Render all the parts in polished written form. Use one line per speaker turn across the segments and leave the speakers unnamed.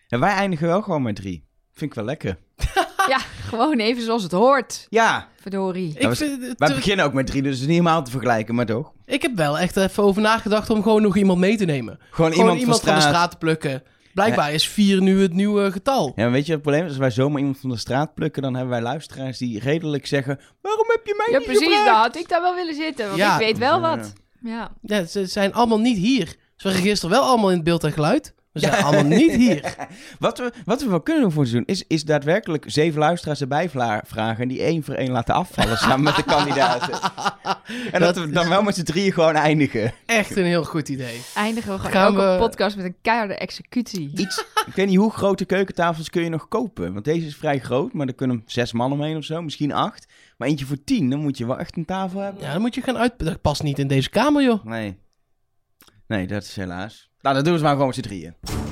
En wij eindigen wel gewoon met 3. Vind ik wel lekker.
Ja, gewoon even zoals het hoort.
Ja.
Verdorie.
Wij beginnen ook met 3, dus het is niet helemaal te vergelijken, maar toch?
Ik heb wel echt even over nagedacht om gewoon nog iemand mee te nemen.
Gewoon iemand
van de straat te plukken. Blijkbaar is 4 nu het nieuwe getal.
Ja, maar weet je wat het probleem is? Als wij zomaar iemand van de straat plukken, dan hebben wij luisteraars die redelijk zeggen... Waarom heb je mij
Ja,
niet
precies.
gevraagd?
Dan had ik daar wel willen zitten. Want ik weet wel wat. Ja.
Ja, ze zijn allemaal niet hier. Ze waren gisteren wel allemaal in het beeld en geluid. We zijn allemaal niet hier.
Wat we wel kunnen doen voor het seizoen is daadwerkelijk 7 luisteraars erbij vragen en die 1 voor 1 laten afvallen samen met de kandidaten. En dat we dan wel met z'n 3 gewoon eindigen.
Echt een heel goed idee.
Eindigen we gewoon elke podcast met een keiharde executie.
Ik weet niet hoe grote keukentafels kun je nog kopen. Want deze is vrij groot, maar er kunnen 6 man omheen of zo, misschien 8. Maar eentje voor 10, dan moet je wel echt een tafel hebben.
Ja, dan moet je gaan uit... Dat past niet in deze kamer, joh.
Nee, dat is helaas. Nou, dat doen we maar gewoon met z'n 3.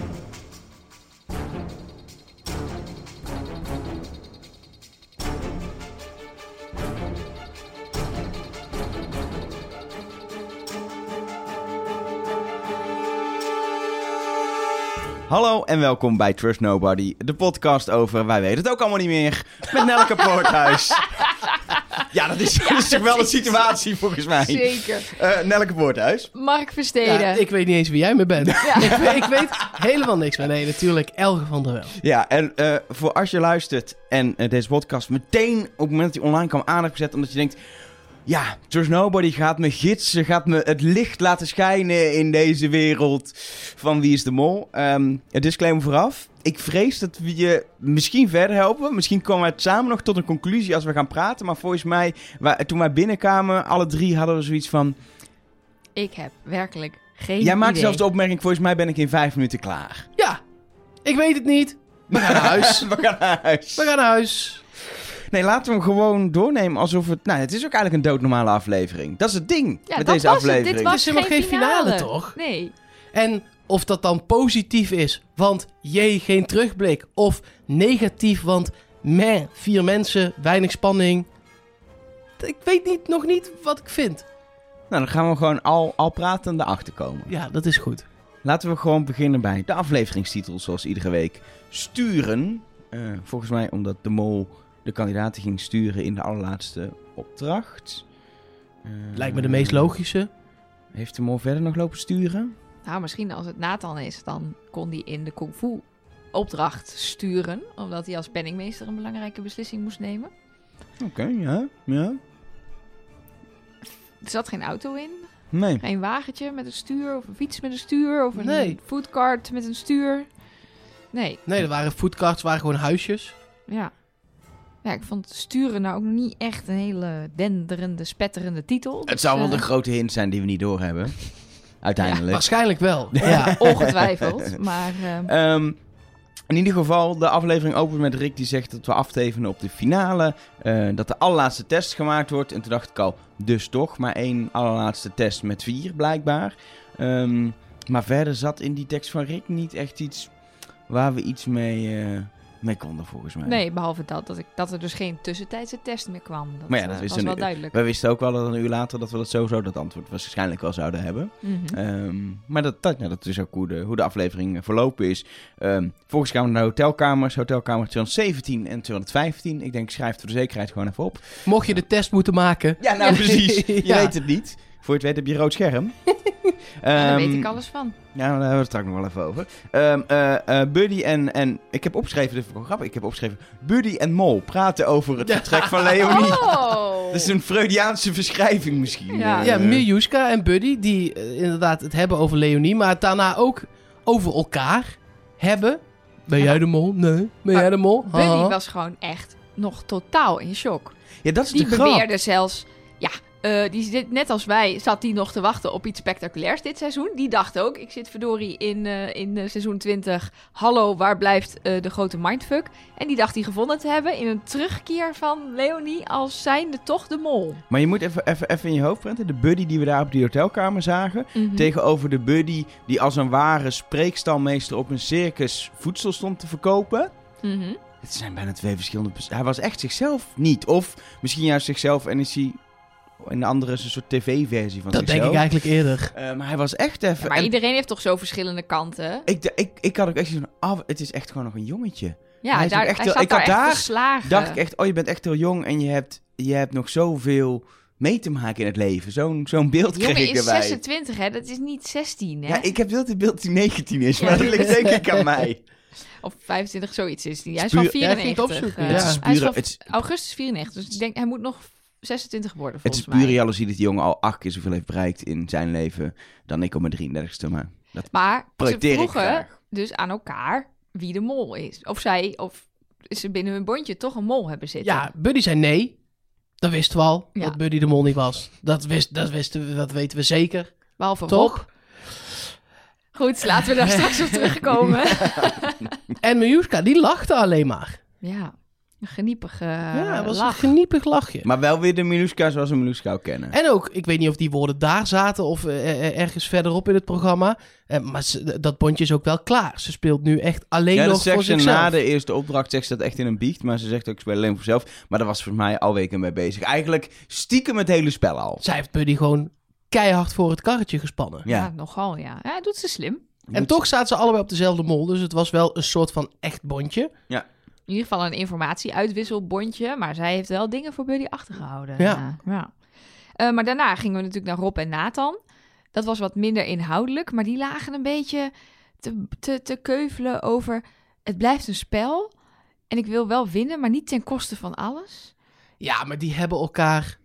Hallo en welkom bij Trust Nobody, de podcast over wij weten het ook allemaal niet meer, met Nelleke Poorthuis. Ja, dat is toch wel een situatie volgens mij.
Zeker.
Nelleke Poorthuis.
Mark Versteden.
Ja, ik weet niet eens wie jij me bent.
Ja.
Ik weet helemaal niks meer. Nee, natuurlijk Elge van der Wel.
Ja, en voor als je luistert en deze podcast meteen op het moment dat hij online kwam aan hebt gezet, omdat je denkt... Ja, Trust Nobody gaat me gidsen, gaat me het licht laten schijnen in deze wereld van Wie is de Mol. Het disclaimer vooraf. Ik vrees dat we je misschien verder helpen. Misschien komen we samen nog tot een conclusie als we gaan praten. Maar volgens mij, toen wij binnenkwamen, alle 3 hadden we zoiets van...
Ik heb werkelijk geen idee.
Jij maakt zelfs de opmerking, volgens mij ben ik in 5 minuten klaar.
Ja, ik weet het niet. We gaan naar huis.
We gaan naar huis. Nee, laten we hem gewoon doornemen alsof het... Nou, het is ook eigenlijk een doodnormale aflevering. Dat is het ding met deze aflevering.
Dit was
Het is helemaal geen finale, toch?
Nee.
En of dat dan positief is, want geen terugblik. Of negatief, want 4 mensen, weinig spanning. Ik weet nog niet wat ik vind.
Nou, dan gaan we gewoon al pratend erachter komen.
Ja, dat is goed.
Laten we gewoon beginnen bij de afleveringstitel, zoals iedere week. Sturen. Volgens mij omdat de mol de kandidaten ging sturen in de allerlaatste opdracht.
Lijkt me de meest logische.
Heeft de mol verder nog lopen sturen?
Nou, misschien als het Nathan is, dan kon hij in de kung fu opdracht sturen. Omdat hij als penningmeester een belangrijke beslissing moest nemen.
Oké, ja.
Er zat geen auto in.
Nee.
Geen wagentje met een stuur, of een fiets met een stuur, of een foodcart met een stuur. Nee,
er waren foodcarts, waren gewoon huisjes.
Ja. Ja, ik vond sturen nou ook niet echt een hele denderende, spetterende titel.
Het zou wel de grote hint zijn die we niet doorhebben. Uiteindelijk.
Waarschijnlijk wel.
Ja, ongetwijfeld. Maar
in ieder geval, de aflevering opent met Rick die zegt dat we aftevenen op de finale. Dat de allerlaatste test gemaakt wordt. En toen dacht ik al, dus toch maar 1 allerlaatste test met 4 blijkbaar. Maar verder zat in die tekst van Rick niet echt iets waar we iets mee konden volgens mij.
nee, behalve dat er dus geen tussentijdse test meer kwam. Dat,
maar ja, dat
was wel duidelijk.
We wisten ook wel dat een uur later dat we dat sowieso dat antwoord waarschijnlijk wel zouden hebben.
Mm-hmm.
Maar dat is ook hoe de aflevering verlopen is. Volgens gaan we naar de hotelkamers. Hotelkamer 217 en 215. Ik denk, schrijf voor de zekerheid gewoon even op.
Mocht je de test moeten maken.
Ja, nou precies. Je
Ja.
weet het niet. Voor je het weet heb je een rood scherm.
Daar weet ik alles van.
Ja, daar hebben we het straks nog wel even over. Buddy en... Ik heb opgeschreven, dit is wel grappig. Ik heb opgeschreven... Buddy en Mol praten over het vertrek van Leonie.
Oh!
Dat is een Freudiaanse verschrijving misschien.
Ja.
Miljuska en Buddy, die inderdaad het hebben over Leonie, maar het daarna ook over elkaar hebben. Ben jij de mol? Nee. Ben jij de mol?
Buddy
Haha.
was gewoon echt nog totaal in shock.
Ja, dat is
Die
de grap.
beweerde zelfs... Ja, die zit, net als wij zat die nog te wachten op iets spectaculairs dit seizoen. Die dacht ook, ik zit verdorie in seizoen 20. Hallo, waar blijft de grote mindfuck? En die dacht die gevonden te hebben in een terugkeer van Leonie als zijnde toch de mol.
Maar je moet even in je hoofd prenten. De Buddy die we daar op die hotelkamer zagen.
Mhm.
Tegenover de Buddy die als een ware spreekstalmeester op een circus voedsel stond te verkopen.
Mhm.
Het zijn bijna 2 verschillende... Hij was echt zichzelf niet. Of misschien juist zichzelf en is hij En de andere is een soort tv-versie van
Dat
zichzelf.
denk ik eigenlijk eerder.
Maar hij was echt even...
Maar
en
iedereen heeft toch zo verschillende kanten?
ik had ook echt zo'n... het is echt gewoon nog een jongetje.
Ja,
hij is ook
hij
echt
zat
heel- ik
daar
had
echt
daar-
verslagen.
Dacht ik echt, je bent echt heel jong en je hebt nog zoveel mee te maken in het leven. Zo'n beeld
Die jongen
kreeg ik
is
erbij.
26, hè? Dat is niet 16, hè?
Ja, ik heb wel het beeld dat hij 19 is,
Ja,
maar dat
dat
ligt denk ik aan mij.
Of 25, zoiets is hij. Hij is
Spuur-
van
Ja, ik ging
94.
het opzoeken,
eh,
ja.
Het is
Hij is
puur-
van
het is-
augustus 94, dus ik denk, hij moet nog 26 worden,
Het is
volgens mij.
puur jaloezie dat die jongen al 8 keer zoveel heeft bereikt in zijn leven dan ik op mijn 33ste. Maar dat
Maar ze
projecteer ik
vroegen
graag.
dus aan elkaar wie de mol is. Of zij, of ze binnen hun bondje toch een mol hebben zitten.
Ja, Buddy zei nee. Dat wisten we al,
Ja.
dat Buddy de mol niet was. Dat weten we zeker.
Behalve
Toch?
Rob. Goed, laten we daar straks op terugkomen.
En Miljuska, die lachte alleen maar.
Ja, een geniepige
Ja, het was
lach.
een geniepig lachje.
Maar wel weer de Miluska zoals we Miluska ook kennen.
En ook, ik weet niet of die woorden daar zaten of ergens verderop in het programma. Maar dat bondje is ook wel klaar. Ze speelt nu echt alleen
Ja, dat
nog voor
zegt ze
zichzelf.
na de eerste opdracht, zegt ze dat echt in een biecht. Maar ze zegt ook, ik speel alleen voor mezelf. Maar daar was voor mij al weken mee bezig. Eigenlijk stiekem het hele spel al.
Zij heeft Buddy gewoon keihard voor het karretje gespannen.
Ja,
Ja.
nogal, ja. Ja, doet ze slim.
En toch zaten ze allebei op dezelfde mol. Dus het was wel een soort van echt bondje.
In ieder geval een informatie-uitwisselbondje. Maar zij heeft wel dingen voor Buddy achtergehouden.
Ja.
Ja. Maar daarna gingen we natuurlijk naar Rob en Nathan. Dat was wat minder inhoudelijk. Maar die lagen een beetje te keuvelen over... Het blijft een spel. En ik wil wel winnen, maar niet ten koste van alles.
Ja, maar die hebben elkaar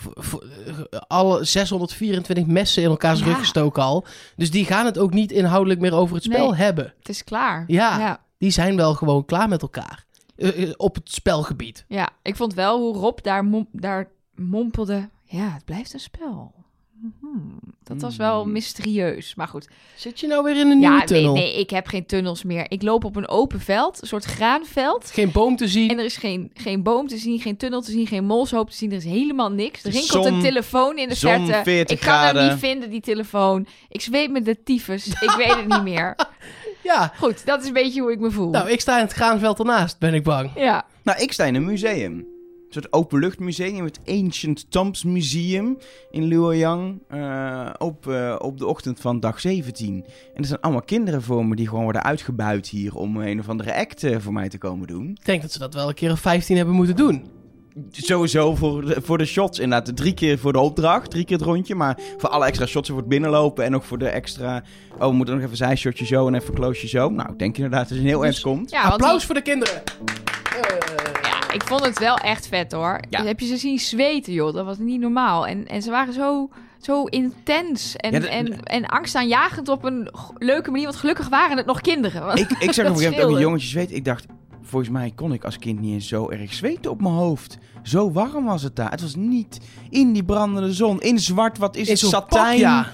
alle 624 messen in elkaars
Ja.
rug gestoken al. Dus die gaan het ook niet inhoudelijk meer over het spel
Nee.
hebben.
Het is klaar.
Ja. Die zijn wel gewoon klaar met elkaar. Op het spelgebied.
Ja, ik vond wel hoe Rob daar mompelde... Ja, het blijft een spel. Dat was wel mysterieus. Maar goed.
Zit je nou weer in een nieuwe tunnel?
Nee, ik heb geen tunnels meer. Ik loop op een open veld, een soort graanveld.
Geen boom te zien.
En er is geen boom te zien, geen tunnel te zien, geen molshoop te zien. Er is helemaal niks. Er rinkelt een telefoon in de
zon,
verte.
40
Ik kan hem
graden.
niet vinden, die telefoon. Ik zweet met de tyfus. Ik weet het niet meer.
Ja,
Goed, dat is een beetje hoe ik me voel.
nou, ik sta in het graanveld ernaast, ben ik bang.
Ja.
Nou, ik sta in een museum. Een soort openluchtmuseum, het Ancient Tombs Museum in Luoyang. Op de ochtend van dag 17. En er zijn allemaal kinderen voor me die gewoon worden uitgebuit hier om een of andere act voor mij te komen doen.
Ik denk dat ze dat wel een keer of 15 hebben moeten doen.
Sowieso voor de shots inderdaad. 3 keer voor de opdracht, 3 keer het rondje. Maar voor alle extra shots voor het binnenlopen en ook voor de extra... Oh, we moeten nog even zijshotje zo en even een closeje zo. Nou, ik denk inderdaad dat het een heel eind komt.
Ja, want
Applaus voor de kinderen.
Ja, ik vond het wel echt vet hoor.
Ja.
Heb je ze zien zweten, joh? Dat was niet normaal. En ze waren zo intens en,
Ja,
en angstaanjagend op een leuke manier. Want gelukkig waren het nog kinderen.
Ik zag op een
Dat
gegeven moment ook
scheelde.
een jongetje zweten. Ik dacht, volgens mij kon ik als kind niet eens zo erg zweten op mijn hoofd. Zo warm was het daar. Het was niet in die brandende zon. In zwart, wat is
In
het?
zo'n
Satijn.
pak, ja.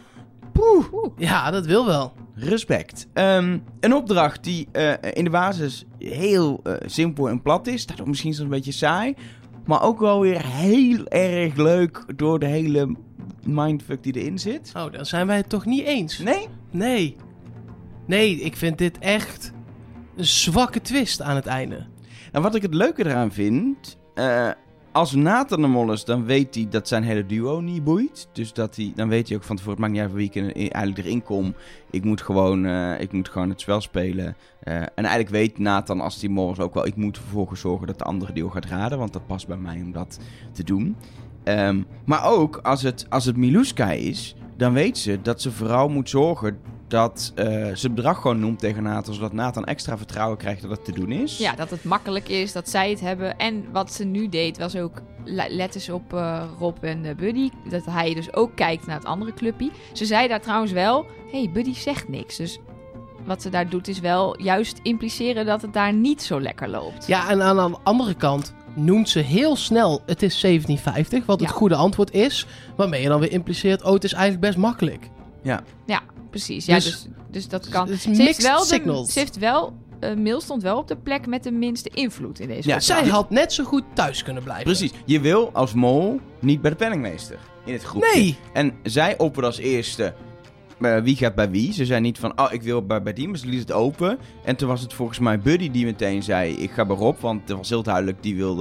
Ja, dat wil wel.
Respect. Een opdracht die in de basis heel simpel en plat is. Daardoor misschien soms een beetje saai. Maar ook wel weer heel erg leuk door de hele mindfuck die erin zit.
Oh, dan zijn wij het toch niet eens.
Nee?
Nee, ik vind dit echt een zwakke twist aan het einde.
En wat ik het leuke eraan vind... als Nathan de mol is, dan weet hij dat zijn hele duo niet boeit. Dus dan weet hij ook van tevoren, het maakt niet uit wie ik eigenlijk erin kom. Ik moet gewoon het spel spelen. En eigenlijk weet Nathan, als die mol is, ook wel... Ik moet vervolgens zorgen dat de andere duo gaat raden. Want dat past bij mij om dat te doen. Maar ook, als het Miluska is... dan weet ze dat ze vooral moet zorgen... dat ze het bedrag gewoon noemt tegen Nathan... zodat Nathan extra vertrouwen krijgt dat het te doen is.
Ja, dat het makkelijk is, dat zij het hebben. En wat ze nu deed, was ook... Let eens op Rob en Buddy. Dat hij dus ook kijkt naar het andere clubje. Ze zei daar trouwens wel... Hey, Buddy zegt niks. Dus wat ze daar doet is wel juist impliceren... dat het daar niet zo lekker loopt.
Ja, en aan de andere kant noemt ze heel snel... het is 1750, wat het
Ja.
goede antwoord is. Waarmee je dan weer impliceert... oh, het is eigenlijk best makkelijk.
Ja.
Ja, precies. Ja,
Dus-
dus dat kan.
het is
Ze heeft
mixed
wel
signals.
Ze heeft wel... Mail stond wel op de plek met de minste invloed in deze
Ja,
opdracht.
Zij had net zo goed thuis kunnen blijven.
Precies. Je wil als mol niet bij de penningmeester in het groepje.
Nee.
En zij opperde als eerste... wie gaat bij wie? Ze zei niet van, ik wil bij die, maar ze liet het open. En toen was het volgens mij Buddy die meteen zei, ik ga bij Rob. Want het was heel duidelijk, die wilde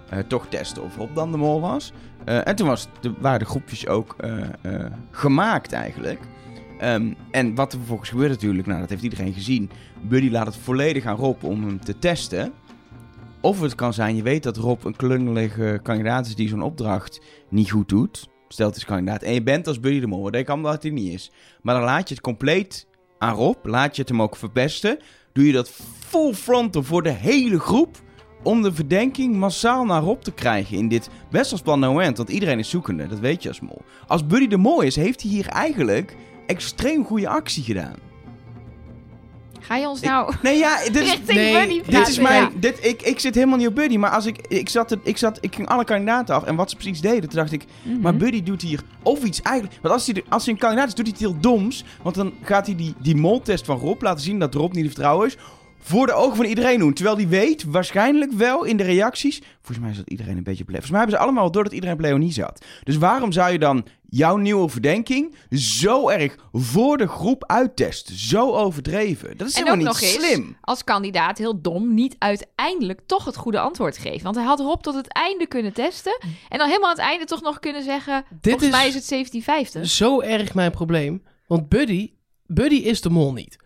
toch testen of Rob dan de mol was. En toen waren de groepjes ook gemaakt eigenlijk. En wat er vervolgens gebeurt natuurlijk, nou dat heeft iedereen gezien. Buddy laat het volledig aan Rob om hem te testen. Of het kan zijn, je weet dat Rob een klungelige kandidaat is die zo'n opdracht niet goed doet. Stel het is kandidaat en je bent als Buddy de mol. Dat kan dat hij niet is. Maar dan laat je het compleet aan Rob. Laat je het hem ook verpesten. Doe je dat full frontal voor de hele groep. Om de verdenking massaal naar Rob te krijgen in dit best wel spannende moment. Want iedereen is zoekende, dat weet je als mol. Als Buddy de mol is, heeft hij hier eigenlijk extreem goede actie gedaan.
Ga je ons nou richting Buddy praten?
Dit is mijn... Ik zit helemaal niet op Buddy, maar als ik ging alle kandidaten af en wat ze precies deden, toen dacht ik, maar Buddy doet hier of iets eigenlijk... Want als hij een kandidaat is, doet hij iets heel doms, want dan gaat hij die moltest van Rob laten zien dat Rob niet te vertrouwen is, voor de ogen van iedereen doen. Terwijl die weet, waarschijnlijk wel in de reacties, volgens mij is dat iedereen een beetje volgens mij hebben ze allemaal door dat iedereen op Leonie zat. Dus waarom zou je dan jouw nieuwe verdenking zo erg voor de groep uittesten? Zo overdreven. Dat is
en
helemaal
ook
niet
nog
slim.
Eens, als kandidaat heel dom niet uiteindelijk toch het goede antwoord geven. Want hij had Rob tot het einde kunnen testen. En dan helemaal aan het einde toch nog kunnen zeggen, volgens mij is het 17-50.
Zo erg mijn probleem. Want Buddy is de mol niet.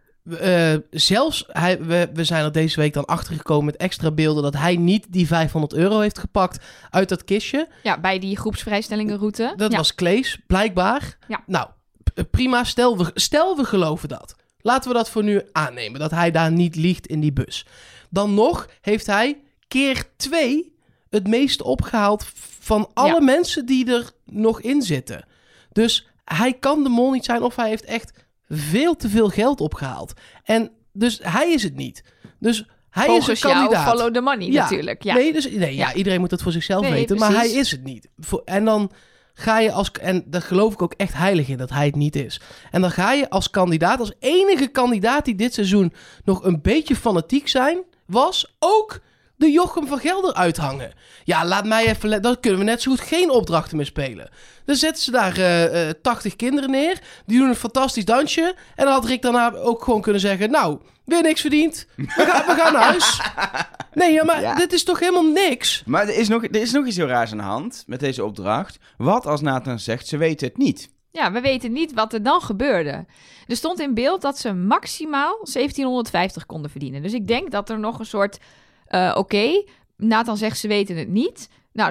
We zijn er deze week dan achter gekomen met extra beelden dat hij niet die €500 heeft gepakt uit dat kistje.
Ja, bij die groepsvrijstellingenroute.
Dat was Klees, blijkbaar.
Ja.
Nou, prima. Stel we geloven dat. Laten we dat voor nu aannemen, dat hij daar niet liegt in die bus. Dan nog heeft hij keer 2 het meest opgehaald van alle mensen die er nog in zitten. Dus hij kan de mol niet zijn of hij heeft echt veel te veel geld opgehaald. En dus hij is het niet. Dus hij
volgens
is een kandidaat.
Jou, follow the money natuurlijk. Ja.
Nee, iedereen moet dat voor zichzelf weten.
Precies.
Maar hij is het niet. En dan ga je en daar geloof ik ook echt heilig in dat hij het niet is. En dan ga je als kandidaat, als enige kandidaat die dit seizoen nog een beetje fanatiek was ook de Jochem van Gelder uithangen. Ja, laat mij even... Dan kunnen we net zo goed geen opdrachten meer spelen. Dan zetten ze daar 80 kinderen neer. Die doen een fantastisch dansje. En dan had Rick daarna ook gewoon kunnen zeggen, nou, weer niks verdiend. We gaan naar huis. Nee, maar dit is toch helemaal niks?
Maar er is nog iets heel raars aan de hand met deze opdracht. Wat als Nathan zegt, ze weten het niet?
Ja, we weten niet wat er dan gebeurde. Er stond in beeld dat ze maximaal 1750 konden verdienen. Dus ik denk dat er nog een soort... Oké, Nathan zegt ze weten het niet. Nou,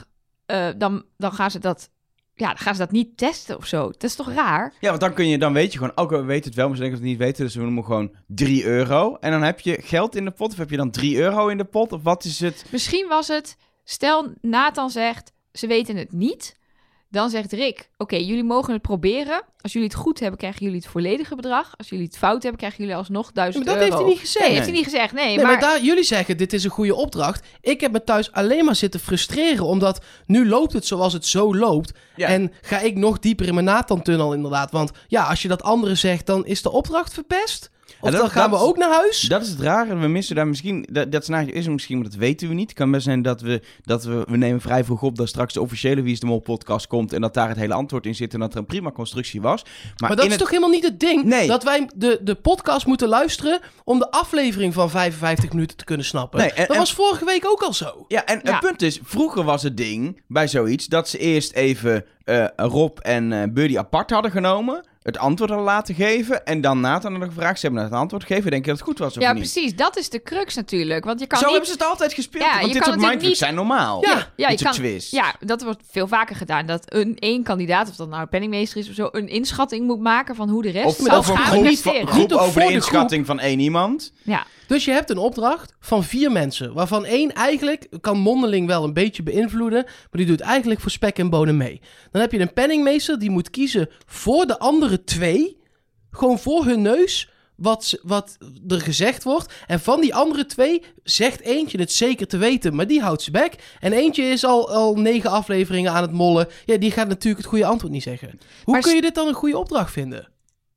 dan gaan ze dat... Ja, dan gaan ze dat niet testen of zo. Dat is toch raar?
Ja, want dan weet je gewoon... Oké, we weten het wel, maar ze denken dat we het niet weten. Dus we noemen gewoon €3. En dan heb je geld in de pot. Of heb je dan €3 in de pot? Of wat is het?
Misschien was het... Stel, Nathan zegt, ze weten het niet. Dan zegt Rick, oké, jullie mogen het proberen. Als jullie het goed hebben, krijgen jullie het volledige bedrag. Als jullie het fout hebben, krijgen jullie alsnog €1000.
Maar dat heeft hij niet gezegd.
Nee, heeft hij niet gezegd. Nee,
maar jullie zeggen, dit is een goede opdracht. Ik heb me thuis alleen maar zitten frustreren. Omdat nu loopt het zoals het zo loopt. Ja. En ga ik nog dieper in mijn Nathan-tunnel inderdaad. Want ja, als je dat andere zegt, dan is de opdracht verpest. Of dan gaan we ook naar huis?
Dat is het rare. We missen daar misschien... Dat scenario is er misschien, maar dat weten we niet. Het kan best zijn dat we nemen vrij vroeg op dat straks de officiële Wie is de Mol podcast komt en dat daar het hele antwoord in zit en dat er een prima constructie was. Maar
dat is toch helemaal niet het ding?
Nee.
Dat wij de podcast moeten luisteren om de aflevering van 55 minuten te kunnen snappen. Nee, dat was vorige week ook al zo.
Ja, en het punt is, vroeger was het ding bij zoiets dat ze eerst even Rob en Buddy apart hadden genomen, het antwoord hadden laten geven en dan Nathan hadden gevraagd, ze hebben het antwoord gegeven, denk je dat het goed was of niet?
Ja, precies. Dat is de crux natuurlijk. Want je kan
zo
niet...
hebben ze het altijd gespeeld,
ja,
want dit soort mindfucks zijn normaal.
Ja,
dit soort twist.
Ja, dat wordt veel vaker gedaan. Dat één kandidaat, of dat nou een penningmeester is of zo, een inschatting moet maken van hoe de rest
of een groep over de inschatting van 1 iemand.
Ja.
Dus je hebt een opdracht van 4 mensen, waarvan 1 eigenlijk kan mondeling wel een beetje beïnvloeden, maar die doet eigenlijk voor spek en bonen mee. Dan heb je een penningmeester die moet kiezen voor de andere 2, gewoon voor hun neus, wat er gezegd wordt. En van die andere 2 zegt eentje het zeker te weten, maar die houdt zijn bek. En eentje is al 9 afleveringen aan het mollen. Ja, die gaat natuurlijk het goede antwoord niet zeggen. Hoe kun je dit dan een goede opdracht vinden?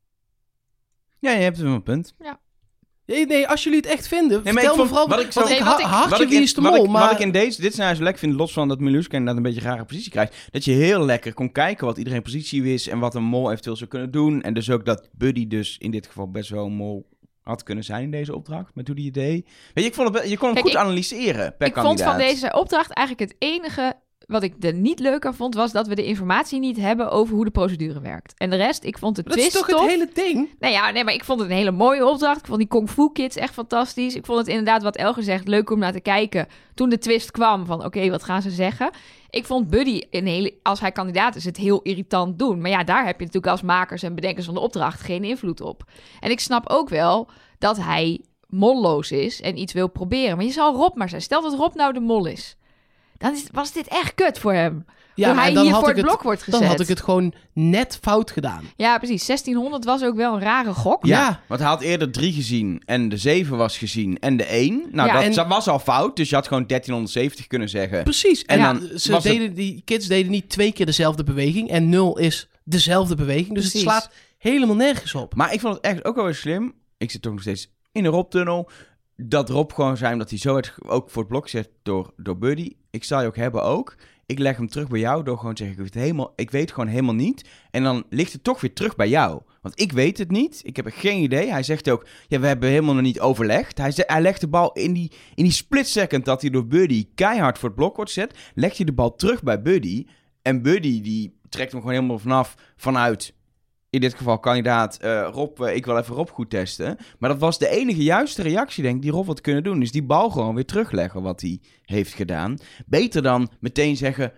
Ja, je hebt wel een punt.
Ja.
Nee, als jullie het echt vinden, vertel me vooral... Wie is de Mol.
Wat ik in dit scenario zo lekker vind, los van dat Miluska inderdaad een beetje een rare positie krijgt, dat je heel lekker kon kijken wat iedereen positie is en wat een mol eventueel zou kunnen doen. En dus ook dat Buddy dus in dit geval best wel een mol had kunnen zijn in deze opdracht, met hoe die het deed. Weet je, ik vond het, je kon hem goed analyseren per
ik
kandidaat.
vond van deze opdracht eigenlijk het enige wat ik er niet leuk aan vond, was dat we de informatie niet hebben over hoe de procedure werkt. En de rest, ik vond de
Dat
twist
is toch
tof.
het hele ding?
Nee, maar ik vond het een hele mooie opdracht. Ik vond die Kung Fu Kids echt fantastisch. Ik vond het inderdaad, wat Elger zegt, leuk om naar te kijken. Toen de twist kwam van, oké, wat gaan ze zeggen? Ik vond Buddy, als hij kandidaat is, het heel irritant doen. Maar ja, daar heb je natuurlijk als makers en bedenkers van de opdracht geen invloed op. En ik snap ook wel dat hij molloos is en iets wil proberen. Maar je zal Rob maar zijn. Stel dat Rob nou de mol is. Dan was dit echt kut voor hem.
Ja,
hoe hij
dan
hier
had
voor
ik
het blok wordt gezet.
Dan had ik het gewoon net fout gedaan.
Ja, precies. 1600 was ook wel een rare gok.
Ja, want hij had eerder 3 gezien en de 7 was gezien en de 1. Nou,
Ja,
dat was al fout, dus je had gewoon 1370 kunnen zeggen.
Precies. En
En
dan die kids deden niet 2 keer dezelfde beweging. En 0 is dezelfde beweging. Dus
Precies.
het slaat helemaal nergens op.
Maar ik vond het echt ook wel weer slim. Ik zit toch nog steeds in de Rob-tunnel. Dat Rob gewoon zei, omdat hij zo werd ook voor het blok gezet door Buddy. Ik zal je ook hebben ook. Ik leg hem terug bij jou door gewoon te zeggen, ik weet gewoon helemaal niet. En dan ligt het toch weer terug bij jou. Want ik weet het niet. Ik heb er geen idee. Hij zegt ook, ja, we hebben helemaal nog niet overlegd. Hij legt de bal in die split second dat hij door Buddy keihard voor het blok wordt gezet. Legt hij de bal terug bij Buddy. En Buddy die trekt hem gewoon helemaal vanaf vanuit... In dit geval kandidaat Rob, ik wil even Rob goed testen. Maar dat was de enige juiste reactie, denk ik, die Rob had kunnen doen. Dus die bal gewoon weer terugleggen wat hij heeft gedaan. Beter dan meteen zeggen,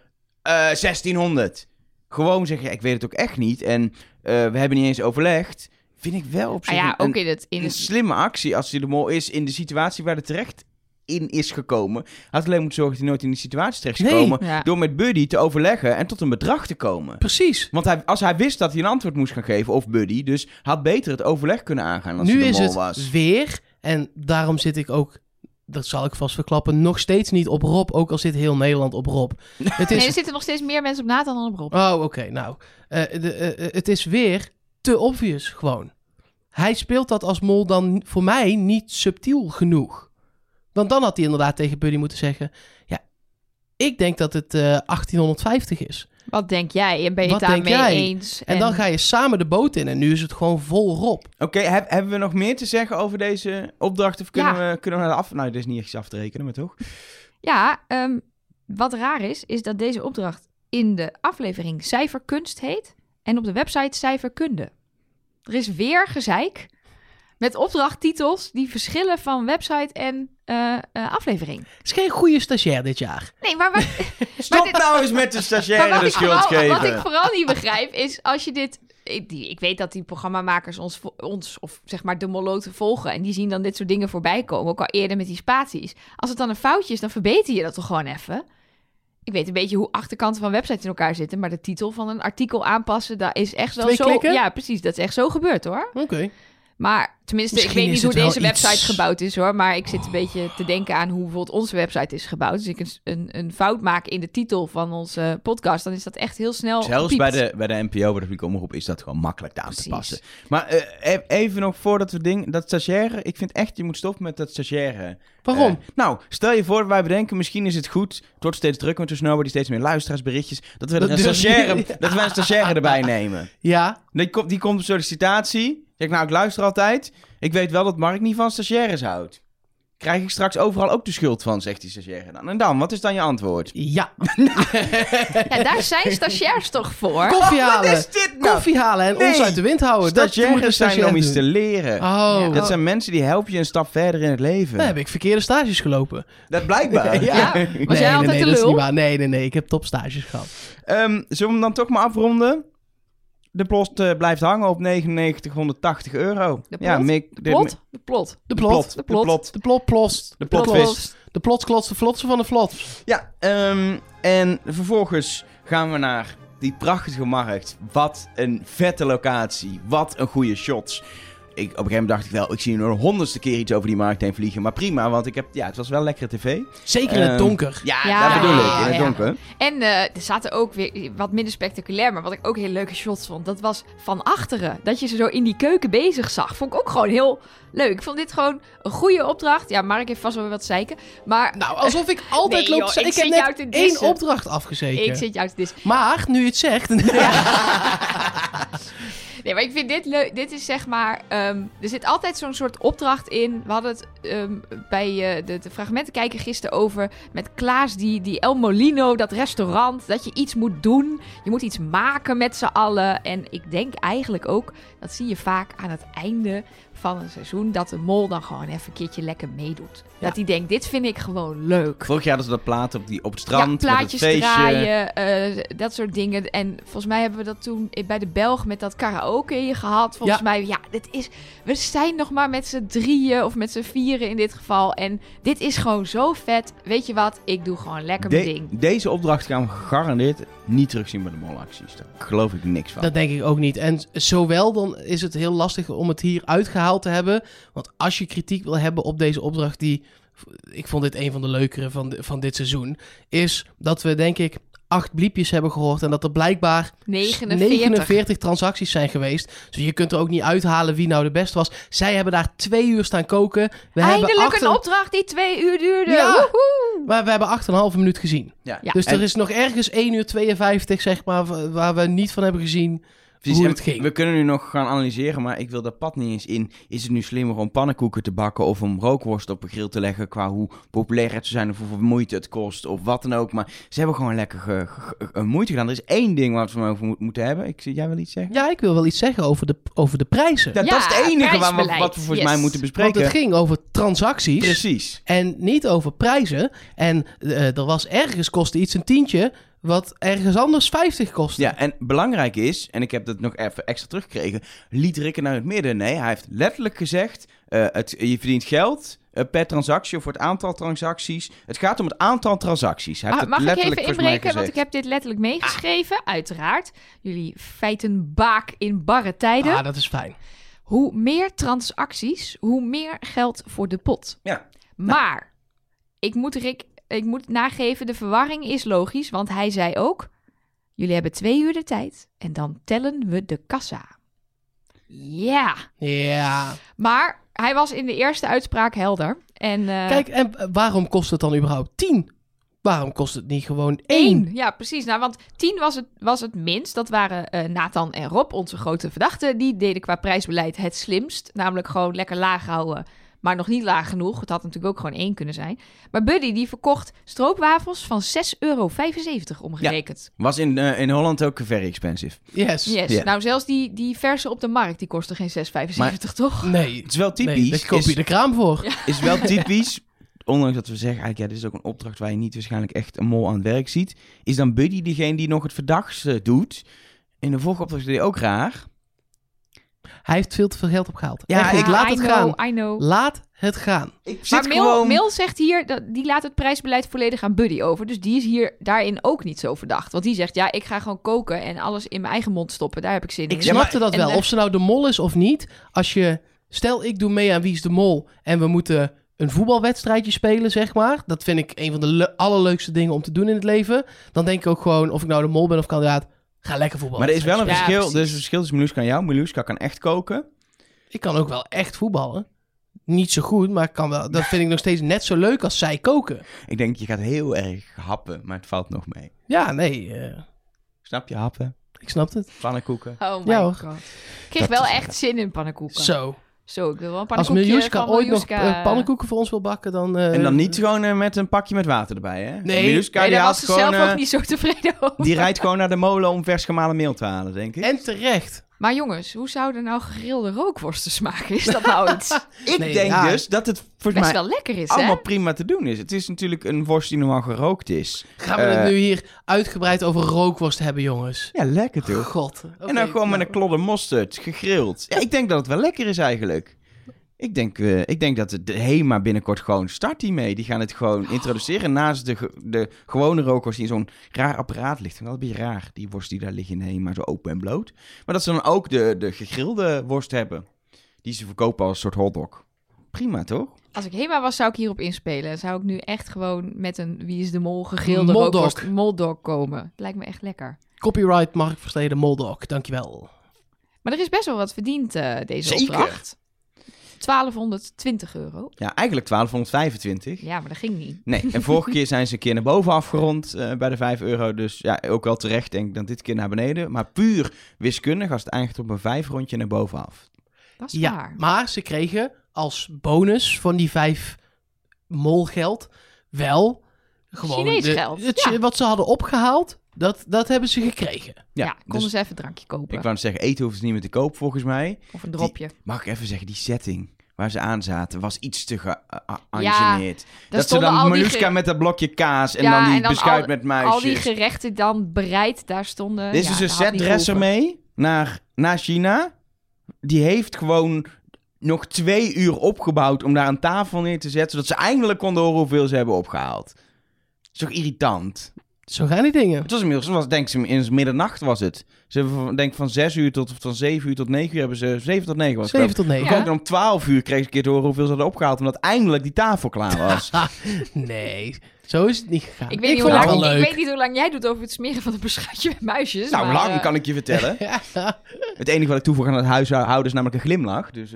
1600. Gewoon zeggen, ja, ik weet het ook echt niet. En we hebben niet eens overlegd. Vind ik wel op zich een slimme actie als hij de mol is in de situatie waar het terecht in is gekomen. Hij had alleen moeten zorgen dat hij nooit in die situatie terecht is gekomen. Door met Buddy te overleggen en tot een bedrag te komen.
Precies.
Want als hij wist dat hij een antwoord moest gaan geven, of Buddy, dus had beter het overleg kunnen aangaan als
nu
hij de mol
is
was.
het weer, en daarom zit ik ook, dat zal ik vast verklappen, nog steeds niet op Rob, ook al zit heel Nederland op Rob. Het is...
Nee, er zitten nog steeds meer mensen op Nathan dan op Rob.
Oh, oké. Nou, het is weer te obvious gewoon. Hij speelt dat als mol dan voor mij niet subtiel genoeg. Want dan had hij inderdaad tegen Buddy moeten zeggen... Ja, ik denk dat het 1850 is.
Wat denk jij? En ben je het daarmee eens?
En dan ga je samen de boot in. En nu is het gewoon vol Rob.
Oké, hebben we nog meer te zeggen over deze opdracht? Of kunnen we naar de af... Nou, dit is niet echt af te rekenen, maar toch?
Ja, wat raar is dat deze opdracht in de aflevering Cijferkunst heet. En op de website Cijferkunde. Er is weer gezeik met opdrachttitels die verschillen van website en aflevering.
Het is geen goede stagiair dit jaar.
Nee, maar
Stop nou eens met de stagiaire de schuld geven.
Wat ik vooral niet begrijp is als je dit... Ik weet dat die programmamakers ons of zeg maar de moloten volgen. En die zien dan dit soort dingen voorbij komen. Ook al eerder met die spaties. Als het dan een foutje is, dan verbeter je dat toch gewoon even. Ik weet een beetje hoe achterkanten van websites in elkaar zitten. Maar de titel van een artikel aanpassen, dat is echt wel
2
zo...
klikken?
Ja, precies. Dat is echt zo gebeurd hoor.
Oké.
Maar tenminste,
Misschien
ik weet niet
is
hoe
het
deze
wel
website
iets-
gebouwd is hoor. Maar ik zit een beetje te denken aan hoe bijvoorbeeld onze website is gebouwd. Dus ik een fout maak in de titel van onze podcast, dan is dat echt heel snel
Zelfs
gepiept.
bij de NPO, bij de publieke omroep, is dat gewoon makkelijk aan te
Precies.
passen. Maar even nog voordat we dat stagiaire... Ik vind echt, je moet stoppen met dat stagiaire.
Waarom?
Nou, stel je voor, wij bedenken, misschien is het goed. Het wordt steeds drukker met Snowboard, die steeds meer luisteraarsberichtjes. Dat we er een stagiaire erbij nemen.
Ja.
Die komt op sollicitatie. Zeg ik, nou, ik luister altijd. Ik weet wel dat Mark niet van stagiaires houdt. Krijg ik straks overal ook de schuld van, zegt die stagiaire dan. En dan, wat is dan je antwoord?
Ja.
Ja, daar zijn stagiairs toch voor?
Koffie halen.
Wat is dit nou?
Koffie halen en ons uit de wind houden. Dat moet een
Stagiaires zijn
stagiair
om iets te
doen.
leren.
Oh.
Dat zijn mensen die helpen je een stap verder in het leven.
Dan heb ik verkeerde stages gelopen.
Dat blijkbaar.
Ja. Was jij altijd de
dat is
lul?
niet waar. Nee. Ik heb topstages gehad.
Zullen we hem dan toch maar afronden? De plot blijft hangen op 9980 euro.
De plot?
Ja,
De plot?
De plot.
De plot.
De plot plost.
De plotvis.
De plots de vlotse van de vlot.
Ja, en vervolgens gaan we naar die prachtige markt. Wat een vette locatie. Wat een goede shots. Op een gegeven moment dacht ik wel, ik zie nu nog 100ste keer iets over die markt heen vliegen. Maar prima, want het was wel lekkere tv.
Zeker in het donker.
Ja,
dat bedoel ik,
ja,
in het
ja.
donker.
En er zaten ook weer wat minder spectaculair, maar wat ik ook heel leuke shots vond, dat was van achteren. Dat je ze zo in die keuken bezig zag. Vond ik ook gewoon heel leuk. Ik vond dit gewoon een goede opdracht. Ja, Mark heeft vast wel weer wat te zeiken. Maar
Nou, alsof ik altijd
Nee,
loop...
joh, ik
ik heb
zit jou
net
te
1
dissen.
opdracht afgezeken.
ik zit jou te dis.
Maar, nu je het zegt...
Nee, maar ik vind dit leuk. Dit is zeg maar... er zit altijd zo'n soort opdracht in. We hadden het bij de fragmenten kijken gisteren over... met Klaas, die El Molino, dat restaurant. Dat je iets moet doen. Je moet iets maken met z'n allen. En ik denk eigenlijk ook... dat zie je vaak aan het einde van een seizoen... dat de mol dan gewoon even een keertje lekker meedoet.
Ja.
Dat hij denkt, dit vind ik gewoon leuk.
Vorig jaar hadden ze dat platen op het strand.
Ja, plaatjes
met het feestje.
draaien, dat soort dingen. En volgens mij hebben we dat toen bij de Belg met dat karaoke gehad. Volgens mij, we zijn nog maar met z'n 3 of met z'n 4 in dit geval. En dit is gewoon zo vet. Weet je wat? Ik doe gewoon lekker mijn ding.
Deze opdracht gaan we gegarandeerd niet terugzien bij de molacties. Daar geloof ik niks van.
Dat denk ik ook niet. En zowel dan is het heel lastig om het hier uitgehaald te hebben. Want als je kritiek wil hebben op deze opdracht ik vond dit een van de leukere van dit seizoen, is dat we denk ik 8 bliepjes hebben gehoord en dat er blijkbaar 49 transacties zijn geweest. Dus je kunt er ook niet uithalen wie nou de beste was. Zij hebben daar 2 uur staan koken.
Eindelijk een opdracht die 2 uur duurde.
Ja,
woehoe!
maar we hebben 8,5 minuut gezien.
Ja.
Dus er is nog ergens 1 uur 52, zeg maar, waar we niet van hebben gezien hoe het ging.
We kunnen nu nog gaan analyseren, maar ik wil dat pad niet eens in. Is het nu slimmer om pannenkoeken te bakken of om rookworst op een grill te leggen qua hoe populair het zou zijn of hoeveel moeite het kost of wat dan ook. Maar ze hebben gewoon lekker moeite gedaan. Er is 1 ding waar we het van over moeten hebben. Jij wil iets zeggen?
Ja, ik wil wel iets zeggen over de prijzen.
Dat is het enige wat we volgens mij moeten bespreken.
Want het ging over transacties.
Precies.
En niet over prijzen. En er was ergens kostte iets een tientje, wat ergens anders 50 kostte.
Ja, en belangrijk is, en ik heb dat nog even extra teruggekregen, liet Rikke naar het midden. Nee, hij heeft letterlijk gezegd, je verdient geld per transactie of voor het aantal transacties. Het gaat om het aantal transacties. Hij heeft het
Mag ik
letterlijk
even
volgens mij
inbreken, want ik heb dit letterlijk meegeschreven, uiteraard. Jullie feitenbaak in barre tijden.
Ah, dat is fijn.
Hoe meer transacties, hoe meer geld voor de pot.
Ja.
Maar, ik moet nageven, de verwarring is logisch, want hij zei ook, jullie hebben 2 uur de tijd en dan tellen we de kassa. Ja.
Ja.
Maar hij was in de eerste uitspraak helder. En,
Kijk, en waarom kost het dan überhaupt 10? Waarom kost het niet gewoon 1?
Ja, precies. Nou, want 10 was het minst. Dat waren Nathan en Rob, onze grote verdachten. Die deden qua prijsbeleid het slimst. Namelijk gewoon lekker laag houden. Maar nog niet laag genoeg. Het had natuurlijk ook gewoon 1 kunnen zijn. Maar Buddy, die verkocht stroopwafels van €6,75 omgerekend.
Was in Holland ook very expensive.
Yes.
Ja.
Nou, zelfs die verse op de markt, die kostte geen €6,75, toch?
Nee.
Het is wel typisch.
Nee, daar koop je de kraam voor.
Ja.
Is wel typisch, ondanks dat we zeggen, eigenlijk, dit is ook een opdracht waar je niet waarschijnlijk echt een mol aan het werk ziet, is dan Buddy diegene die nog het verdachtste doet. In de vorige opdracht deed hij ook raar.
Hij heeft veel te veel geld opgehaald.
Ja,
Echt, laat het gaan.
I know.
Laat het gaan.
Maar Mil zegt hier, die laat het prijsbeleid volledig aan Buddy over. Dus die is hier daarin ook niet zo verdacht. Want die zegt, ja, ik ga gewoon koken en alles in mijn eigen mond stoppen. Daar heb ik zin in.
Ik snapte dat wel. Of ze nou de mol is of niet. Stel, ik doe mee aan Wie is de Mol en we moeten een voetbalwedstrijdje spelen, zeg maar. Dat vind ik een van de allerleukste dingen om te doen in het leven. Dan denk ik ook gewoon, of ik nou de mol ben of kandidaat, ga lekker voetballen.
Maar er is wel een verschil.
precies.
Er is een verschil tussen Miluska en jou. Miluska kan echt koken.
Ik kan ook wel echt voetballen. Niet zo goed, maar ik kan wel. Dat vind ik nog steeds net zo leuk als zij koken.
Ik denk, je gaat heel erg happen, maar het valt nog mee.
Ja, nee.
Snap je, happen?
Ik snap het.
Pannenkoeken.
Oh my
Ja, hoor.
god. Ik kreeg wel echt zin in pannenkoeken. Zo, ik wil wel een
Als
pannenkoekje
Miljuska
van
ooit nog
Miljuska.
pannenkoeken voor ons wil bakken, dan...
En dan niet gewoon met een pakje met water erbij, hè?
Nee.
Miluska,
Nee,
die
daar
haalt
was ze zelf
gewoon,
ook niet zo tevreden over.
die rijdt gewoon naar de molen om vers gemalen meel te halen, denk ik.
En terecht.
Maar jongens, hoe zouden nou gegrilde rookworsten smaken? Is dat nou iets?
Ik
Nee,
denk
ja.
dus dat het volgens
Best
mij
wel lekker is,
allemaal
hè?
prima te doen is. Het is natuurlijk een worst die normaal gerookt is.
Gaan we het nu hier uitgebreid over rookworst hebben, jongens?
Ja, lekker toch?
God.
En dan gewoon met een klodder mosterd, gegrild. Ja, ik denk dat het wel lekker is eigenlijk. Ik denk dat de HEMA binnenkort gewoon start hiermee. Die gaan het gewoon introduceren naast de gewone rookworst die in zo'n raar apparaat ligt. Wel een beetje raar, die worst die daar liggen in de HEMA, zo open en bloot. Maar dat ze dan ook de gegrilde worst hebben. Die ze verkopen als soort hotdog. Prima, toch?
Als ik HEMA was, zou ik hierop inspelen. Zou ik nu echt gewoon met een Wie is de Mol gegrilde
Moldog.
rookworst Moldog komen. Het lijkt me echt lekker.
Copyright Mark Versteden Moldog, dankjewel.
Maar er is best wel wat verdiend deze
Zeker.
opdracht. 1220 euro.
Ja, eigenlijk 1225.
Ja, maar dat ging niet.
Nee, en vorige keer zijn ze een keer naar boven afgerond bij de 5 euro. Dus ja, ook wel terecht denk ik dan dit keer naar beneden. Maar puur wiskundig als het eindigt op een 5 rondje naar boven af.
Dat is
Ja,
waar.
maar ze kregen als bonus van die 5 molgeld wel gewoon
Chinees geld, ja.
wat ze hadden opgehaald. Dat hebben ze gekregen.
Ja, konden
dus
ze even een drankje kopen.
ik wou net zeggen, eten hoeven ze niet meer te kopen volgens mij.
Of een dropje.
Mag ik even zeggen, die setting waar ze aan zaten was iets te geangeneerd.
daar
Dat ze
stonden
dan
al die
Maluska met dat blokje kaas en dan die beschuit met muisjes.
Al die gerechten dan bereid, daar stonden...
Er is dus een
dat had niet
setdresser
geholpen.
mee naar China. Die heeft gewoon nog 2 uur opgebouwd om daar een tafel neer te zetten, zodat ze eindelijk konden horen hoeveel ze hebben opgehaald. Dat is toch irritant?
Zo gaan die dingen.
Het was inmiddels, denk ik, in middernacht was het. Ze hebben denk ik van 6 uur tot van 7 uur tot 9 uur hebben ze 7 tot 9 was het.
7 tot 9.
Ja.
En om 12 uur kreeg ik een keer te horen hoeveel ze hadden opgehaald, omdat eindelijk die tafel klaar was.
Nee, zo is het niet gegaan.
Ik weet, niet
vond
hoe
het
lang,
wel
ik
leuk.
weet niet hoe lang jij doet over het smeren van een beschuitje met muisjes.
Nou,
maar,
lang kan ik je vertellen.
Ja.
Het enige wat ik toevoeg aan het huishouden is namelijk een glimlach. Dus,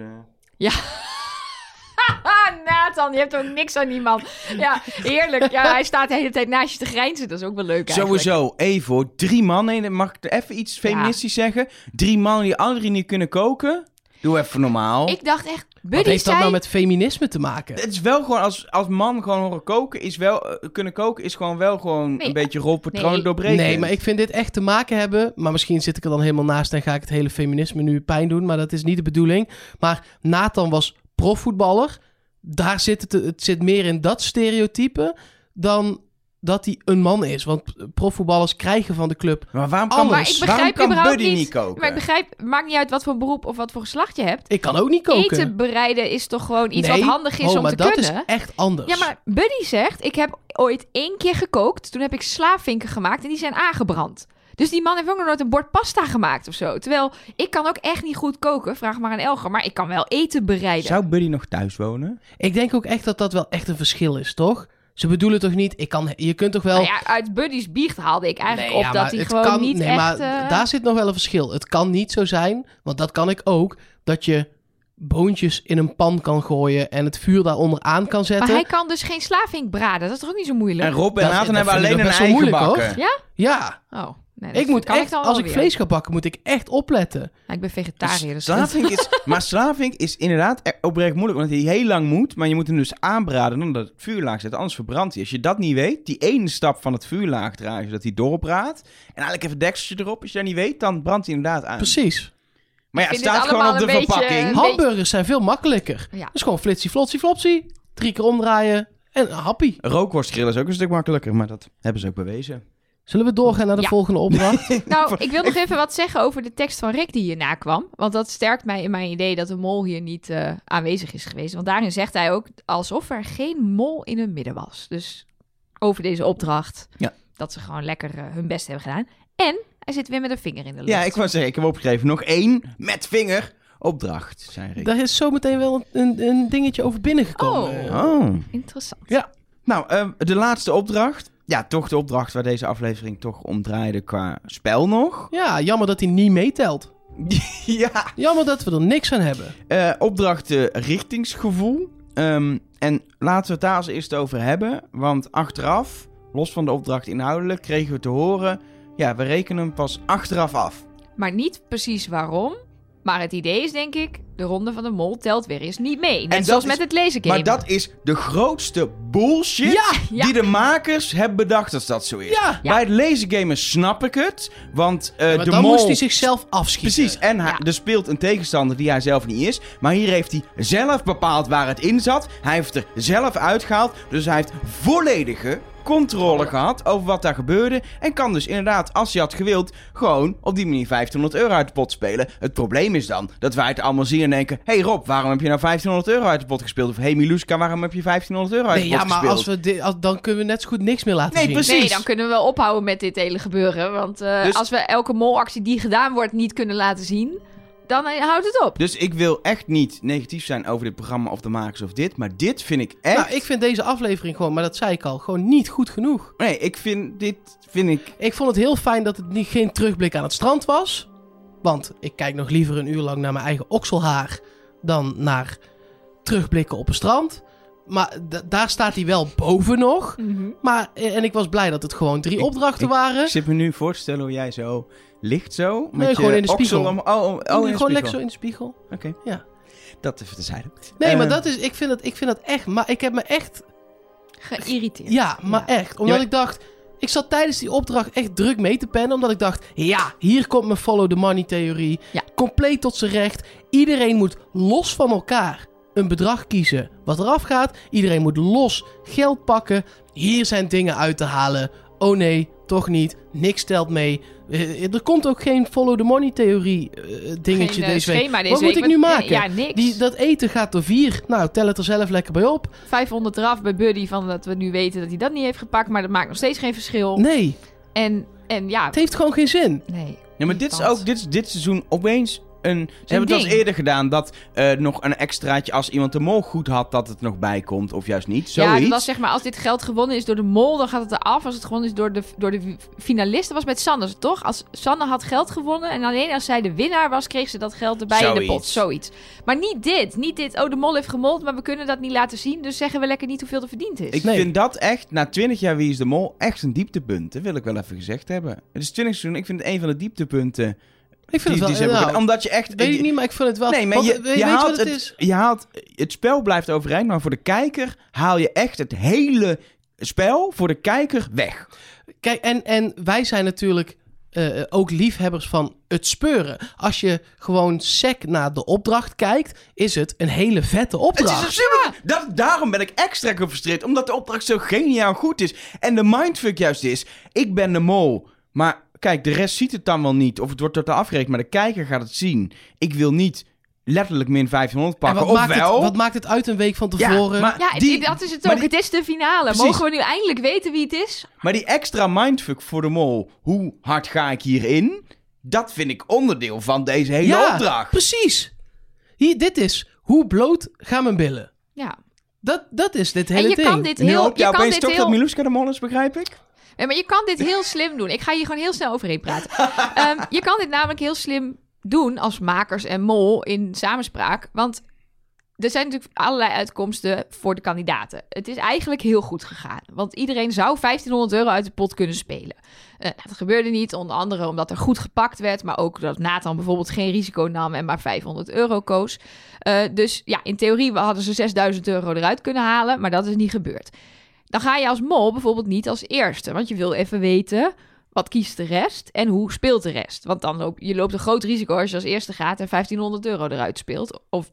Nathan, je hebt ook niks aan die man. Ja, heerlijk. Ja, hij staat de hele tijd naast je te grijnzen. Dat is ook wel leuk eigenlijk.
Sowieso, even hoor. 3 mannen, mag ik er even iets feministisch zeggen? 3 mannen die alle 3 niet kunnen koken? Doe even normaal.
Ik dacht echt,
Wat
Buddy
heeft dat
zei...
nou met feminisme te maken?
Het is wel gewoon, als man gewoon horen koken, is wel, kunnen koken is gewoon wel gewoon
Nee,
een beetje rolpatronen
nee.
doorbreken.
Nee, maar ik vind dit echt te maken hebben. Maar misschien zit ik er dan helemaal naast en ga ik het hele feminisme nu pijn doen. Maar dat is niet de bedoeling. Maar Nathan was profvoetballer. Daar zit het zit meer in dat stereotype dan dat hij een man is. Want profvoetballers krijgen van de club.
Maar waarom
Oh,
kan,
maar
ik begrijp
waarom kan
überhaupt
Buddy
niet-
niet koken?
Maar ik begrijp, het maakt niet uit wat voor beroep of wat voor geslacht je hebt.
Ik kan ook niet koken.
Eten bereiden is toch gewoon iets
Nee,
wat handig is om
maar
te
dat
kunnen?
is echt anders.
Ja, maar Buddy zegt, ik heb ooit 1 keer gekookt. Toen heb ik slaapvinken gemaakt en die zijn aangebrand. Dus die man heeft ook nog nooit een bord pasta gemaakt of zo. Terwijl, ik kan ook echt niet goed koken. Vraag maar aan Elger. Maar ik kan wel eten bereiden.
Zou Buddy nog thuis wonen?
Ik denk ook echt dat dat wel echt een verschil is, toch? Ze bedoelen toch niet... Je kunt toch wel...
Nou ja, uit Buddy's biecht haalde ik eigenlijk op
ja,
dat
maar
hij
het
gewoon
kan,
niet
nee,
echt...
maar daar zit nog wel een verschil. Het kan niet zo zijn, want dat kan ik ook, dat je boontjes in een pan kan gooien en het vuur daaronder aan kan zetten.
Maar hij kan dus geen slavink braden. Dat is toch ook niet zo moeilijk?
En Rob en
Dat-
Nathan
dat
hebben
vind ik
alleen een
best wel
eigen
moeilijk, hoor.
bakken.
Ja?
Ja,
Oh, nee, dat
ik moet
kan
echt,
dan
als
wel
ik
weer.
vlees ga bakken, moet ik echt opletten.
Nou, ik ben vegetariër, dus...
Maar slavink is inderdaad oprecht moeilijk, omdat hij heel lang moet. Maar je moet hem dus aanbraden en dan het vuurlaag zetten, anders verbrandt hij. Als je dat niet weet, die ene stap van het vuurlaag draaien, zodat hij doorbraadt. En eigenlijk even een dekseltje erop. Als je dat niet weet, dan brandt hij inderdaad aan.
Precies.
Maar ja,
Ik
het
vind dit
staat gewoon op de
allemaal een beetje-
verpakking.
beetje-
Hamburgers zijn veel makkelijker.
Ja.
Dus gewoon flitsie, flotsie, flopsie. 3 keer omdraaien en happy.
Rookworstgrillen is ook een stuk makkelijker, maar dat hebben ze ook bewezen.
Zullen we doorgaan naar de
Ja.
volgende opdracht?
Nou, ik wil nog even wat zeggen over de tekst van Rick die hierna kwam. Want dat sterkt mij in mijn idee dat de mol hier niet aanwezig is geweest. Want daarin zegt hij ook alsof er geen mol in het midden was. Dus over deze opdracht.
Ja.
Dat ze gewoon lekker hun best hebben gedaan. En hij zit weer met een vinger in de lucht.
Ja, ik wou zeggen, ik heb opgeschreven nog 1 met vinger opdracht, zei Rick.
Daar is zometeen wel een dingetje over binnengekomen.
Oh. Interessant.
Ja.
Nou, de laatste opdracht. Ja, toch de opdracht waar deze aflevering toch om draaide qua spel nog.
Ja, jammer dat hij niet meetelt.
Ja.
Jammer dat we er niks aan hebben.
Opdracht richtingsgevoel. En laten we het daar als eerste over hebben. Want achteraf, los van de opdracht inhoudelijk, kregen we te horen... Ja, we rekenen hem pas achteraf af.
Maar niet precies waarom. Maar het idee is denk ik, de ronde van de mol telt weer eens niet mee. Net
dat
zoals
is-
met het lezen game.
Maar dat is de grootste bullshit
Ja.
die de makers hebben bedacht dat dat zo is.
Ja.
Bij het lezen gamen snap ik het. Want
Maar
de
dan
mol...
moest hij zichzelf afschieten.
Precies, en
Ja.
er speelt een tegenstander die hij zelf niet is. Maar hier heeft hij zelf bepaald waar het in zat. Hij heeft er zelf uitgehaald. Dus hij heeft volledige controle gehad over wat daar gebeurde. En kan dus inderdaad, als hij had gewild, gewoon op die manier €1500 uit de pot spelen. Het probleem is dan dat wij het allemaal zien en denken... Hey Rob, waarom heb je nou €1500 uit de pot gespeeld? Of hey Miluska, waarom heb je €1500 uit
Nee,
de pot
ja, maar
gespeeld?
dan kunnen we net zo goed niks meer laten
Nee,
zien.
precies.
Nee, dan kunnen we wel ophouden met dit hele gebeuren. Want
Dus-
als we elke molactie die gedaan wordt niet kunnen laten zien, dan houdt het op.
Dus ik wil echt niet negatief zijn over dit programma of de makers of dit. Maar dit vind ik echt...
Nou, ik vind deze aflevering gewoon, maar dat zei ik al, gewoon niet goed genoeg.
Nee, ik vind dit... Vind ik...
Ik vond het heel fijn dat het geen terugblik aan het strand was. Want ik kijk nog liever een uur lang naar mijn eigen okselhaar dan naar terugblikken op een strand. Maar daar staat hij wel boven nog. Maar, en ik was blij dat het gewoon 3 opdrachten waren.
Ik zit me nu voor te stellen hoe jij zo ligt zo. Met
Nee,
je
gewoon in de
oksel
spiegel.
in de
Gewoon
spiegel.
lekker zo in de spiegel.
Oké.
Ja.
Dat even tezijde.
Nee, maar dat is... Ik vind dat echt... Maar ik heb me echt...
Geïrriteerd.
Ja, maar echt. Omdat ik dacht... Ik zat tijdens die opdracht echt druk mee te pennen. Omdat ik dacht... Ja, hier komt mijn follow the money theorie.
Ja.
Compleet tot zijn recht. Iedereen moet los van elkaar een bedrag kiezen wat eraf gaat. Iedereen moet los geld pakken. Hier zijn dingen uit te halen. Oh nee, toch niet. Niks telt mee. Er komt ook geen follow the money theorie dingetje
Geen,
deze week.
schema deze
Wat moet
week,
ik nu
want-
maken?
Ja, niks.
Dat eten gaat door 4. Nou, tel het er zelf lekker bij op.
500 eraf bij Buddy van dat we nu weten dat hij dat niet heeft gepakt. Maar dat maakt nog steeds geen verschil.
Nee,
En ja,
het heeft gewoon geen zin.
nee.
Ja, maar dit is ook dit seizoen opeens een... Ze hebben het wel eens
ding.
eerder gedaan dat nog een extraatje als iemand de mol goed had, dat het nog bij komt. Of juist niet.
Ja,
Zoiets.
dat was zeg maar, als dit geld gewonnen is door de mol, dan gaat het eraf. Als het gewonnen is door de finalist, dat was met Sanne, toch? Als Sanne had geld gewonnen en alleen als zij de winnaar was, kreeg ze dat geld erbij in de pot. Zoiets. Maar niet dit. Niet dit, oh, de mol heeft gemold, maar we kunnen dat niet laten zien. Dus zeggen we lekker niet hoeveel er verdiend is.
Ik vind dat echt, na 20 jaar Wie is de Mol, echt een dieptepunt. Dat wil ik wel even gezegd hebben. Het is 20 seizoen, ik vind het een van de dieptepunten.
Ik vind
die
het
ze hebben
wel...
gedaan. Omdat je echt...
Weet ik niet, maar ik vind het wel...
Nee, maar
Want,
je
weet je
haalt
wat het is?
Je haalt... Het spel blijft overeind, maar voor de kijker haal je echt het hele spel voor de kijker weg.
Kijk, en wij zijn natuurlijk ook liefhebbers van het speuren. Als je gewoon sec naar de opdracht kijkt, is het een hele vette
Het
opdracht.
is een super... Daarom ben ik extra gefrustreerd, omdat de opdracht zo geniaal goed is. En de mindfuck juist is, ik ben de mol, maar... Kijk, de rest ziet het dan wel niet. Of het wordt totaal afgerekend, maar de kijker gaat het zien. Ik wil niet letterlijk min 1500 pakken.
En
Ofwel...
wat maakt het uit een week van tevoren?
maar
Ja, dat is het
maar
ook. Het is de finale.
Precies.
Mogen we nu eindelijk weten wie het is?
Maar die extra mindfuck voor de mol, hoe hard ga ik hierin? Dat vind ik onderdeel van deze hele opdracht.
Precies. Dit is, hoe bloot gaan mijn billen?
Ja.
Dat is dit
En
hele
je
ding.
kan dit
Nu
heel...
hoop je opeens toch dat Miluska de mol is, begrijp ik?
Ja, maar je kan dit heel slim doen. Ik ga hier gewoon heel snel overheen praten. Je kan dit namelijk heel slim doen als makers en mol in samenspraak. Want er zijn natuurlijk allerlei uitkomsten voor de kandidaten. Het is eigenlijk heel goed gegaan. Want iedereen zou €1500 uit de pot kunnen spelen. Dat gebeurde niet, onder andere omdat er goed gepakt werd. Maar ook dat Nathan bijvoorbeeld geen risico nam en maar €500 koos. Dus ja, in theorie hadden ze €6000 eruit kunnen halen. Maar dat is niet gebeurd. Dan ga je als mol bijvoorbeeld niet als eerste. Want je wil even weten, wat kiest de rest en hoe speelt de rest? Want dan loopt een groot risico als je als eerste gaat en €1500 eruit speelt. Of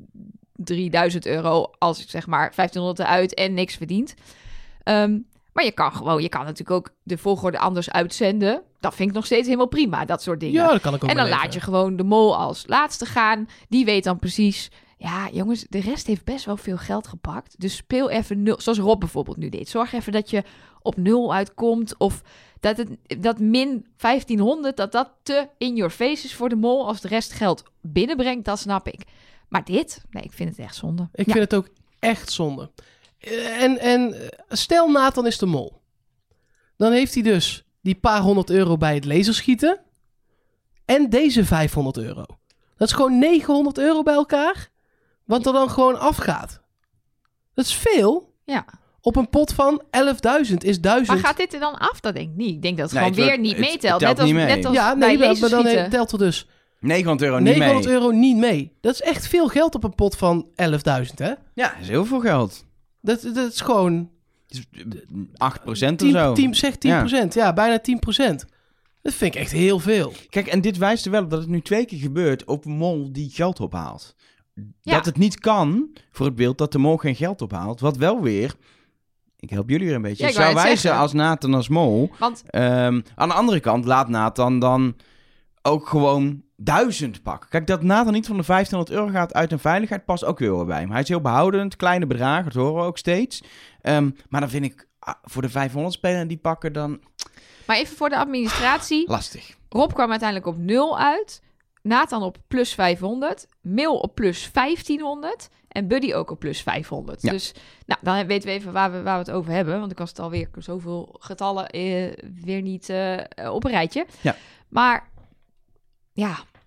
€3000 als ik zeg maar 1500 eruit en niks verdient. Maar je kan natuurlijk ook de volgorde anders uitzenden. Dat vind ik nog steeds helemaal prima, dat soort dingen.
Ja, dat kan ik ook
En dan
wel
laat
even.
je gewoon de mol als laatste gaan. Die weet dan precies... Ja, jongens, de rest heeft best wel veel geld gepakt. Dus speel even 0, zoals Rob bijvoorbeeld nu deed. Zorg even dat je op 0 uitkomt. Of dat min 1500, dat te in your face is voor de mol. Als de rest geld binnenbrengt, dat snap ik. Maar dit? Nee, ik vind het echt zonde.
Ik vind het ook echt zonde. En stel Nathan is de mol. Dan heeft hij dus die paar €100 bij het laserschieten. En deze €500. Dat is gewoon €900 bij elkaar. Wat er dan gewoon afgaat. Dat is veel.
Ja.
Op een pot van 11.000 is 1000.
Maar gaat dit er dan af? Dat denk ik niet. Ik denk dat het
Nee,
gewoon
het
weer
wordt-
niet
het
meetelt.
telt niet mee.
Net als
Ja,
bij
nee, maar dan
laserschieten.
telt er dus
€900 niet mee.
€900 niet mee. Dat is echt veel geld op een pot van 11.000, hè?
Ja, dat is heel veel geld.
Dat is gewoon...
Het is 8% of zo.
10%. Ja, bijna 10%. Dat vind ik echt heel veel.
Kijk, en dit wijst er wel op dat het nu 2 keer gebeurt op een mol die geld ophaalt.
Ja.
Dat het niet kan voor het beeld dat de mol geen geld ophaalt. Wat wel weer, ik help jullie weer een beetje,
Ja, ik wou
zou
het
wijzen
zeggen.
als Nathan als mol.
Want
Aan de andere kant laat Nathan dan ook gewoon 1000 pakken. Kijk, dat Nathan niet van de €1500 gaat uit een veiligheid past ook weer wel bij hem. Hij is heel behoudend, kleine bedragen, dat horen we ook steeds. Maar dan vind ik voor de 500 spelen die pakken dan
maar even voor de administratie.
lastig.
Rob kwam uiteindelijk op 0 uit. Nathan op plus 500. Mil op plus 1500. En Buddy ook op plus 500.
Ja.
Dus nou, dan weten we even waar we het over hebben. Want ik was het alweer zoveel getallen weer niet op een rijtje.
Ja.
Maar ja,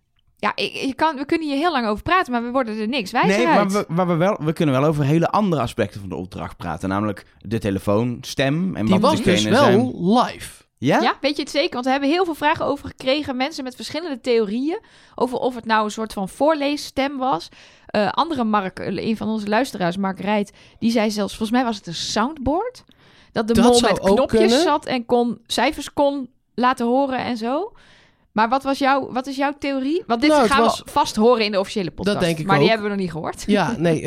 Ja, we kunnen hier heel lang over praten, maar we worden er niks wijzer
Nee,
uit.
maar we kunnen wel over hele andere aspecten van de opdracht praten. Namelijk de telefoonstem. En
Die
wat
was dus
diegene
wel
zijn.
live.
Ja?
Ja, weet je het zeker? Want we hebben heel veel vragen over gekregen. Mensen met verschillende theorieën over of het nou een soort van voorleesstem was. Een van onze luisteraars, Mark Rijt, die zei zelfs, volgens mij was het een soundboard. Dat de
Dat
mol
zou
met
ook
knopjes
kunnen.
zat en cijfers kon laten horen en zo. Maar wat is jouw theorie? Want dit
Nou,
gaan
het
we vast horen in de officiële podcast.
Dat denk ik
maar die
ook.
hebben we nog niet gehoord.
Ja, nee,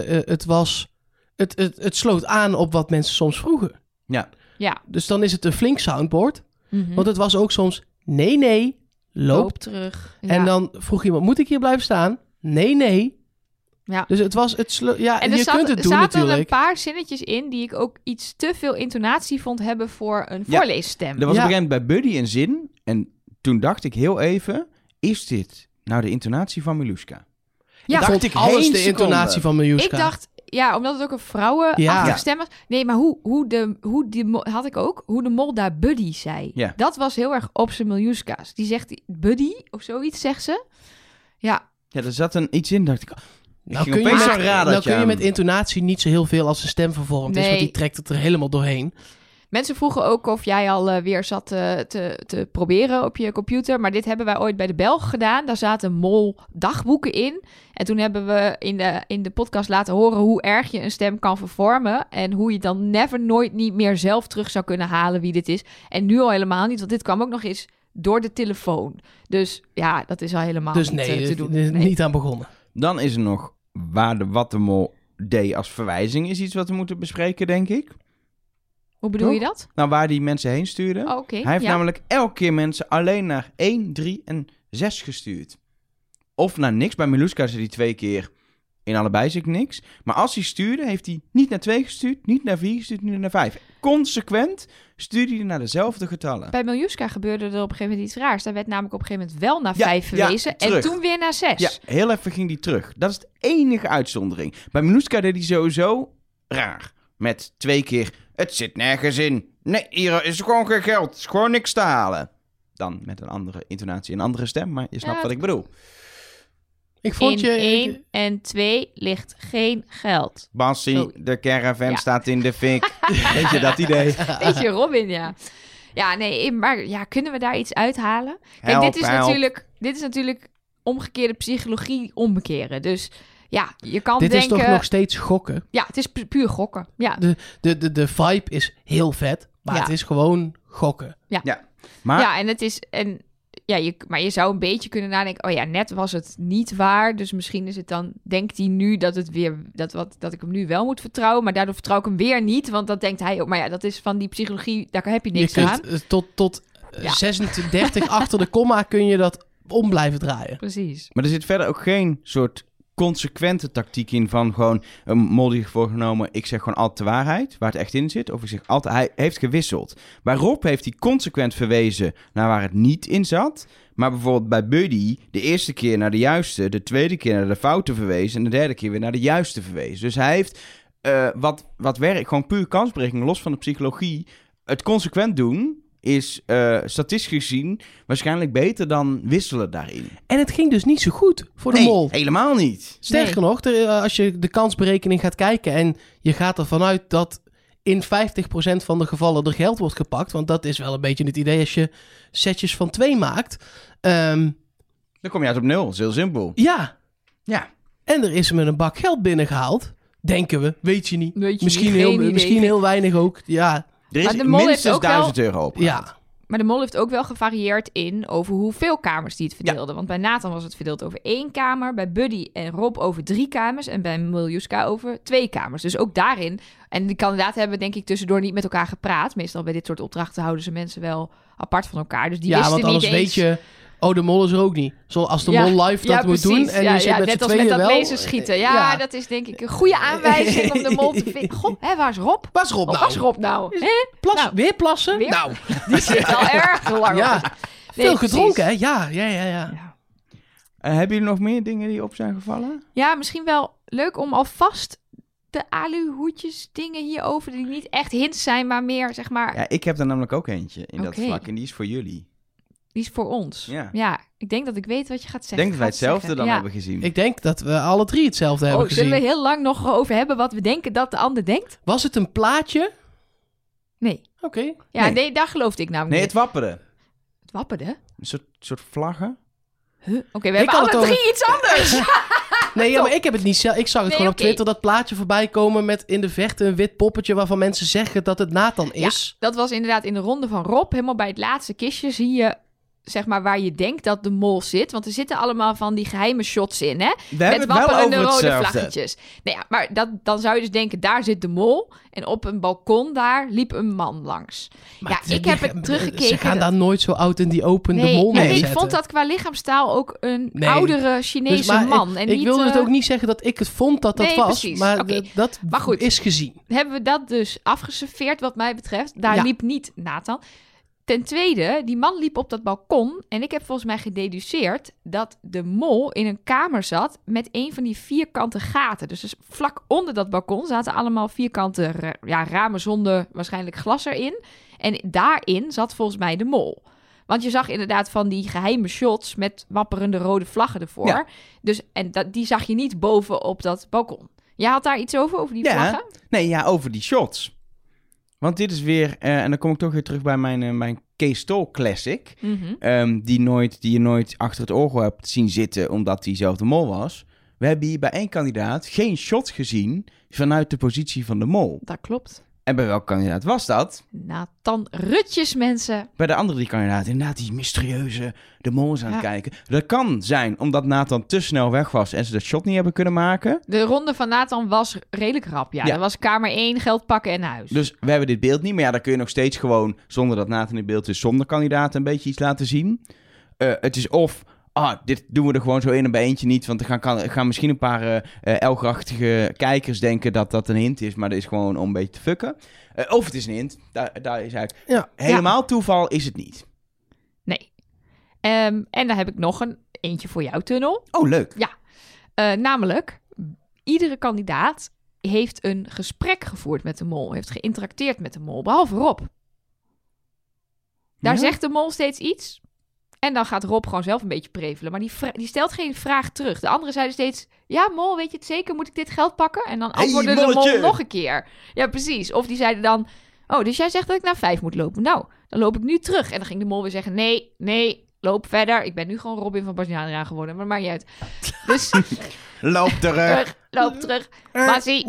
het sloot aan op wat mensen soms vroegen.
Ja.
Ja.
Dus dan is het een flink soundboard.
Mhm.
Want het was ook soms, nee, loop.
terug.
En dan vroeg iemand, moet ik hier blijven staan? Nee.
Ja.
Dus het was,
En er
je kunt het doen
zaten een
natuurlijk.
paar zinnetjes in die ik ook iets te veel intonatie vond hebben voor een
Ja.
voorleesstem.
Er was
Ja.
op een gegeven moment bij Buddy een zin. En toen dacht ik heel even, is dit nou de intonatie van Miluska?
Ja,
dacht
Vond
ik
alles
geen
de
seconde.
intonatie van Miljuska.
ik dacht, ja, omdat het ook een vrouwenachtige
Ja.
stem was. Nee, maar hoe de mol daar Buddy zei.
Ja.
Dat was heel erg op zijn Miljuska's. Die zegt Buddy of zoiets, zegt ze. Ja,
Ja, er zat iets in, dacht ik.
Nou
ging
kun, je
opeens
met,
zo'n radertje
nou kun je
aan.
met intonatie niet zo heel veel als een stem vervormd is,
Nee.
want die trekt het er helemaal doorheen.
mensen vroegen ook of jij al weer zat te proberen op je computer. Maar dit hebben wij ooit bij de Belg gedaan. Daar zaten mol dagboeken in. En toen hebben we in de podcast laten horen hoe erg je een stem kan vervormen. En hoe je dan nooit niet meer zelf terug zou kunnen halen wie dit is. En nu al helemaal niet, want dit kwam ook nog eens door de telefoon. Dus ja, dat is al helemaal
Dus
niet
nee,
te doen.
er is
Nee.
niet aan begonnen.
Dan is er nog wat de mol deed als verwijzing. Is iets wat we moeten bespreken, denk ik.
Hoe bedoel je
Toch?
dat?
Nou, waar die mensen heen stuurde.
Oh, oké.
Hij heeft
Ja.
namelijk elke keer mensen alleen naar 1, 3 en 6 gestuurd. Of naar niks. Bij Miluska zei hij 2 keer. In allebei zie ik niks. Maar als hij stuurde, heeft hij niet naar 2 gestuurd, niet naar 4 gestuurd, niet naar 5. Consequent stuurde hij naar dezelfde getallen.
Bij Miljuska gebeurde er op een gegeven moment iets raars. Daar werd namelijk op een gegeven moment wel naar
Ja,
5
ja,
verwezen. En
terug.
toen weer naar 6.
Ja, heel even ging hij terug. Dat is de enige uitzondering. Bij Miluska deed hij sowieso raar. Met 2 keer, het zit nergens in. Nee, hier is gewoon geen geld. Het is gewoon niks te halen. Dan met een andere intonatie, een andere stem. Maar je snapt
Ja,
wat ik bedoel.
Ik vond
In
je...
1 en 2 ligt geen geld.
Bassie,
Zo.
de caravan
Ja.
staat in de fik. Weet je dat idee?
Weet je, Robin, ja. Ja, nee, maar ja, kunnen we daar iets uithalen? Kijk,
Help,
dit is
help.
natuurlijk omgekeerde psychologie omkeren. Dus ja, je kan
Dit
denken...
is toch nog steeds gokken?
Ja, het is puur gokken. Ja,
De vibe is heel vet, maar
Ja.
het is gewoon gokken.
Maar
ja, en het is... En, ja, maar je zou een beetje kunnen nadenken... Oh ja, net was het niet waar. Dus misschien is het dan... Denkt hij nu dat het weer... Dat ik hem nu wel moet vertrouwen. Maar daardoor vertrouw ik hem weer niet. Want dat denkt hij ook. Maar ja, dat is van die psychologie... Daar heb je niks
je
aan.
kunt tot
Ja.
36 achter de komma kun je dat om blijven draaien.
Precies.
er zit verder ook geen soort consequente tactiek in van gewoon een mol die heeft voorgenomen, ik zeg gewoon altijd de waarheid, waar het echt in zit. Of ik zeg altijd, hij heeft gewisseld. Bij Rob heeft hij consequent verwezen naar waar het niet in zat. Maar bijvoorbeeld bij Buddy, de eerste keer naar de juiste, de tweede keer naar de foute verwezen en de derde keer weer naar de juiste verwezen. Dus hij heeft wat werk, gewoon puur kansberekening, los van de psychologie. Het consequent doen is statistisch gezien waarschijnlijk beter dan wisselen daarin.
En het ging dus niet zo goed voor de
Nee,
mol.
helemaal niet.
Sterker nog, als je de kansberekening gaat kijken en je gaat ervan uit dat in 50% van de gevallen er geld wordt gepakt, want dat is wel een beetje het idee als je setjes van 2 maakt.
Dan kom je uit op 0. Dat is heel simpel.
Ja,
Ja.
en er is met een bak geld binnengehaald. Denken we, weet je niet.
Weet je
Misschien,
niet, geen idee.
misschien heel weinig ook. Ja,
Er
Maar
is
de mol heeft
minstens
ook wel-
€1000 op.
ja.
Maar de mol heeft ook wel gevarieerd in over hoeveel kamers die het verdeelde. Want bij Nathan was het verdeeld over 1 kamer. Bij Buddy en Rob over 3 kamers. En bij Miljuska over 2 kamers. Dus ook daarin. En die kandidaten hebben denk ik tussendoor niet met elkaar gepraat. Meestal bij dit soort opdrachten houden ze mensen wel apart van elkaar. Dus die
Ja,
wisten
want anders
niet eens...
weet je, oh, de mol is er ook niet. Als de
Ja,
mol live dat moet doen en je zit met
net
z'n
als met
tweeën
dat
wel.
laser schieten. Ja, dat is denk ik een goede aanwijzing om de mol te vinden. Goh, hè, waar is Rob?
Waar is Rob
Wat
nou?
was Rob nou? Hè?
Nou, weer plassen?
Weer?
Nou,
Die zit al erg lang
ja.
op.
Veel
precies.
gedronken, hè? Ja.
Ja.
Hebben jullie nog meer dingen die op zijn gevallen?
Ja, misschien wel leuk om alvast de aluhoedjes dingen hierover... die niet echt hints zijn, maar meer, zeg maar...
Ja, ik heb er namelijk ook eentje in dat
Oké.
vlak. En die is voor jullie.
Die is voor ons.
Ja.
Ik denk dat ik weet wat je gaat zeggen.
Ik denk dat wij hetzelfde dan hebben gezien.
Ik denk dat we alle 3 hetzelfde hebben gezien.
Zullen we heel lang nog over hebben wat we denken dat de ander denkt?
Was het een plaatje?
Nee.
Oké.
Ja,
Nee.
nee, daar geloofde ik namelijk
Nee,
niet.
het wapperde.
Het wapperde?
Een soort vlaggen.
Oké, we hebben
had
alle
het
3 iets anders.
Nee, ja, maar ik heb het niet zelf. Ik zag het gewoon op
oké.
Twitter dat plaatje voorbij komen met in de verte een wit poppetje waarvan mensen zeggen dat het Nathan is.
Dat was inderdaad in de ronde van Rob. Helemaal bij het laatste kistje zie je, zeg maar, waar je denkt dat de mol zit. Want er zitten allemaal van die geheime shots in, hè?
We hebben
Met
het wel
wapperende
over
rode
hetzelfde.
vlaggetjes. Nou ja, maar dan zou je dus denken, daar zit de mol. En op een balkon daar liep een man langs.
Maar
ik heb het teruggekeken.
Ze gaan daar nooit zo oud in die open de
Nee,
mol
en
neerzetten.
ik vond dat qua lichaamstaal ook een
Nee.
oudere Chinese
Dus, maar
man. En
ik
niet,
wilde het ook niet zeggen dat ik het vond dat
Nee,
was.
precies.
Maar
Oké.
dat
Maar goed.
is gezien.
Hebben we dat dus afgeserveerd wat mij betreft. Daar
Ja.
liep niet Nathan. Ten tweede, die man liep op dat balkon. En ik heb volgens mij gededuceerd dat de mol in een kamer zat met een van die vierkante gaten. Dus vlak onder dat balkon zaten allemaal vierkante ramen zonder waarschijnlijk glas erin. En daarin zat volgens mij de mol. Want je zag inderdaad van die geheime shots met wapperende rode vlaggen ervoor.
Ja.
Dus, en die zag je niet boven op dat balkon. Jij had daar iets over die vlaggen?
Nee, ja, over die shots. Want dit is weer, en dan kom ik toch weer terug bij mijn Kees Tol Classic.
Mhm.
Die je nooit achter het oor hebt zien zitten omdat hij zelf de mol was. We hebben hier bij één kandidaat geen shot gezien vanuit de positie van de mol.
Dat klopt.
En bij welke kandidaat was dat?
Nathan Rutjes, mensen.
Bij de andere 3 kandidaten. Inderdaad, die mysterieuze, de mol is aan het kijken. Dat kan zijn omdat Nathan te snel weg was en ze dat shot niet hebben kunnen maken.
De ronde van Nathan was redelijk rap. Ja,
Ja.
dat was kamer 1, geld pakken en naar huis.
Dus we hebben dit beeld niet. Maar ja, dan kun je nog steeds gewoon, zonder dat Nathan in beeld is, zonder kandidaten een beetje iets laten zien. Het is of, dit doen we er gewoon zo in en bij eentje niet. Want er gaan misschien een paar elgrachtige kijkers denken dat dat een hint is. Maar dat is gewoon om een beetje te fucken. Of het is een hint. Daar is eigenlijk helemaal toeval is het niet.
Nee. En dan heb ik nog eentje voor jou, Tunnel.
Oh, leuk.
Namelijk, iedere kandidaat heeft een gesprek gevoerd met de mol. Heeft geïnteracteerd met de mol, behalve Rob. Daar
Ja?
zegt de mol steeds iets. En dan gaat Rob gewoon zelf een beetje prevelen. Maar die stelt geen vraag terug. De anderen zeiden steeds, ja mol, weet je het zeker? Moet ik dit geld pakken? En dan antwoordde de
molletje!
mol nog een keer. Ja, precies. Of die zeiden dan, dus jij zegt dat ik naar 5 moet lopen. Nou, dan loop ik nu terug. En dan ging de mol weer zeggen, nee, loop verder. Ik ben nu gewoon Robin van Basiana geworden, maar dat maakt niet uit. Dus
Loop terug.
loop terug. Massie.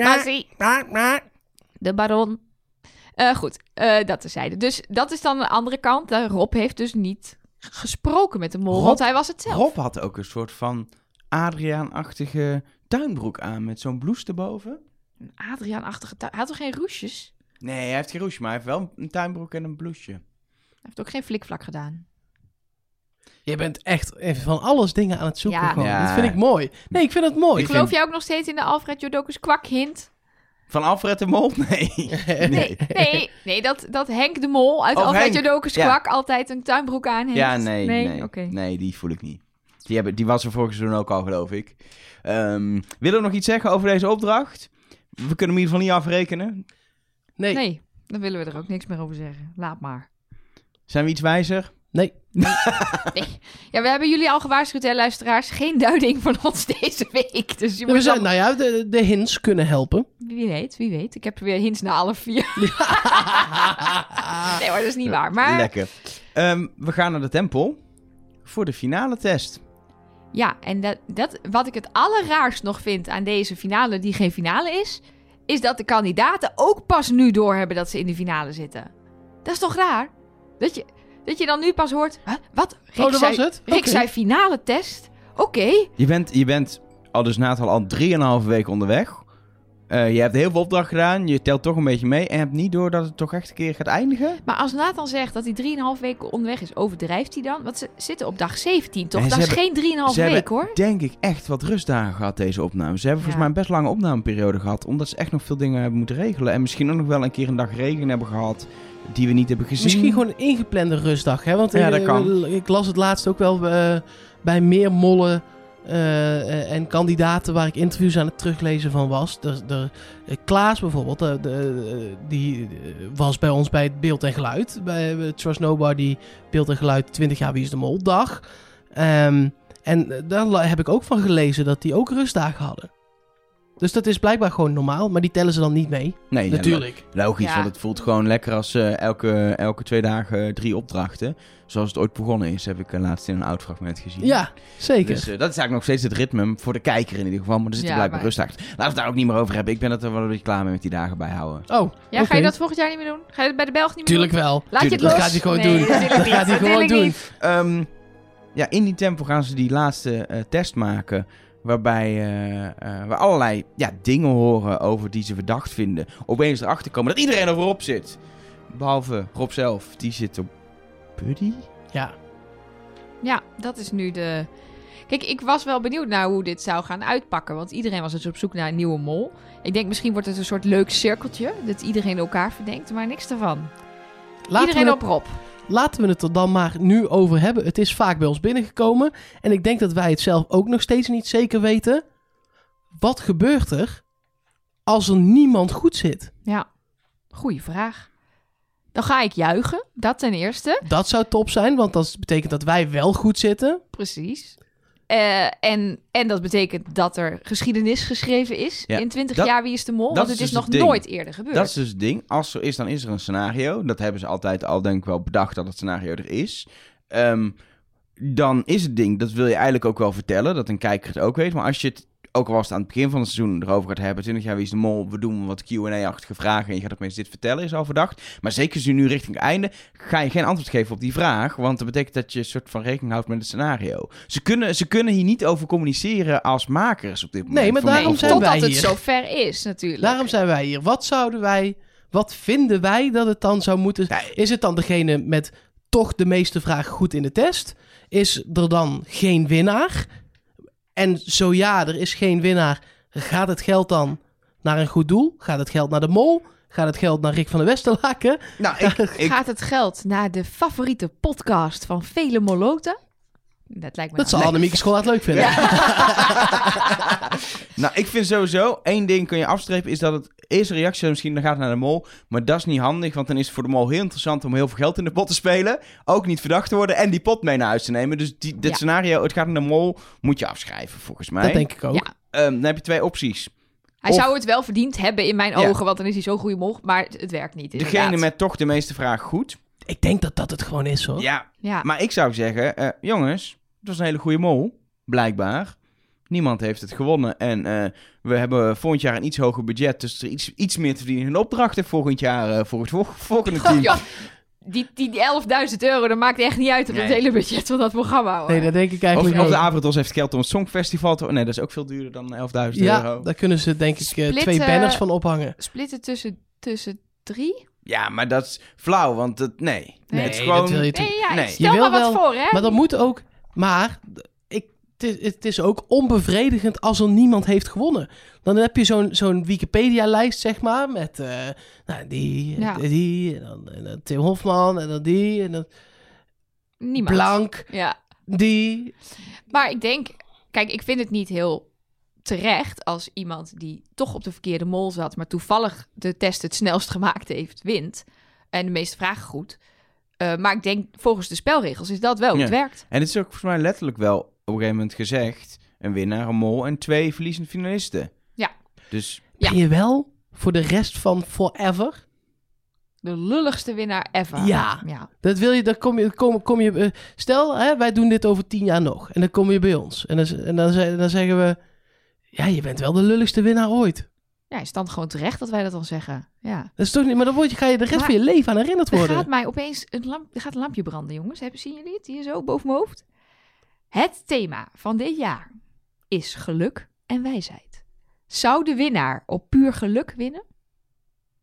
De baron. Goed, dat terzijde. Dus dat is dan de andere kant. Rob heeft dus niet gesproken met de mol, want hij was het zelf.
Rob had ook een soort van Adriaan-achtige tuinbroek aan met zo'n blouse erboven.
Een Adriaan-achtige Hij had toch geen roesjes?
Nee, hij heeft geen roesje, maar hij heeft wel een tuinbroek en een blouseje.
Hij heeft ook geen flikvlak gedaan.
Je bent echt even van alles dingen aan het zoeken.
Ja.
Gewoon.
Ja.
Dat vind ik mooi. Nee, ik vind het mooi.
Geloof jij ook nog steeds in de Alfred Jodokus kwak hint?
Van Alfred de Mol? Nee.
Nee, dat Henk de Mol uit
Oh,
Alfred
Henk.
Jodokus
Ja.
kwak altijd een tuinbroek aan heeft.
Ja, nee.
Oké.
Nee, die voel ik niet. Die was er vorig seizoen ook al, geloof ik. Willen we nog iets zeggen over deze opdracht? We kunnen hem in ieder geval niet afrekenen.
Nee.
Dan willen we er ook niks meer over zeggen. Laat maar.
Zijn we iets wijzer?
Nee.
Nee. Ja, we hebben jullie al gewaarschuwd, hè, luisteraars. Geen duiding van ons deze week. Dus je
We
moet
zijn, de hints kunnen helpen.
Wie weet. Ik heb weer hints naar alle 4. Nee hoor, dat is niet waar. Maar
Lekker. We gaan naar de tempel voor de finale test.
ja, en dat wat ik het allerraarst nog vind aan deze finale, die geen finale is dat de kandidaten ook pas nu doorhebben dat ze in de finale zitten. Dat is toch raar? Dat je dan nu pas hoort, huh? Wat? Rick
dat was het?
Rick
Oké.
zei finale test? Oké.
Je bent al dus Nathan al 3,5 weken onderweg. Je hebt heel veel opdracht gedaan. Je telt toch een beetje mee. En hebt niet door dat het toch echt een keer gaat eindigen.
Maar als Nathan zegt dat hij 3,5 weken onderweg is, overdrijft hij dan? Want ze zitten op dag 17, toch?
En
Dat
ze
is geen 3,5
Ze
week,
hebben,
hoor.
denk ik, echt wat rustdagen gehad, deze opnames. Ze hebben volgens mij een best lange opnameperiode gehad. Omdat ze echt nog veel dingen hebben moeten regelen. En misschien ook nog wel een keer een dag regen hebben gehad die we niet hebben gezien.
Misschien gewoon een ingeplande rustdag. Hè? Want
Ja, dat kan.
ik las het laatst ook wel bij meer mollen en kandidaten waar ik interviews aan het teruglezen van was. Klaas bijvoorbeeld, die was bij ons bij het Beeld en Geluid. Bij Trust Nobody, Beeld en Geluid, 20 jaar Wie is de Mol dag. En daar heb ik ook van gelezen dat die ook rustdagen hadden. Dus dat is blijkbaar gewoon normaal, maar die tellen ze dan niet mee.
Nee,
natuurlijk.
Ja, logisch,
Ja.
want het voelt gewoon lekker als elke 2 dagen 3 opdrachten. Zoals het ooit begonnen is, heb ik laatst in een oud fragment gezien.
Ja, zeker.
Dus dat is eigenlijk nog steeds het ritme voor de kijker in ieder geval. Maar er zitten
Ja,
blijkbaar
maar-
rustdagen. Laten we het daar ook niet meer over hebben. Ik ben het er wel een beetje klaar mee met die dagen bijhouden.
Oh,
Ja, ga je dat volgend jaar niet meer doen? Ga je dat bij de Belg niet meer
Tuurlijk
doen?
wel.
Laat je het
Dat
los?
gaat hij gewoon
Nee,
doen.
natuurlijk
Dat
niet.
gaat hij gewoon
Natuurlijk
doen.
niet.
Ja, in die tempo gaan ze die laatste test maken. Waarbij we allerlei dingen horen over die ze verdacht vinden. Opeens erachter komen dat iedereen er voorop zit. Behalve Rob zelf. Die zit op Buddy.
Ja.
Ja, dat is nu de... Kijk, ik was wel benieuwd naar hoe dit zou gaan uitpakken. Want iedereen was dus op zoek naar een nieuwe mol. Ik denk, misschien wordt het een soort leuk cirkeltje. Dat iedereen elkaar verdenkt, maar niks daarvan. Iedereen op Rob.
Laten we het er dan maar nu over hebben. Het is vaak bij ons binnengekomen. En ik denk dat wij het zelf ook nog steeds niet zeker weten. Wat gebeurt er als er niemand goed zit?
Ja, goeie vraag. Dan ga ik juichen, dat ten eerste.
Dat zou top zijn, want dat betekent dat wij wel goed zitten.
Precies. En dat betekent dat er geschiedenis geschreven is
Ja,
in 20
dat-
jaar Wie is de Mol.
dat
Want
is
het is
dus
nog
het ding.
nooit eerder gebeurd.
Dat is dus het ding. Als er is, dan is er een scenario. Dat hebben ze altijd al, denk ik wel, bedacht dat het scenario er is. Dan is het ding, dat wil je eigenlijk ook wel vertellen. Dat een kijker het ook weet. Maar als je het, ook al was het aan het begin van het seizoen, erover gaat hebben. 20 jaar Wie is de Mol. We doen wat Q&A-achtige vragen. En je gaat opeens dit vertellen, is al verdacht. Maar zeker als je nu richting het einde, ga je geen antwoord geven op die vraag. Want dat betekent dat je een soort van rekening houdt met het scenario. Ze kunnen hier niet over communiceren als makers op dit moment.
Nee, maar
Voor
daarom
mij.
zijn
totdat
wij
het
hier.
zo ver is, natuurlijk.
Daarom zijn wij hier. Wat vinden wij dat het dan zou moeten...
Ja,
Is het dan degene met toch de meeste vragen goed in de test? Is er dan geen winnaar? En zo ja, er is geen winnaar. Gaat het geld dan naar een goed doel? Gaat het geld naar de Mol? Gaat het geld naar Rick van der Westerlaken?
Nou, ik,
Gaat het geld naar de favoriete podcast van vele moloten? Dat lijkt me
Dat zal
nou-
Annemieke Schollaert leuk vinden.
Nou, ik vind sowieso, één ding kun je afstrepen, is dat het eerste reactie misschien dan gaat naar de Mol. Maar dat is niet handig, want dan is het voor de Mol heel interessant om heel veel geld in de pot te spelen. Ook niet verdacht te worden en die pot mee naar huis te nemen. Dus dit
Ja.
scenario, het gaat naar de Mol, moet je afschrijven volgens mij.
Dat denk ik ook.
Ja.
Dan heb je 2 opties.
Hij
Of-
zou het wel verdiend hebben in mijn
Ja.
ogen, want dan is hij zo'n goede mol. Maar het werkt niet,
Degene
inderdaad.
met toch de meeste vragen goed.
Ik denk dat dat het gewoon is, hoor.
Ja,
Ja.
maar ik zou zeggen, jongens, het was een hele goede Mol, blijkbaar. Niemand heeft het gewonnen en we hebben volgend jaar een iets hoger budget. Dus er iets meer te verdienen in opdrachten volgend jaar voor het volgende team.
Oh, ja. Die 11.000 euro, dat maakt echt niet uit op het
Nee.
hele budget van dat programma, hoor.
Nee, dat denk ik eigenlijk
Of de
ook.
Avrotros heeft geld om het Songfestival te... Nee, dat is ook veel duurder dan 11.000
Ja,
euro.
daar kunnen ze denk ik
Split,
2 banners van ophangen.
Splitten tussen 3?
Ja, maar dat is flauw, want het... Nee.
Nee,
het is
dat
gewoon...
wil je
Nee, ja,
Nee.
stel
Je
maar
wil
wat
wel-
voor, hè?
Maar dat moet ook... Maar het is ook onbevredigend als er niemand heeft gewonnen. Dan heb je zo'n Wikipedia-lijst, zeg maar, met die,
Ja.
die, en dan Tim Hofman, en dan die, en dan
Niemand.
Blank,
Ja.
die.
Maar ik denk... Kijk, ik vind het niet heel terecht als iemand die toch op de verkeerde mol zat, maar toevallig de test het snelst gemaakt heeft, wint. En de meeste vragen goed. Maar ik denk, volgens de spelregels is dat wel hoe het
Ja.
werkt.
En het is ook volgens mij letterlijk wel op een gegeven moment gezegd... Een winnaar, een mol en 2 verliezende finalisten.
Ja.
Dus...
Ja.
Ben je wel voor de rest van forever?
De lulligste winnaar ever.
Ja.
Ja.
Dat wil je, dan kom je stel, hè, wij doen dit over 10 jaar nog. En dan kom je bij ons. En dan zeggen we... Ja, je bent wel de lulligste winnaar ooit.
Ja, is dan gewoon terecht dat wij dat dan zeggen. Ja.
Dat is toch niet... Maar dan ga je de rest
Maar
van je leven aan herinnerd
Er
worden.
gaat mij opeens er gaat een lampje branden, jongens. Zien jullie het hier zo boven mijn hoofd? Het thema van dit jaar is geluk en wijsheid. Zou de winnaar op puur geluk winnen?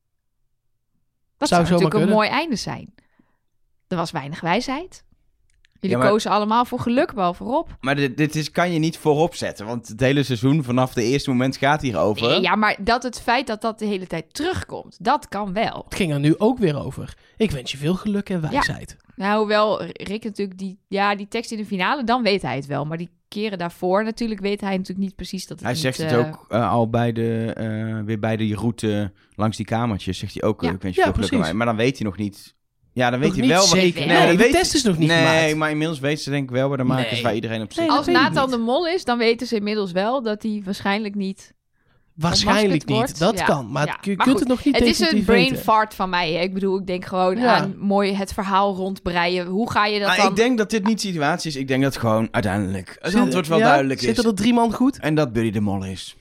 Dat zou
Zou zomaar
natuurlijk een
kunnen.
mooi einde zijn. Er was weinig wijsheid. Jullie
maar-
kozen allemaal voor geluk, behalve Rob.
Maar kan je niet voorop zetten. Want het hele seizoen vanaf de eerste moment gaat hierover.
Nee, ja, maar het feit dat de hele tijd terugkomt, dat kan wel.
Het ging er nu ook weer over. Ik wens je veel geluk en wijsheid.
Nou, hoewel Rick natuurlijk die tekst in de finale, dan weet hij het wel. Maar die keren daarvoor natuurlijk weet hij natuurlijk niet precies dat het
Hij
niet,
zegt het ook al weer bij de route langs die kamertjes. Zegt hij ook,
Ja.
ik wens je veel geluk
precies.
aan mij. Maar dan weet hij nog niet... Ja, dan weet
Nog
hij
niet
wel...
zeker.
Nee,
Nee,
dat
de test is nog niet gemaakt.
Nee, maar inmiddels weet ze denk ik wel bij de makers
Nee.
waar iedereen op zit.
Nee, dat
Als
weet ik
Nathan
niet.
de mol is, dan weten ze inmiddels wel dat hij waarschijnlijk niet...
Waarschijnlijk
ontmaskerd
niet.
wordt.
Dat
Ja.
kan. Maar
Ja.
je
Maar
kunt
goed,
het nog niet
Het is een
definitief
brain
weten.
fart van mij. Hè? Ik bedoel, ik denk gewoon
Ja.
aan mooi het verhaal rondbreien. Hoe ga je dat
Maar
dan...
ik denk dat dit niet situatie is. Ik denk dat gewoon uiteindelijk het antwoord wel
Ja?
duidelijk is.
Zitten er 3 man goed?
En dat Buddy de Mol is.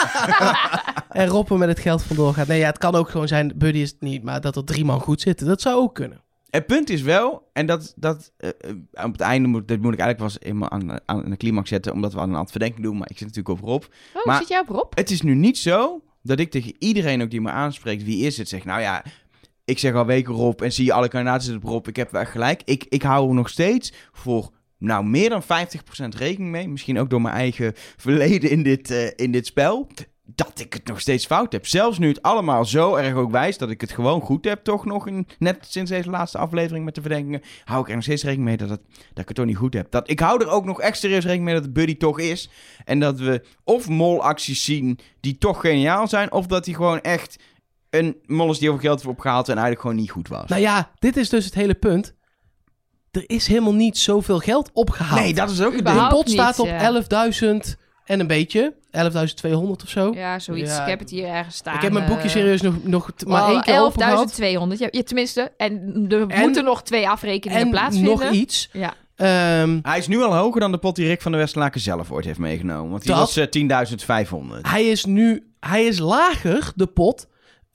En Rob er met het geld vandoor gaat. Nee, ja, het kan ook gewoon zijn, Buddy is het niet, maar dat er 3 man goed zitten. Dat zou ook kunnen.
Het punt is wel, en dat op het einde moet ik eigenlijk wel eens eenmaal aan de climax zetten, omdat we aan een adverdenking doen, maar ik zit natuurlijk op Rob.
Oh,
maar-
zit jij op Rob?
Het is nu niet zo dat ik tegen iedereen ook die me aanspreekt, wie is het, zeg, nou ja, ik zeg al weken Rob en zie je alle kandidaten zitten op Rob, ik heb wel echt gelijk. Ik hou er nog steeds voor, nou, meer dan 50% rekening mee, misschien ook door mijn eigen verleden in dit spel, dat ik het nog steeds fout heb. Zelfs nu het allemaal zo erg ook wijst dat ik het gewoon goed heb, toch nog net sinds deze laatste aflevering met de verdenkingen, hou ik er nog steeds rekening mee dat ik het toch niet goed heb. Ik hou er ook nog echt serieus rekening mee dat het Buddy toch is. En dat we of molacties zien die toch geniaal zijn, of dat hij gewoon echt een mol is die over geld heeft opgehaald en eigenlijk gewoon niet goed was.
Nou ja, dit is dus het hele punt. Er is helemaal niet zoveel geld opgehaald.
Nee, dat is ook het
De
ding.
Überhaupt
pot staat op
niet,
11.000 en een beetje. 11.200 of zo.
Ja, zoiets.
Ja.
Ik heb het hier ergens staan.
Ik heb mijn boekje serieus nog maar 1 keer opgehaald.
11.200. Ja, tenminste. En er
En-
moeten nog 2 afrekeningen
En
plaatsvinden.
nog iets.
Ja.
Hij is nu al hoger dan de pot die Rick van der Westerlaken zelf ooit heeft meegenomen. Want die
Dat-
was 10.500.
Hij is lager, de pot,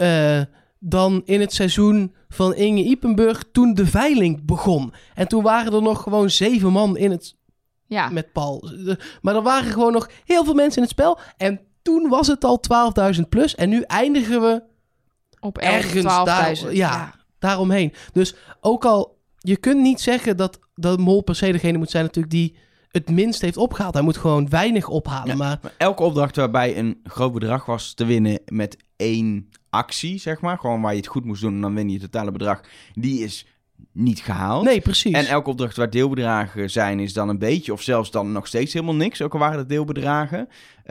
dan in het seizoen van Inge Ipenburg toen de veiling begon. En toen waren er nog gewoon 7 man in het
Ja.
met Paul. Maar er waren gewoon nog heel veel mensen in het spel. En toen was het al 12.000 plus. En nu eindigen we
Op
ergens
12.000.
daaromheen. Dus ook al, je kunt niet zeggen dat de mol per se degene moet zijn natuurlijk die het minst heeft opgehaald. Hij moet gewoon weinig ophalen.
Ja.
Maar
Maar elke opdracht waarbij een groot bedrag was te winnen met 1 actie, zeg maar, gewoon waar je het goed moest doen en dan win je het totale bedrag, die is niet gehaald.
nee, precies.
En elke opdracht waar deelbedragen zijn is dan een beetje, of zelfs dan nog steeds helemaal niks, ook al waren het deelbedragen.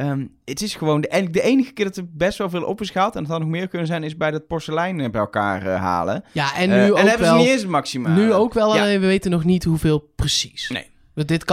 Het is gewoon, de enige keer dat er best wel veel op is gehaald, en het had nog meer kunnen zijn, is bij dat porselein bij elkaar halen.
ja, en nu
En
ook
hebben ze
wel.
niet eens het maximaal.
Nu ook wel,
Ja.
alleen we weten nog niet hoeveel precies.
Nee.
Want dit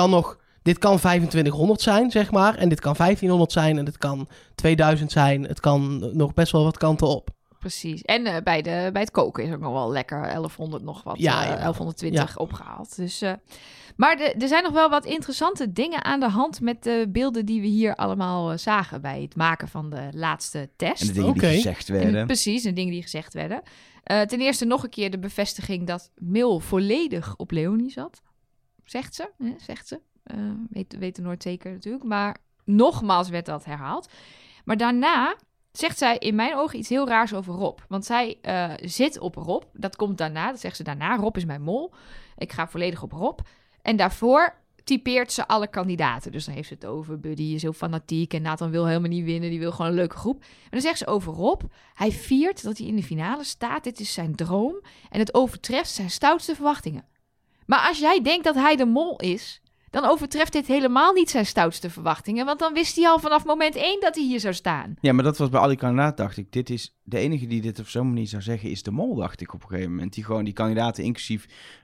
kan 2500 zijn, zeg maar. En dit kan 1500 zijn. En dit kan 2000 zijn. Het kan nog best wel wat kanten op.
Precies. En bij het koken is ook nog wel lekker 1100 nog wat.
Ja, ja.
1120 opgehaald. Dus, maar er zijn nog wel wat interessante dingen aan de hand met de beelden die we hier allemaal zagen bij het maken van de laatste test.
En de dingen
Oké.
die gezegd werden.
Precies, de dingen die gezegd werden. Ten eerste nog een keer de bevestiging dat Mil volledig op Leonie zat. Zegt ze, hè? Zegt ze. Weten nooit zeker natuurlijk. Maar nogmaals werd dat herhaald. Maar daarna zegt zij in mijn ogen iets heel raars over Rob. Want zij zit op Rob. Dat komt daarna. Dat zegt ze daarna. Rob is mijn mol. Ik ga volledig op Rob. En daarvoor typeert ze alle kandidaten. Dus dan heeft ze het over Buddy is heel fanatiek. En Nathan wil helemaal niet winnen. Die wil gewoon een leuke groep. En dan zegt ze over Rob. Hij viert dat hij in de finale staat. Dit is zijn droom. En het overtreft zijn stoutste verwachtingen. Maar als jij denkt dat hij de mol is, dan overtreft dit helemaal niet zijn stoutste verwachtingen. Want dan wist hij al vanaf moment 1 dat hij hier zou staan.
Ja, maar dat was bij al die kandidaten, dacht ik. Dit is de enige die dit op zo'n manier zou zeggen, is de mol, dacht ik op een gegeven moment. Die gewoon die kandidaten inclusief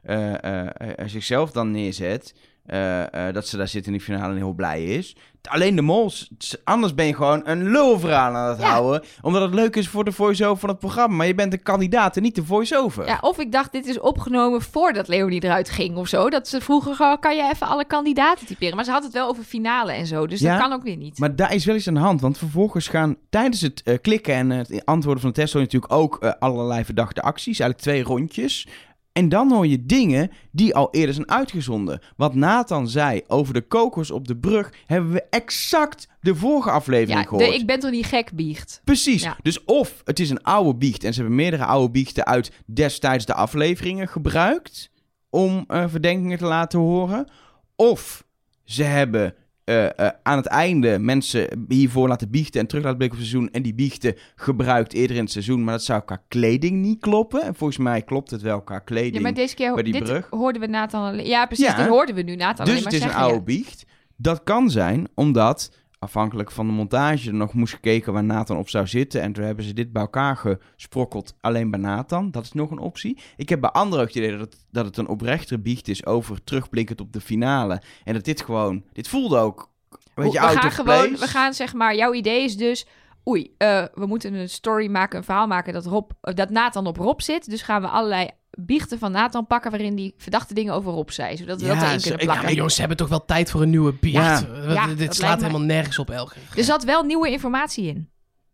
zichzelf dan neerzet. Dat ze daar zitten in de finale en heel blij is. Alleen de mols. Anders ben je gewoon een lulverhaal aan het houden. Omdat het leuk is voor de voice-over van het programma. Maar je bent de kandidaat en niet de voice-over.
Ja, of ik dacht, dit is opgenomen voordat Leonie eruit ging of zo. Dat ze vroeger gewoon, kan je even alle kandidaten typeren. Maar ze had het wel over finale en zo. Dus
Ja,
dat kan ook weer niet.
Maar daar is wel iets aan de hand. Want vervolgens gaan tijdens het klikken en het antwoorden van de test hoor je natuurlijk ook allerlei verdachte acties. Eigenlijk 2 rondjes. En dan hoor je dingen die al eerder zijn uitgezonden. Wat Nathan zei over de kokos op de brug, hebben we exact de vorige aflevering
Ja,
gehoord.
ik ben toch niet gek biecht.
Precies.
Ja.
Dus of het is een oude biecht en ze hebben meerdere oude biechten uit destijds de afleveringen gebruikt. om verdenkingen te laten horen. Of ze hebben aan het einde mensen hiervoor laten biechten en terug laten blikken op het seizoen. En die biechten gebruikt eerder in het seizoen. Maar dat zou qua kleding niet kloppen. En volgens mij klopt het wel qua kleding.
Ja, maar deze keer
bij die brug.
hoorden we Nathan alleen. Ja, precies,
Ja.
dit hoorden we nu Nathan alleen
Dus
maar
het is een
zeggen.
oude biecht. Dat kan zijn omdat, afhankelijk van de montage, er nog moest gekeken waar Nathan op zou zitten. En toen hebben ze dit bij elkaar gesprokkeld alleen bij Nathan. Dat is nog een optie. Ik heb bij anderen ook het idee dat het een oprechtere biecht is over terugblikkend op de finale. En dat dit voelde ook een beetje out of place.
We gaan zeg maar, jouw idee is dus, we moeten een story maken, een verhaal maken dat Nathan op Rob zit. Dus gaan we allerlei biechten van Nathan pakken waarin die verdachte dingen over Rob zei. Zodat we dat erin kunnen
Ja,
plakken.
maar jongens, ze hebben toch wel tijd voor een nieuwe biecht.
Ja.
Ja,
Dit
dat
slaat
lijkt me-
helemaal nergens op, Elger.
Er zat wel nieuwe informatie in.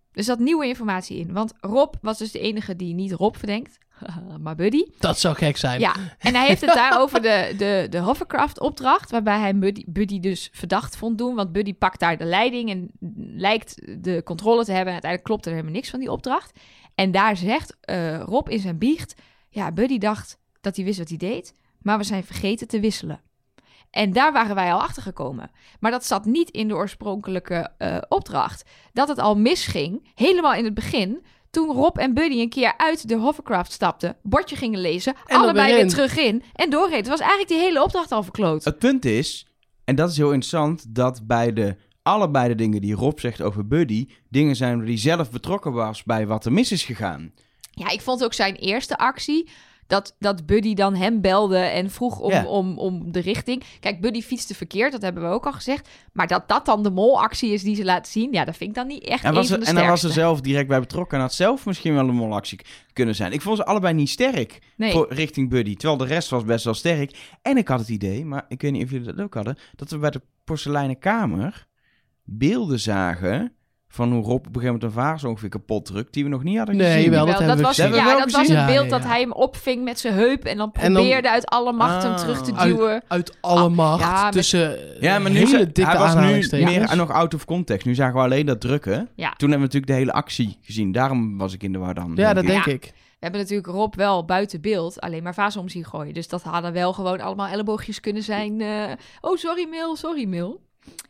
Want Rob was dus de enige die niet Rob verdenkt, maar Buddy.
Dat zou gek zijn.
Ja, en hij heeft het daar over de Hovercraft-opdracht, waarbij hij Buddy dus verdacht vond doen. Want Buddy pakt daar de leiding en lijkt de controle te hebben. En uiteindelijk klopt er helemaal niks van die opdracht. En daar zegt Rob in zijn biecht, ja, Buddy dacht dat hij wist wat hij deed, maar we zijn vergeten te wisselen. En daar waren wij al achter gekomen. Maar dat zat niet in de oorspronkelijke opdracht. Dat het al misging, helemaal in het begin, toen Rob en Buddy een keer uit de Hovercraft stapten, bordje gingen lezen,
En
allebei
weer
weer
in.
terug in en doorreden. Het was eigenlijk die hele opdracht al verkloot.
Het punt is, en dat is heel interessant, dat bij allebei de dingen die Rob zegt over Buddy, dingen zijn waar hij zelf betrokken was bij wat er mis is gegaan.
Ja, ik vond ook zijn eerste actie, dat Buddy dan hem belde en vroeg om de richting. Kijk, Buddy fietste verkeerd, dat hebben we ook al gezegd. Maar dat dan de molactie is die ze laten zien, ja, dat vind ik dan niet echt een van de sterkste.
En hij was er zelf direct bij betrokken en had zelf misschien wel een molactie kunnen zijn. Ik vond ze allebei niet sterk richting Buddy, terwijl de rest was best wel sterk. En ik had het idee, maar ik weet niet of jullie dat ook hadden, dat we bij de porseleinen kamer beelden zagen van hoe Rob op een gegeven moment een vaas ongeveer kapot drukt, die we nog niet hadden gezien.
Nee, wel, dat hebben we
was,
gezien.
ja, dat was
Ja,
het beeld
ja.
dat hij hem opving met zijn heup en dan probeerde uit alle macht hem terug te duwen.
Uit alle macht,
ja, met-
tussen
Maar nu
hele dikke
hij was nu
aanhalingstekens.
meer nog out of context. Nu zagen we alleen dat drukken.
Ja.
Toen hebben we natuurlijk de hele actie gezien. Daarom was ik in de war dan.
Ja, dat
ik.
denk
Ja.
ik.
We hebben natuurlijk Rob wel buiten beeld alleen maar vazen om zien gooien. Dus dat hadden wel gewoon allemaal elleboogjes kunnen zijn. Oh, sorry Mil.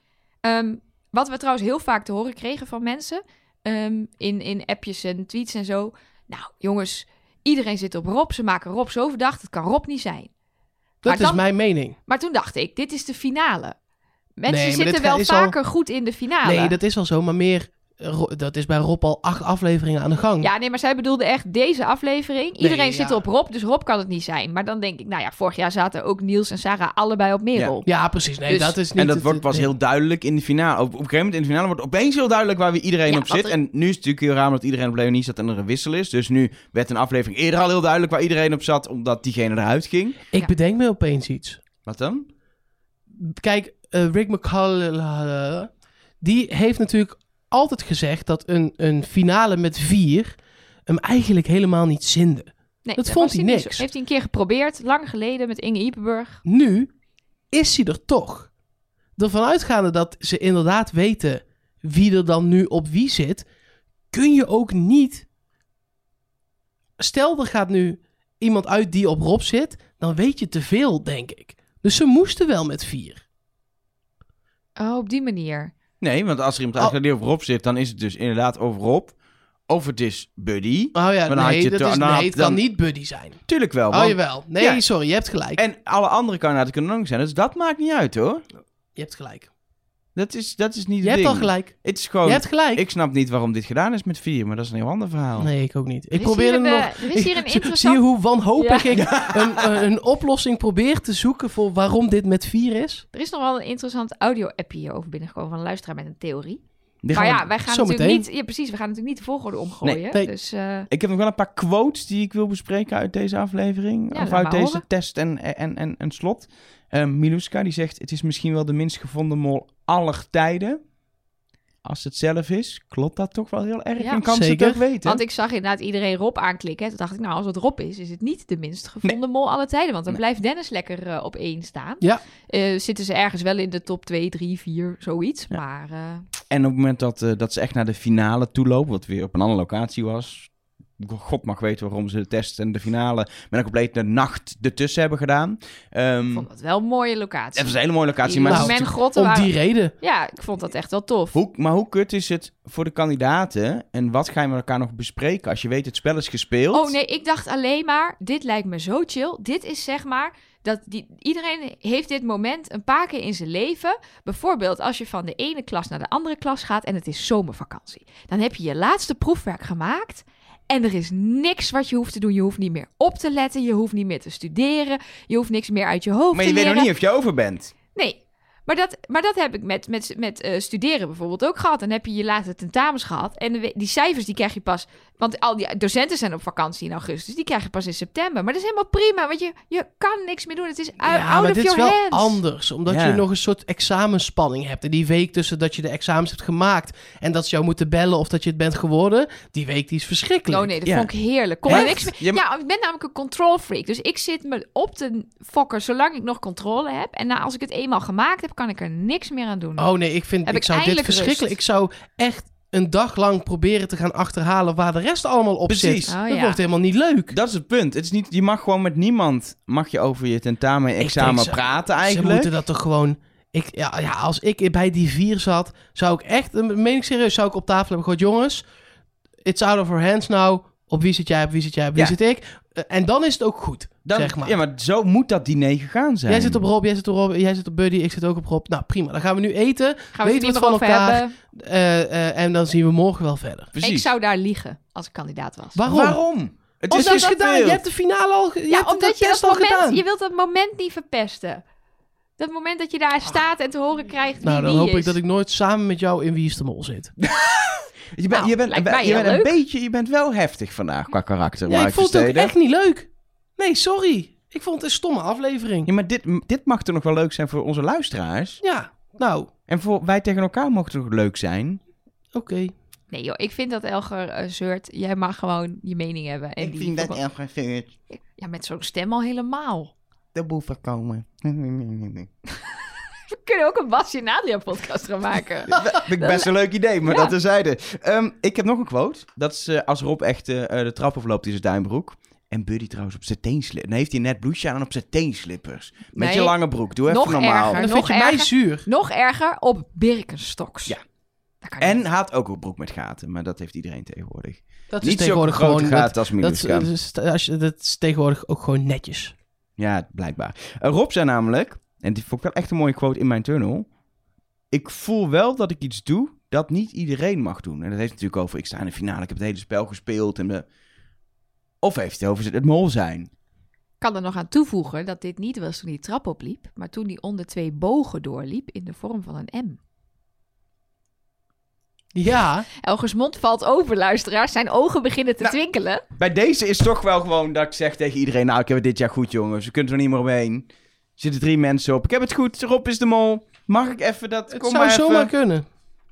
Wat we trouwens heel vaak te horen kregen van mensen in appjes en tweets en zo. Nou, jongens, iedereen zit op Rob. Ze maken Rob zo verdacht. Het kan Rob niet zijn.
Dat
Maar
is mijn mening.
Maar toen dacht ik, dit is de finale. Mensen
Nee, maar
zitten
dit
wel
is
vaker goed in de finale.
Nee, dat is wel zo, maar meer... Dat is bij Rob al 8 afleveringen aan de gang.
Ja, nee, maar zij bedoelde echt deze aflevering. Iedereen
Nee,
zit
ja.
op Rob, dus Rob kan het niet zijn. Maar dan denk ik, nou ja, vorig jaar zaten ook Niels en Sarah allebei op Merel.
Ja, precies. Nee,
Dus-
dat is niet...
En dat
het-
wordt pas
nee.
heel duidelijk in de finale. Op een gegeven moment in de finale wordt opeens heel duidelijk waar wie iedereen
Ja,
op
wat
zit.
er-
En nu is het natuurlijk heel raar omdat iedereen op Leonie zat en er een wissel is. Dus nu werd een aflevering eerder al heel duidelijk waar iedereen op zat, omdat diegene eruit ging.
Ik
Ja.
bedenk me opeens iets.
Wat dan?
Kijk, Rick McCall... Die heeft natuurlijk altijd gezegd dat een finale met 4 hem eigenlijk helemaal niet zinde.
Nee,
Dat
daar
vond
was
hij
niet
niks.
zo. Heeft hij een keer geprobeerd, lang geleden, met Inge Ipenburg.
Nu is hij er toch. Ervan uitgaande dat ze inderdaad weten wie er dan nu op wie zit, kun je ook niet... Stel, er gaat nu iemand uit die op Rob zit, dan weet je te veel, denk ik. Dus ze moesten wel met 4.
Oh, op die manier.
Nee, want als er iemand uit die op Rob zit, dan is het dus inderdaad over Rob. Of het is Buddy.
Oh ja,
Maar dan had
nee,
je
dat
het-
is,
dan had-
nee, het
dan-
kan niet Buddy zijn.
Tuurlijk wel.
Oh
want-
jawel. Nee,
Ja.
sorry, je hebt gelijk.
En alle andere kandidaten kunnen ook zijn. Dus dat maakt niet uit, hoor.
Je hebt gelijk.
Dat is niet
Je
het
hebt
ding.
al gelijk.
Het is gewoon...
Je hebt gelijk.
Ik snap niet waarom dit gedaan is met 4, maar dat is een heel ander verhaal.
Nee, ik ook niet. Ik
Er is
probeer
hier
hem
een,
nog...
er is hier een
Zie je
interessant...
hoe wanhopig ik een oplossing probeer te zoeken voor waarom dit met 4 is?
Er is nog wel een interessant audio-appje hierover binnengekomen van een luisteraar met een theorie.
Die
Maar
gaan we-
ja, wij gaan
zo
natuurlijk
meteen.
niet... Ja, precies, we gaan natuurlijk niet de volgorde omgooien.
Nee.
Dus
Ik heb nog wel een paar quotes die ik wil bespreken uit deze aflevering.
Ja,
of
laat
uit
maar
deze
horen.
test en slot. Miluska die zegt, het is misschien wel de minst gevonden mol aller tijden. Als het zelf is, klopt dat toch wel heel erg.
Ja,
en kan ze
zeker.
het ook weten.
Want ik zag inderdaad iedereen Rob aanklikken. Toen dacht ik, nou, als het Rob is het niet de minst gevonden mol alle tijden. Want dan blijft Dennis lekker op 1 staan.
Ja.
Zitten ze ergens wel in de top 2, 3, 4, zoiets.
Ja.
Maar
En op het moment dat ze echt naar de finale toe lopen, wat weer op een andere locatie was, God mag weten waarom ze de test en de finale met een complete nacht ertussen hebben gedaan.
Ik vond dat wel een mooie locatie.
Het was een hele mooie locatie.
Die
Maar
Nou,
mengrotten
Om
waren...
die reden.
Ja, ik vond dat echt wel tof.
hoe kut is het voor de kandidaten? En wat gaan we elkaar nog bespreken als je weet het spel is gespeeld?
Oh nee, ik dacht alleen maar, dit lijkt me zo chill. Dit is zeg maar, iedereen heeft dit moment een paar keer in zijn leven. Bijvoorbeeld als je van de ene klas naar de andere klas gaat en het is zomervakantie. Dan heb je je laatste proefwerk gemaakt en er is niks wat je hoeft te doen. Je hoeft niet meer op te letten, je hoeft niet meer te studeren. Je hoeft niks meer uit je hoofd
Maar
te
je weet
leren.
nog niet of je over bent.
Nee, maar dat heb ik met studeren bijvoorbeeld ook gehad. Dan heb je je laatste tentamens gehad. En die cijfers die krijg je pas... Want al die docenten zijn op vakantie in augustus. Die krijg je pas in september. Maar dat is helemaal prima. Want je kan niks meer doen. Het is
Ja,
out
maar
of
dit is
your
wel
hands.
anders. Omdat
Ja.
je nog een soort examenspanning hebt. En die week tussen dat je de examens hebt gemaakt... en dat ze jou moeten bellen of dat je het bent geworden... die week die is verschrikkelijk.
Oh nee, dat
Ja.
vond ik heerlijk. Kon er
Echt?
niks meer...
Ja, maar-
Ja, ik ben namelijk een control freak. Dus ik zit me op te fokken zolang ik nog controle heb. En als ik het eenmaal gemaakt heb, kan ik er niks meer aan doen.
Oh nee, ik
Heb ik
zou dit
eindelijk
verschrikkelijk...
rust.
Ik zou echt een dag lang proberen te gaan achterhalen... waar de rest allemaal op
Precies.
zit.
Oh,
Dat
ja.
wordt helemaal niet leuk.
Dat is het punt. Het is niet, je mag gewoon met niemand over je tentamen en
Ik
examen
denk ze-
praten
Ze
eigenlijk.
moeten dat toch gewoon... als ik bij die 4 zat, zou ik echt... meen ik serieus, zou ik op tafel hebben gegooid... jongens, it's out of our hands now. Op wie zit jij, op wie zit jij, op wie
Ja.
zit ik? En dan is het ook goed, zeg maar.
Ja, maar zo moet dat diner gegaan zijn.
Jij zit op Rob, jij zit op Rob, jij zit op Buddy, ik zit ook op Rob. Nou, prima. Dan gaan we nu eten.
Gaan we het
weten
niet
we
meer
het van
over
elkaar.
hebben.
En dan zien we morgen wel verder.
Precies.
Ik zou daar liegen als ik kandidaat was.
Waarom?
Het
Het
is
is gedaan.
gespeeld.
Je hebt de finale al... Je
Ja,
hebt de
omdat je
test
dat
al
moment...
gedaan.
Je wilt dat moment niet verpesten. Dat moment dat je daar staat en te horen krijgt
Nou,
wie
dan
wie
hoop
is.
ik dat ik nooit samen met jou in Wie is de Mol zit.
Je bent,
Nou,
je bent,
lijkt mij
je
heel
bent een
leuk.
beetje, je bent wel heftig vandaag qua karakter.
Ja,
Mark
ik vond het ook
Versteden.
echt niet leuk. Nee, sorry. Ik vond het een stomme aflevering.
Ja, maar dit mag toch nog wel leuk zijn voor onze luisteraars?
Ja, nou,
En voor wij tegen elkaar mogen het toch leuk zijn?
oké.
Nee joh, ik vind dat Elger zeurt. Jij mag gewoon je mening hebben. En
erg vervelend.
Ja, met zo'n stem al helemaal.
De boel voorkomen.
We kunnen ook een Basje en Adriaan podcast gaan maken.
Vind ik best een leuk idee, maar
Ja.
dat terzijde. Ik heb nog een quote. Dat is als Rob echt de trap afloopt in zijn duimbroek. En Buddy trouwens op zijn teenslippers. Dan heeft hij net blouseje aan op zijn teenslippers. Met
Nee,
je lange broek. Doe even
nog
normaal.
erger.
Dan
Nog
vind je mij
erger.
zuur.
Nog erger, op Birkenstocks.
Ja.
Dat kan
En
niet.
had ook een broek met gaten. Maar dat heeft iedereen tegenwoordig.
Dat is
Niet zo
tegenwoordig
grote
gewoon...
gaten als minus
dat is tegenwoordig ook gewoon netjes.
Ja, blijkbaar. Rob zei namelijk, en die vond ik wel echt een mooie quote in mijn tunnel. Ik voel wel dat ik iets doe dat niet iedereen mag doen. En dat heeft natuurlijk over, ik sta in de finale, ik heb het hele spel gespeeld. Of heeft het over het mol zijn.
Ik kan er nog aan toevoegen dat dit niet was toen hij trap opliep, maar toen hij onder 2 bogen doorliep in de vorm van een M.
Ja,
Elgers mond valt over, luisteraars. Zijn ogen beginnen te
Nou,
twinkelen.
Bij deze is toch wel gewoon dat ik zeg tegen iedereen, nou ik heb het dit jaar goed jongens, we kunnen er niet meer omheen. Er zitten 3 mensen op, ik heb het goed, Rob is de mol. Mag ik even dat?
het
Kom
zou
maar
zomaar
even.
kunnen.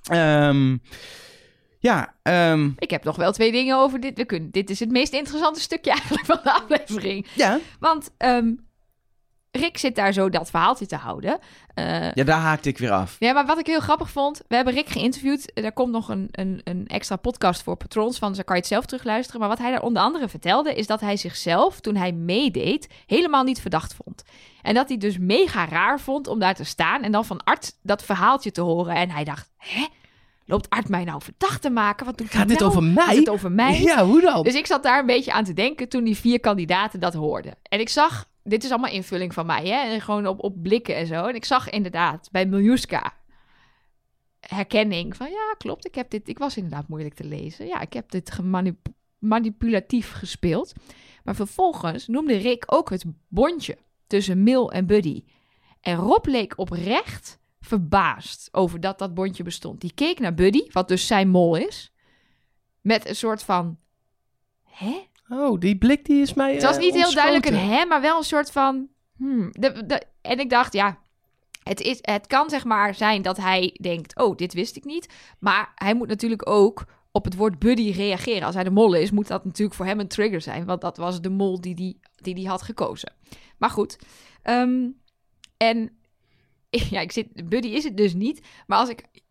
Ik heb nog wel 2 dingen over dit. Dit is het meest interessante stukje eigenlijk van de aflevering.
Ja,
Want Rick zit daar zo dat verhaaltje te houden.
ja, daar haakte ik weer af.
Ja, maar wat ik heel grappig vond... We hebben Rick geïnterviewd. Daar komt nog een extra podcast voor patrons van. Dus dan kan je het zelf terugluisteren. Maar wat hij daar onder andere vertelde... is dat hij zichzelf, toen hij meedeed... helemaal niet verdacht vond. En dat hij dus mega raar vond om daar te staan... en dan van Art dat verhaaltje te horen. En hij dacht, hè? Loopt Art mij nou verdacht te maken? Wat doet hij
Gaat dit
nou?
over mij?
Gaat het over mij?
Ja, hoe dan?
Dus ik zat daar een beetje aan te denken toen die 4 kandidaten dat hoorden. En ik zag, dit is allemaal invulling van mij, hè? En gewoon op blikken en zo. En ik zag inderdaad bij Miljuska herkenning van, ja, klopt, ik was inderdaad moeilijk te lezen. Ja, ik heb dit manipulatief gespeeld. Maar vervolgens noemde Rick ook het bondje tussen Mil en Buddy. En Rob leek oprecht verbaasd over dat bondje bestond. Die keek naar Buddy, wat dus zijn mol is, met een soort van, hè?
Oh, die blik die is mij
Het was niet heel duidelijk een
ontschoten.
hè, maar wel een soort van, En ik dacht, ja, het kan zeg maar zijn dat hij denkt, oh, dit wist ik niet. Maar hij moet natuurlijk ook op het woord Buddy reageren. Als hij de mol is, moet dat natuurlijk voor hem een trigger zijn. Want dat was de mol die had gekozen. Maar goed. En ja, Buddy is het dus niet. Maar als ik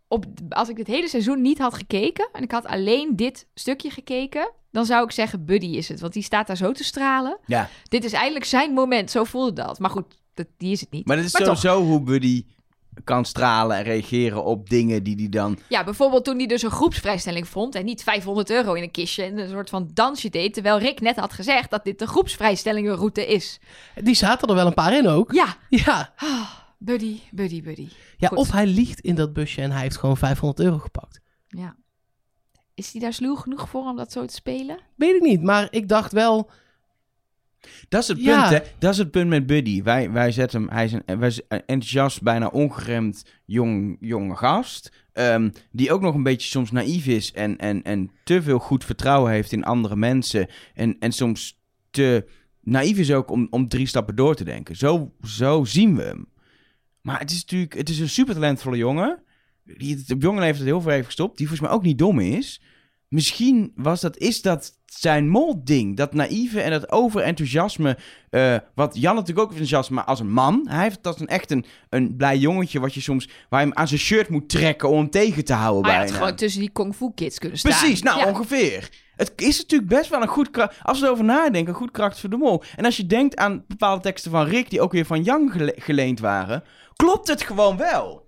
als ik het hele seizoen niet had gekeken... en ik had alleen dit stukje gekeken... dan zou ik zeggen, Buddy is het. Want die staat daar zo te stralen.
Ja.
Dit is eindelijk zijn moment. Zo voelde dat. Maar goed, die is het niet.
Maar dat is sowieso hoe Buddy kan stralen en reageren op dingen die hij dan...
Ja, bijvoorbeeld toen hij dus een groepsvrijstelling vond... en niet €500 in een kistje en een soort van dansje deed... terwijl Rick net had gezegd dat dit de groepsvrijstellingenroute is.
Die zaten er wel een paar in ook.
Ja.
Ja.
Buddy.
Ja,
Goed.
of hij liegt in dat busje en hij heeft gewoon €500 gepakt.
Ja. Is hij daar sluw genoeg voor om dat zo te spelen?
Weet ik niet, maar ik dacht wel...
Dat is het punt,
Ja.
hè. Dat is het punt met Buddy. Wij zetten hem... Hij is een enthousiast, bijna ongeremd jonge gast. Die ook nog een beetje soms naïef is en te veel goed vertrouwen heeft in andere mensen. En soms te naïef is ook om 3 stappen door te denken. Zo zien we hem. Maar het is een super talentvolle jongen. Die het op jonge leeftijd heel veel heeft gestopt. Die volgens mij ook niet dom is. Misschien is dat zijn molding. Dat naïeve en dat overenthousiasme. Wat Jan natuurlijk ook enthousiasme, maar als een man. Hij heeft dat echt een blij jongetje waar je hem aan zijn shirt moet trekken om hem tegen te houden.
Hij
bijna.
had gewoon tussen die kung fu kids kunnen staan.
Precies, nou
Ja.
ongeveer. Het is natuurlijk best wel een goed karakter. Als we erover nadenken, een goed karakter voor de mol. En als je denkt aan bepaalde teksten van Rick, die ook weer van Jan geleend waren, klopt het gewoon wel.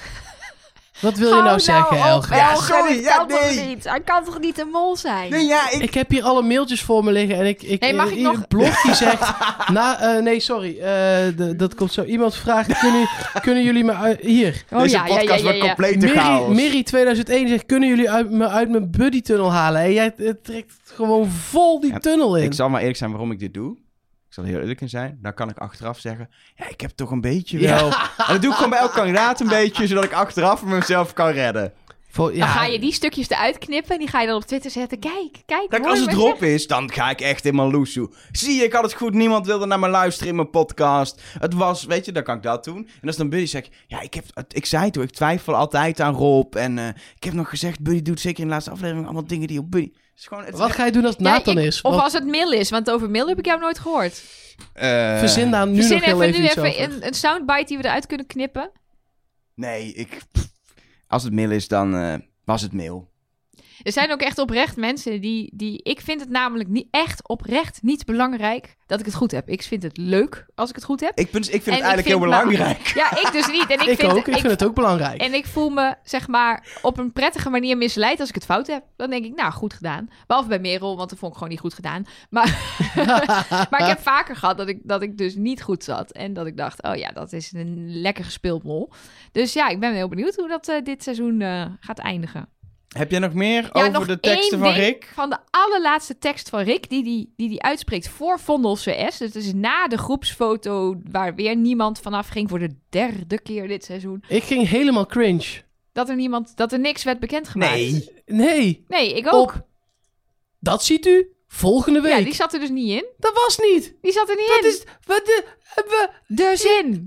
Wat wil je nou zeggen, Elger?
Ja, sorry,
Hij kan
nee.
toch niet? Hij kan toch niet een mol zijn?
Nee, ja,
Ik heb hier alle mailtjes voor me liggen en
Hey, mag ik nog-
een blog die zegt... nee, sorry. Dat komt zo. Iemand vraagt, kunnen jullie me... hier.
Oh,
Deze podcast wordt compleet te chaos.
Miri 2001 zegt, kunnen jullie me uit mijn buddy-tunnel halen? En jij trekt gewoon vol die
Ja,
tunnel in.
Ik zal maar eerlijk zijn waarom ik dit doe. Ik zal er heel eerlijk in zijn. Dan kan ik achteraf zeggen, ja, ik heb toch een beetje wel... En dat doe ik gewoon bij elke kandidaat een beetje, zodat ik achteraf mezelf kan redden.
Dan ga je die stukjes eruit knippen en die ga je dan op Twitter zetten. Kijk.
Kijk,
hoor
als
je
het
me
erop
zeggen?
is, dan ga ik echt helemaal loesoe. Zie je, ik had het goed. Niemand wilde naar me luisteren in mijn podcast. Het was, weet je, dan kan ik dat doen. En als dan Buddy zegt, ja, ik zei toch, ik twijfel altijd aan Rob. En ik heb nog gezegd, Buddy doet zeker in de laatste aflevering allemaal dingen die op Buddy... Het is gewoon, het
Wat ga je doen als het Nathan is?
Of
Want
als het Mil is, want over Mil heb ik jou nooit gehoord.
verzin daar nu
Verzin
nog heel even
nu
iets over.
even een soundbite die we eruit kunnen knippen.
Nee, als het mail is, dan was het mail.
Er zijn ook echt oprecht mensen die... Ik vind het namelijk niet echt oprecht niet belangrijk dat ik het goed heb. Ik vind het leuk als ik het goed heb.
Ik vind het
En
eigenlijk heel belangrijk.
Ja, ik dus niet. En
Ik vind het ook belangrijk.
En ik voel me, zeg maar, op een prettige manier misleid als ik het fout heb. Dan denk ik, nou, goed gedaan. Behalve bij Merel, want dat vond ik gewoon niet goed gedaan. Maar, maar ik heb vaker gehad dat ik dus niet goed zat. En dat ik dacht, oh ja, dat is een lekker gespeeld mol. Dus ja, ik ben heel benieuwd hoe dat dit seizoen gaat eindigen.
Heb jij nog meer
Ja,
over
nog
de teksten
één
van
ding
Rick?
van de allerlaatste tekst van Rick, die uitspreekt voor Vondel CS. Dus het is na de groepsfoto waar weer niemand vanaf ging voor de 3e keer dit seizoen.
Ik ging helemaal cringe.
Dat er niks werd bekendgemaakt.
Nee.
Nee, ik ook.
Dat ziet u volgende week.
Ja, die zat er dus niet in.
Dat was niet.
Die zat er niet
Dat
in.
is... Wat de...
De zin.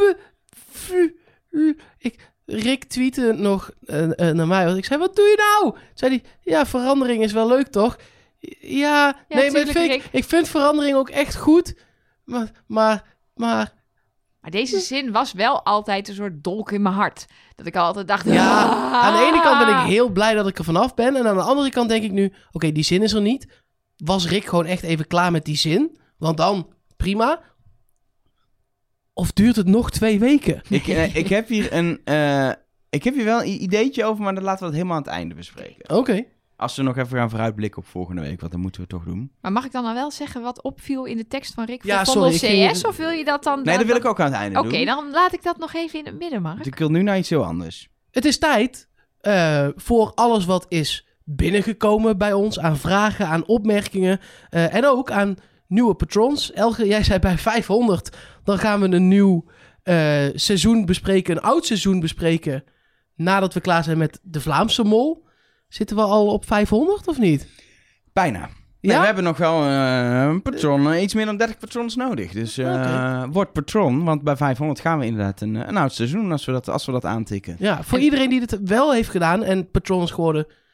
Rick tweette nog naar mij. Want ik zei, wat doe je nou? Zei hij, ja, verandering is wel leuk, toch? Ja, nee, maar
tuurlijk, Rick.
ik vind verandering ook echt goed. Maar
Maar deze zin was wel altijd een soort dolk in mijn hart. Dat ik altijd dacht...
ja,
"Ah."
aan de ene kant ben ik heel blij dat ik er vanaf ben. En aan de andere kant denk ik nu, oké, die zin is er niet. Was Rick gewoon echt even klaar met die zin? Want dan, prima. Of duurt het nog 2 weken?
Ik heb hier wel een ideetje over, maar dan laten we het helemaal aan het einde bespreken.
Oké.
Als we nog even gaan vooruitblikken op volgende week, want dan moeten we het toch doen.
Maar mag ik dan wel zeggen wat opviel in de tekst van Rick voor
Ja,
Vondel
sorry,
CS? Of wil je dat dan...
Nee, dat wil ik ook aan het einde doen.
Oké, dan laat ik dat nog even in het midden, Mark.
Ik wil nu naar iets heel anders.
Het is tijd voor alles wat is binnengekomen bij ons. Aan vragen, aan opmerkingen en ook aan nieuwe patrons. Elge, jij zei bij 500, dan gaan we een nieuw seizoen bespreken. Een oud seizoen bespreken. Nadat we klaar zijn met de Vlaamse Mol. Zitten we al op 500 of niet?
Bijna. Nee,
Ja?
we hebben nog wel een patron, iets meer dan 30 patrons nodig. Dus word patron, want bij 500 gaan we inderdaad een oud seizoen als we dat aantikken.
Ja, voor iedereen die het wel heeft gedaan en patron is geworden.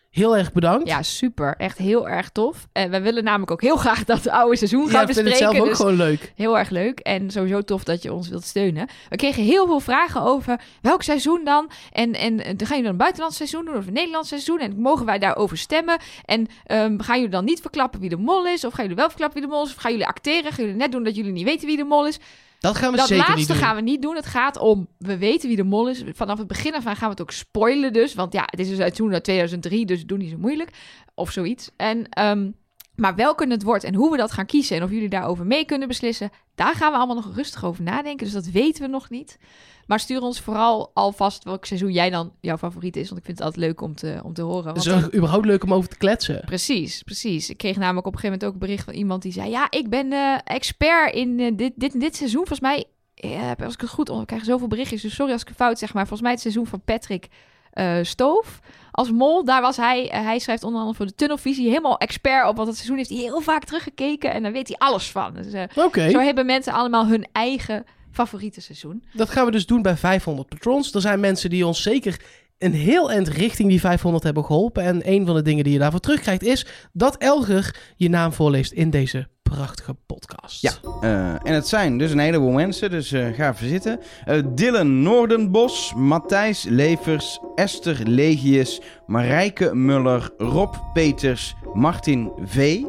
heel erg bedankt.
Ja, super. Echt heel erg tof. En wij willen namelijk ook heel graag dat oude seizoen gaan
ik vind
bespreken.
het zelf ook
dus
gewoon leuk.
heel erg leuk. En sowieso tof dat je ons wilt steunen. We kregen heel veel vragen over welk seizoen dan. En gaan jullie dan een buitenlands seizoen doen of een Nederlands seizoen? En mogen wij daarover stemmen? En gaan jullie dan niet verklappen wie de mol is? Of gaan jullie wel verklappen wie de mol is? Of gaan jullie acteren? Gaan jullie net doen dat jullie niet weten wie de mol is?
Dat gaan we
Dat
zeker niet
laatste
doen.
gaan we niet doen. Het gaat om, we weten wie de mol is. Vanaf het begin af aan gaan we het ook spoilen dus. Want ja, het is dus uit seizoen uit 2003, dus doe niet zo moeilijk. Of zoiets. Maar welke het wordt en hoe we dat gaan kiezen en of jullie daarover mee kunnen beslissen, daar gaan we allemaal nog rustig over nadenken. Dus dat weten we nog niet. Maar stuur ons vooral alvast welk seizoen jij dan jouw favoriet is. Want ik vind het altijd leuk om te horen.
Het
Want
is überhaupt leuk om over te kletsen.
Precies. Ik kreeg namelijk op een gegeven moment ook een bericht van iemand die zei, ja, ik ben expert in dit seizoen. Volgens mij, als ik het goed ik krijg zoveel berichtjes, dus sorry als ik het fout zeg, maar volgens mij het seizoen van Patrick Stoof als mol, daar was hij schrijft onder andere voor de Tunnelvisie, helemaal expert op, want dat seizoen heeft hij heel vaak teruggekeken en daar weet hij alles van. Dus,
Oké.
Zo hebben mensen allemaal hun eigen favoriete seizoen.
Dat gaan we dus doen bij 500 patrons. Er zijn mensen die ons zeker een heel eind richting die 500 hebben geholpen. En een van de dingen die je daarvoor terugkrijgt is dat Elger je naam voorleest in deze prachtige podcast.
Ja, en het zijn dus een heleboel mensen, dus ga even zitten. Dylan Noordenbos, Matthijs Levers, Esther Legius, Marijke Muller, Rob Peters, Martin V.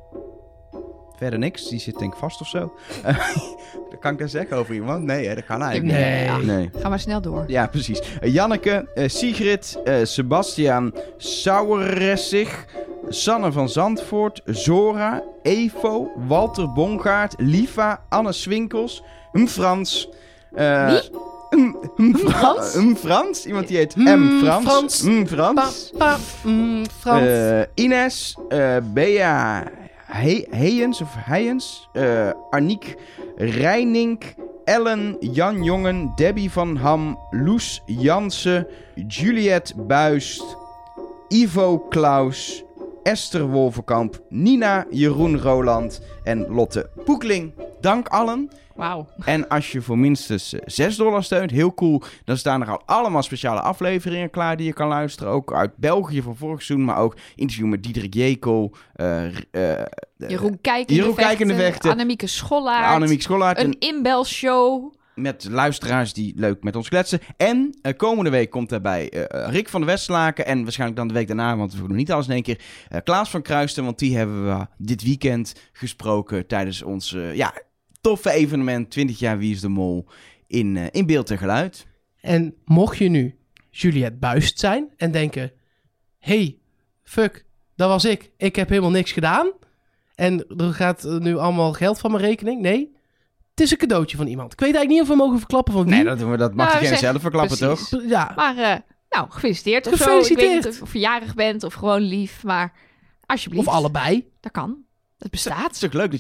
Verder niks, die zit denk ik vast of zo. Kan ik dat zeggen over iemand? Nee, hè, dat kan eigenlijk niet. Nee.
Ga maar snel door.
Ja, precies. Janneke, Sigrid, Sebastiaan Saueressig, Sanne van Zandvoort, Zora, Evo, Walter Bongaard, Liva, Anne Swinkels, Frans.
Wie?
Frans?
Frans? Iemand die heet M. Frans.
Frans.
Frans. Ines, Bea Heijens, Aniek Reinink, Ellen, Jan Jongen, Debbie van Ham, Loes Jansen, Juliette Buist, Ivo Klaus, Esther Wolverkamp, Nina, Jeroen Roland en Lotte Poekling. Dank allen.
Wauw.
En als je voor minstens $6 steunt, heel cool, dan staan er al allemaal speciale afleveringen klaar die je kan luisteren. Ook uit België van vorig seizoen, maar ook interview met Diederik Jekel,
Jeroen Kijkendevechten, Annemieke Schollaert, een inbelshow.
Met luisteraars die leuk met ons kletsen. En komende week komt daarbij Rick van de Westlaken. En waarschijnlijk dan de week daarna, want we doen niet alles in één keer. Klaas van Kruisten, want die hebben we dit weekend gesproken tijdens ons toffe evenement 20 jaar Wie is de Mol in beeld en geluid.
En mocht je nu Juliette Buist zijn en denken, hey, fuck, dat was ik. Ik heb helemaal niks gedaan. En er gaat nu allemaal geld van mijn rekening. Nee, het is een cadeautje van iemand. Ik weet eigenlijk niet of we mogen verklappen van wie.
Nee, dat mag diegene zelf verklappen,
precies.
toch?
Ja.
Maar gefeliciteerd of
Gefeliciteerd.
zo. Ik weet niet of je jarig bent of gewoon lief, maar alsjeblieft.
Of allebei.
Dat kan. Het
Het
bestaat.
is toch leuk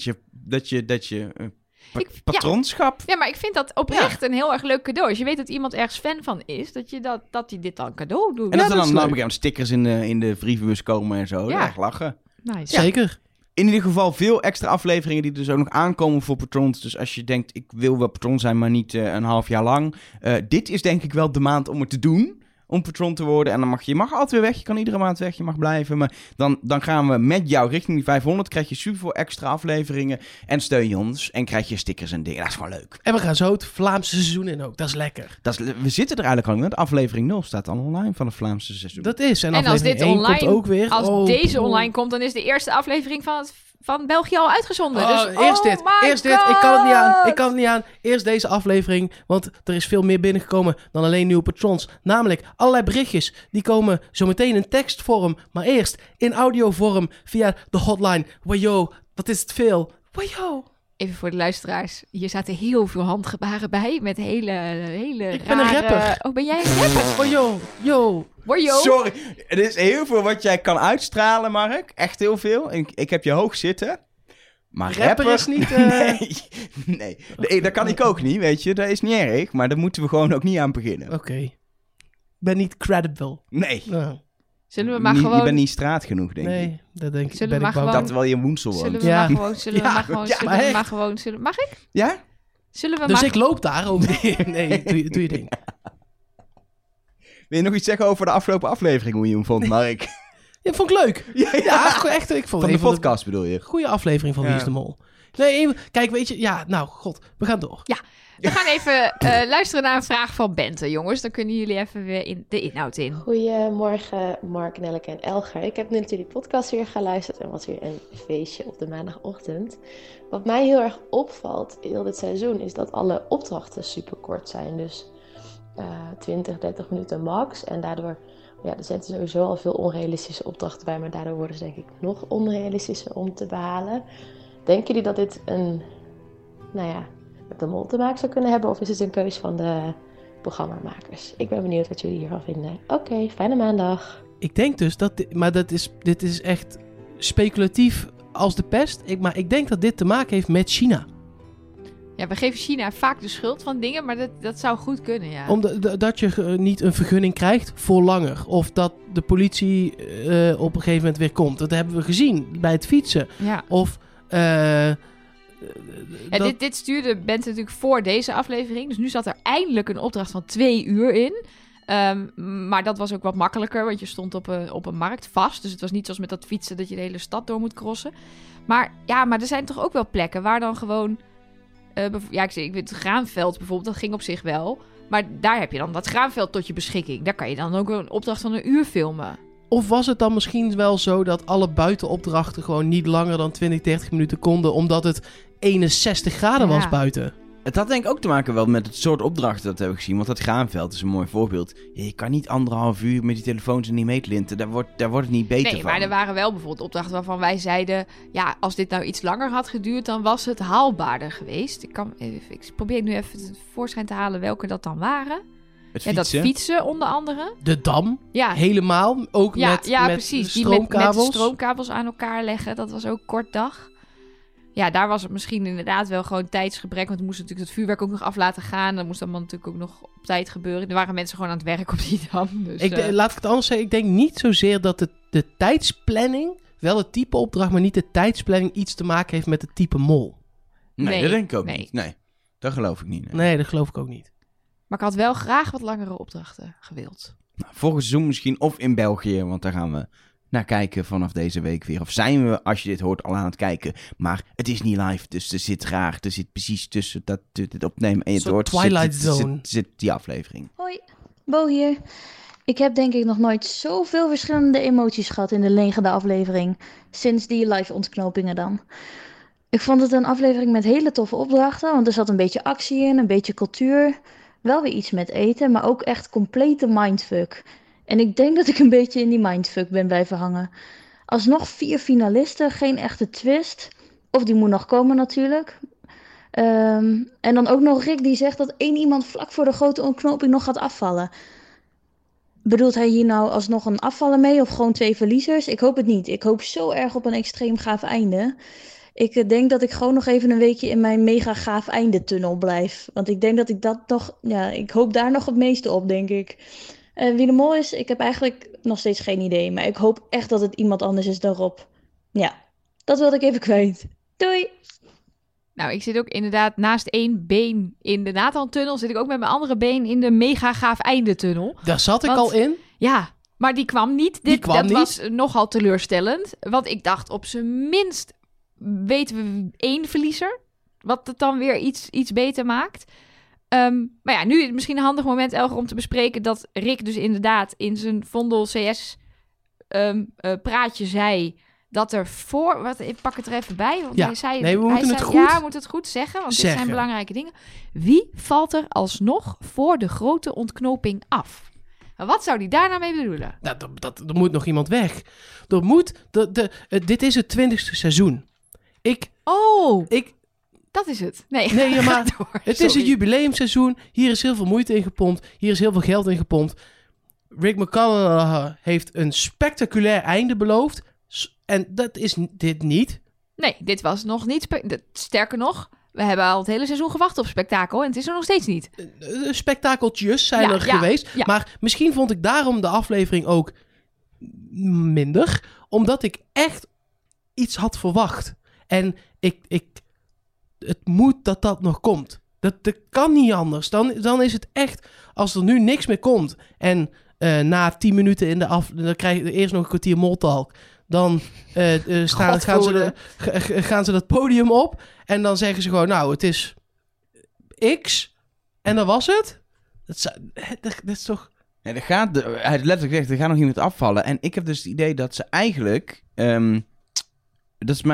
dat je patronschap...
Ja, maar ik vind dat oprecht een heel erg leuk cadeau. Als je weet dat iemand ergens fan van is, dat je dit dan cadeau doet.
En dat
Ja,
er
dat is
dan
leuk.
stickers in de brievenbus komen en zo.
Ja.
Echt lachen.
Nice.
Zeker.
In ieder geval veel extra afleveringen die dus ook nog aankomen voor patrons. Dus als je denkt, ik wil wel patron zijn, maar niet een half jaar lang. Dit is denk ik wel de maand om het te doen. Om patron te worden. En dan je mag altijd weer weg. Je kan iedere maand weg. Je mag blijven. Maar dan gaan we met jou richting die 500. Krijg je super veel extra afleveringen. En steun je ons. En krijg je stickers en dingen. Dat is gewoon leuk.
En we gaan zo het Vlaamse seizoen in ook. Dat is lekker.
We zitten er eigenlijk al in. Want aflevering 0 staat al online van het Vlaamse seizoen.
Dat is. En
En als
aflevering
dit
1
online,
komt ook weer.
als deze online komt, dan is de eerste aflevering van België al uitgezonden.
Oh,
Dus,
eerst dit.
my
Eerst dit. Ik kan het niet aan.
God.
Ik kan het niet aan. Eerst deze aflevering. Want er is veel meer binnengekomen dan alleen nieuwe patrons. Namelijk allerlei berichtjes. Die komen zo meteen in tekstvorm. Maar eerst in audiovorm via de hotline. Wajo, wat is het veel. Wajo.
Even voor de luisteraars. Hier zaten heel veel handgebaren bij. Met hele
Ik ben een
rare...
rapper.
Oh, ben jij een rapper?
Wajo. Yo.
Wajo.
Sorry. Er is heel veel wat jij kan uitstralen, Mark. Echt heel veel. Ik heb je hoog zitten. Maar
Rapper is niet...
Nee, dat kan ik ook niet, weet je. Dat is niet erg. Maar daar moeten we gewoon ook niet aan beginnen.
Oké. Ik ben niet credible.
Nee.
Nou,
Zullen we maar
Je
gewoon...
bent niet straat genoeg, denk ik.
nee, dat denk ik.
Zullen
Ben
we
ik
maar
bang.
gewoon-
Dat wel je woensel
Zullen
woont.
we
Ja.
maar gewoon... Zullen we
Ja,
maar gewoon...
ja,
Zullen
maar
we
echt.
maar gewoon... Mag ik?
Ja?
Zullen we
Dus
maar...
ik loop daar ook. Nee, doe je ding.
Wil je nog iets zeggen over de afgelopen aflevering, hoe je hem vond, Mark?
Ja, vond ik leuk. Ja, echt. Ik vond
Van de
een
podcast bedoel je?
goede aflevering van Wie is de Mol. Nee, kijk, weet je... Ja, nou, god. We gaan door.
Ja, we gaan even luisteren naar een vraag van Bente, jongens. Dan kunnen jullie even weer in de inhoud in.
Goedemorgen, Mark, Nelleke en Elger. Ik heb nu natuurlijk die podcast weer geluisterd en was weer een feestje op de maandagochtend. Wat mij heel erg opvalt heel dit seizoen is dat alle opdrachten super kort zijn. Dus 20, 30 minuten max. En daardoor, ja, er zitten sowieso al veel onrealistische opdrachten bij, maar daardoor worden ze denk ik nog onrealistischer om te behalen. Denken jullie dat dit een, met de mol te maken zou kunnen hebben? Of is het een keus van de programmamakers? Ik ben benieuwd wat jullie hiervan vinden. Oké, fijne maandag.
Ik denk dus dat... dit is echt speculatief als de pest. Maar ik denk dat dit te maken heeft met China.
Ja, we geven China vaak de schuld van dingen, maar dat zou goed kunnen, ja.
Dat je niet een vergunning krijgt voor langer. Of dat de politie op een gegeven moment weer komt. Dat hebben we gezien bij het fietsen.
Ja.
Of...
Dit stuurde Bente natuurlijk voor deze aflevering. Dus nu zat er eindelijk een opdracht van 2 uur in. Maar dat was ook wat makkelijker, want je stond op een markt vast. Dus het was niet zoals met dat fietsen dat je de hele stad door moet crossen. Maar er zijn toch ook wel plekken waar dan gewoon... ik weet het graanveld bijvoorbeeld, dat ging op zich wel. Maar daar heb je dan dat graanveld tot je beschikking. Daar kan je dan ook een opdracht van 1 uur filmen.
Of was het dan misschien wel zo dat alle buitenopdrachten gewoon niet langer dan 20, 30 minuten konden, omdat het 61 graden was buiten?
Het had denk ik ook te maken wel met het soort opdrachten dat we hebben gezien. Want dat graanveld is een mooi voorbeeld. Je kan niet 1,5 uur met die telefoons en die meetlinten. Daar wordt het niet beter van.
Nee, maar er waren wel bijvoorbeeld opdrachten waarvan wij zeiden... Ja, als dit nou iets langer had geduurd, dan was het haalbaarder geweest. Ik probeer nu even het voorschijn te halen welke dat dan waren.
Het fietsen.
Dat fietsen onder andere.
De dam,
ja.
Helemaal. Ook met
precies.
stroomkabels.
Die met stroomkabels aan elkaar leggen. Dat was ook kort dag. Ja, daar was het misschien inderdaad wel gewoon tijdsgebrek. Want we moesten natuurlijk het vuurwerk ook nog af laten gaan. Dat moest allemaal natuurlijk ook nog op tijd gebeuren. Er waren mensen gewoon aan het werk op die dam. Dus,
laat ik het anders zeggen. Ik denk niet zozeer dat de tijdsplanning... wel het type opdracht, maar niet de tijdsplanning... iets te maken heeft met het type mol.
Nee, dat denk ik ook niet. Nee, dat geloof ik niet.
Nee, dat geloof ik ook niet.
Maar ik had wel graag wat langere opdrachten gewild.
Nou, volgend seizoen misschien of in België, want daar gaan we naar kijken vanaf deze week weer. Of zijn we, als je dit hoort, al aan het kijken. Maar het is niet live, dus er zit precies tussen dat dit opnemen en je het hoort.
Twilight Zone.
Zit die aflevering.
Hoi, Bo hier. Ik heb denk ik nog nooit zoveel verschillende emoties gehad in de lengende aflevering. Sinds die live ontknopingen dan. Ik vond het een aflevering met hele toffe opdrachten, want er zat een beetje actie in, een beetje cultuur. Wel weer iets met eten, maar ook echt complete mindfuck. En ik denk dat ik een beetje in die mindfuck ben blijven hangen. Alsnog 4 finalisten, geen echte twist. Of die moet nog komen natuurlijk. En dan ook nog Rick die zegt dat 1 iemand vlak voor de grote ontknoping nog gaat afvallen. Bedoelt hij hier nou alsnog een afvallen mee of gewoon 2 verliezers? Ik hoop het niet. Ik hoop zo erg op een extreem gaaf einde. Ik denk dat ik gewoon nog even een weekje in mijn mega gaaf einde tunnel blijf. Want ik denk dat ik dat nog... Ja, ik hoop daar nog het meeste op, denk ik. Wie de mol is, ik heb eigenlijk nog steeds geen idee. Maar ik hoop echt dat het iemand anders is dan Rob. Ja, dat wilde ik even kwijt. Doei!
Nou, ik zit ook inderdaad naast 1 been in de Nathan-tunnel... zit ik ook met mijn andere been in de mega gaaf einde-tunnel.
Daar zat ik al in.
Ja, maar die kwam niet. Dat was nogal teleurstellend. Want ik dacht, op zijn minst weten we 1 verliezer. Wat het dan weer iets beter maakt. Maar ja, nu is het misschien een handig moment, Elger, om te bespreken... dat Rick dus inderdaad in zijn Vondel CS praatje zei... dat er ik pak het er even bij. Want hij zei,
we moeten het goed.
Ja, we moeten het goed zeggen, want dit zijn belangrijke dingen. Wie valt er alsnog voor de grote ontknoping af? Maar wat zou die daar nou mee bedoelen?
Nou, er moet nog iemand weg. Dit is het 20e seizoen.
Dat is het. Nee,
maar het is een jubileumseizoen. Hier is heel veel moeite in gepompt. Hier is heel veel geld in gepompt. Rick McConnell heeft een spectaculair einde beloofd. En dat is dit niet.
Nee, dit was nog niet... Sterker nog, we hebben al het hele seizoen gewacht op spektakel... en het is er nog steeds niet.
Spektakeltjes zijn er geweest. Ja. Maar misschien vond ik daarom de aflevering ook minder. Omdat ik echt iets had verwacht. En het moet dat nog komt. Dat kan niet anders. Dan is het echt... Als er nu niks meer komt... en na 10 minuten in de dan krijg je eerst nog een kwartier moltalk. Dan gaan ze dat podium op. En dan zeggen ze gewoon, nou, het is X. En dat was het. Dat is toch...
Ja, hij heeft letterlijk gezegd, er gaat nog iemand afvallen. En ik heb dus het idee dat ze eigenlijk... dat is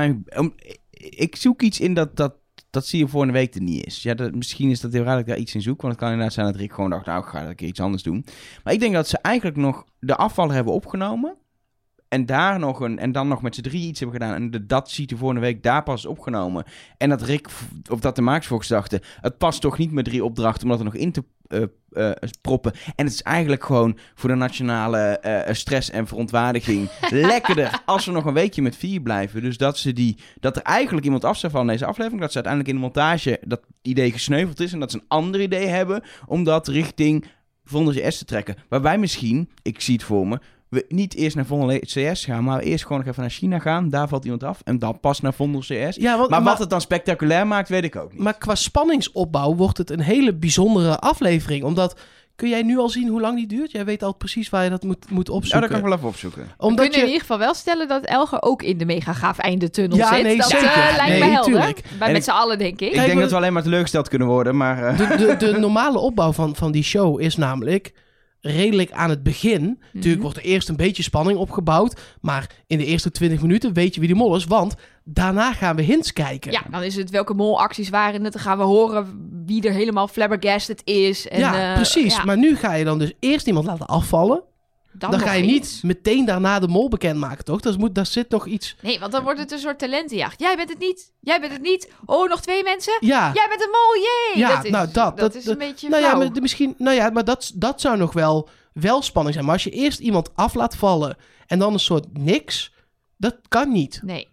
ik zoek iets in dat zie je volgende week er niet is. Ja, misschien is dat heel raar dat ik daar iets in zoek. Want het kan inderdaad zijn dat Rick gewoon dacht, nou, ik ga een keer iets anders doen. Maar ik denk dat ze eigenlijk nog de afvaller hebben opgenomen. En daar en dan nog met z'n 3 iets hebben gedaan. En dat ziet de volgende week daar pas opgenomen. En dat Rick, of dat de Maaksvolks dachten, het past toch niet met 3 opdrachten om dat er nog in te proppen. En het is eigenlijk gewoon voor de nationale stress en verontwaardiging lekkerder als we nog een weekje met 4 blijven. Dus dat er eigenlijk iemand af zou vallen in deze aflevering. Dat ze uiteindelijk in de montage dat idee gesneuveld is. En dat ze een ander idee hebben om dat richting Vondel CS te trekken. Waarbij misschien, ik zie het voor me, we niet eerst naar Vondel CS gaan, maar we eerst gewoon nog even naar China gaan. Daar valt iemand af. En dan pas naar Vondel CS. Ja, maar wat het dan spectaculair maakt, weet ik ook niet.
Maar qua spanningsopbouw wordt het een hele bijzondere aflevering. Omdat, kun jij nu al zien hoe lang die duurt? Jij weet al precies waar je dat moet opzoeken.
Ja, dat kan ik wel even opzoeken.
We kunnen in ieder geval wel stellen dat Elger ook in de mega gaaf eindetunnel zit.
Nee,
dat
zeker.
lijkt me helder.
Tuurlijk.
Wij met z'n allen, denk ik.
Ik denk dat we alleen maar teleurgesteld kunnen worden, maar...
De normale opbouw van die show is namelijk... redelijk aan het begin. Natuurlijk wordt er eerst een beetje spanning opgebouwd. Maar in de eerste 20 minuten weet je wie de mol is. Want daarna gaan we hints kijken.
Ja, dan is het welke molacties waren het. Dan gaan we horen wie er helemaal flabbergasted is. En,
precies. Ja. Maar nu ga je dan dus eerst iemand laten afvallen. Dan ga je niet meteen daarna de mol bekendmaken, toch? Daar zit nog iets...
Nee, want dan wordt het een soort talentenjacht. Jij bent het niet. Jij bent het niet. Oh, nog 2 mensen?
Ja.
Jij bent een mol, jee!
Ja,
dat is een beetje flauw.
Maar dat zou nog wel spanning zijn. Maar als je eerst iemand af laat vallen en dan een soort niks, dat kan niet.
Nee.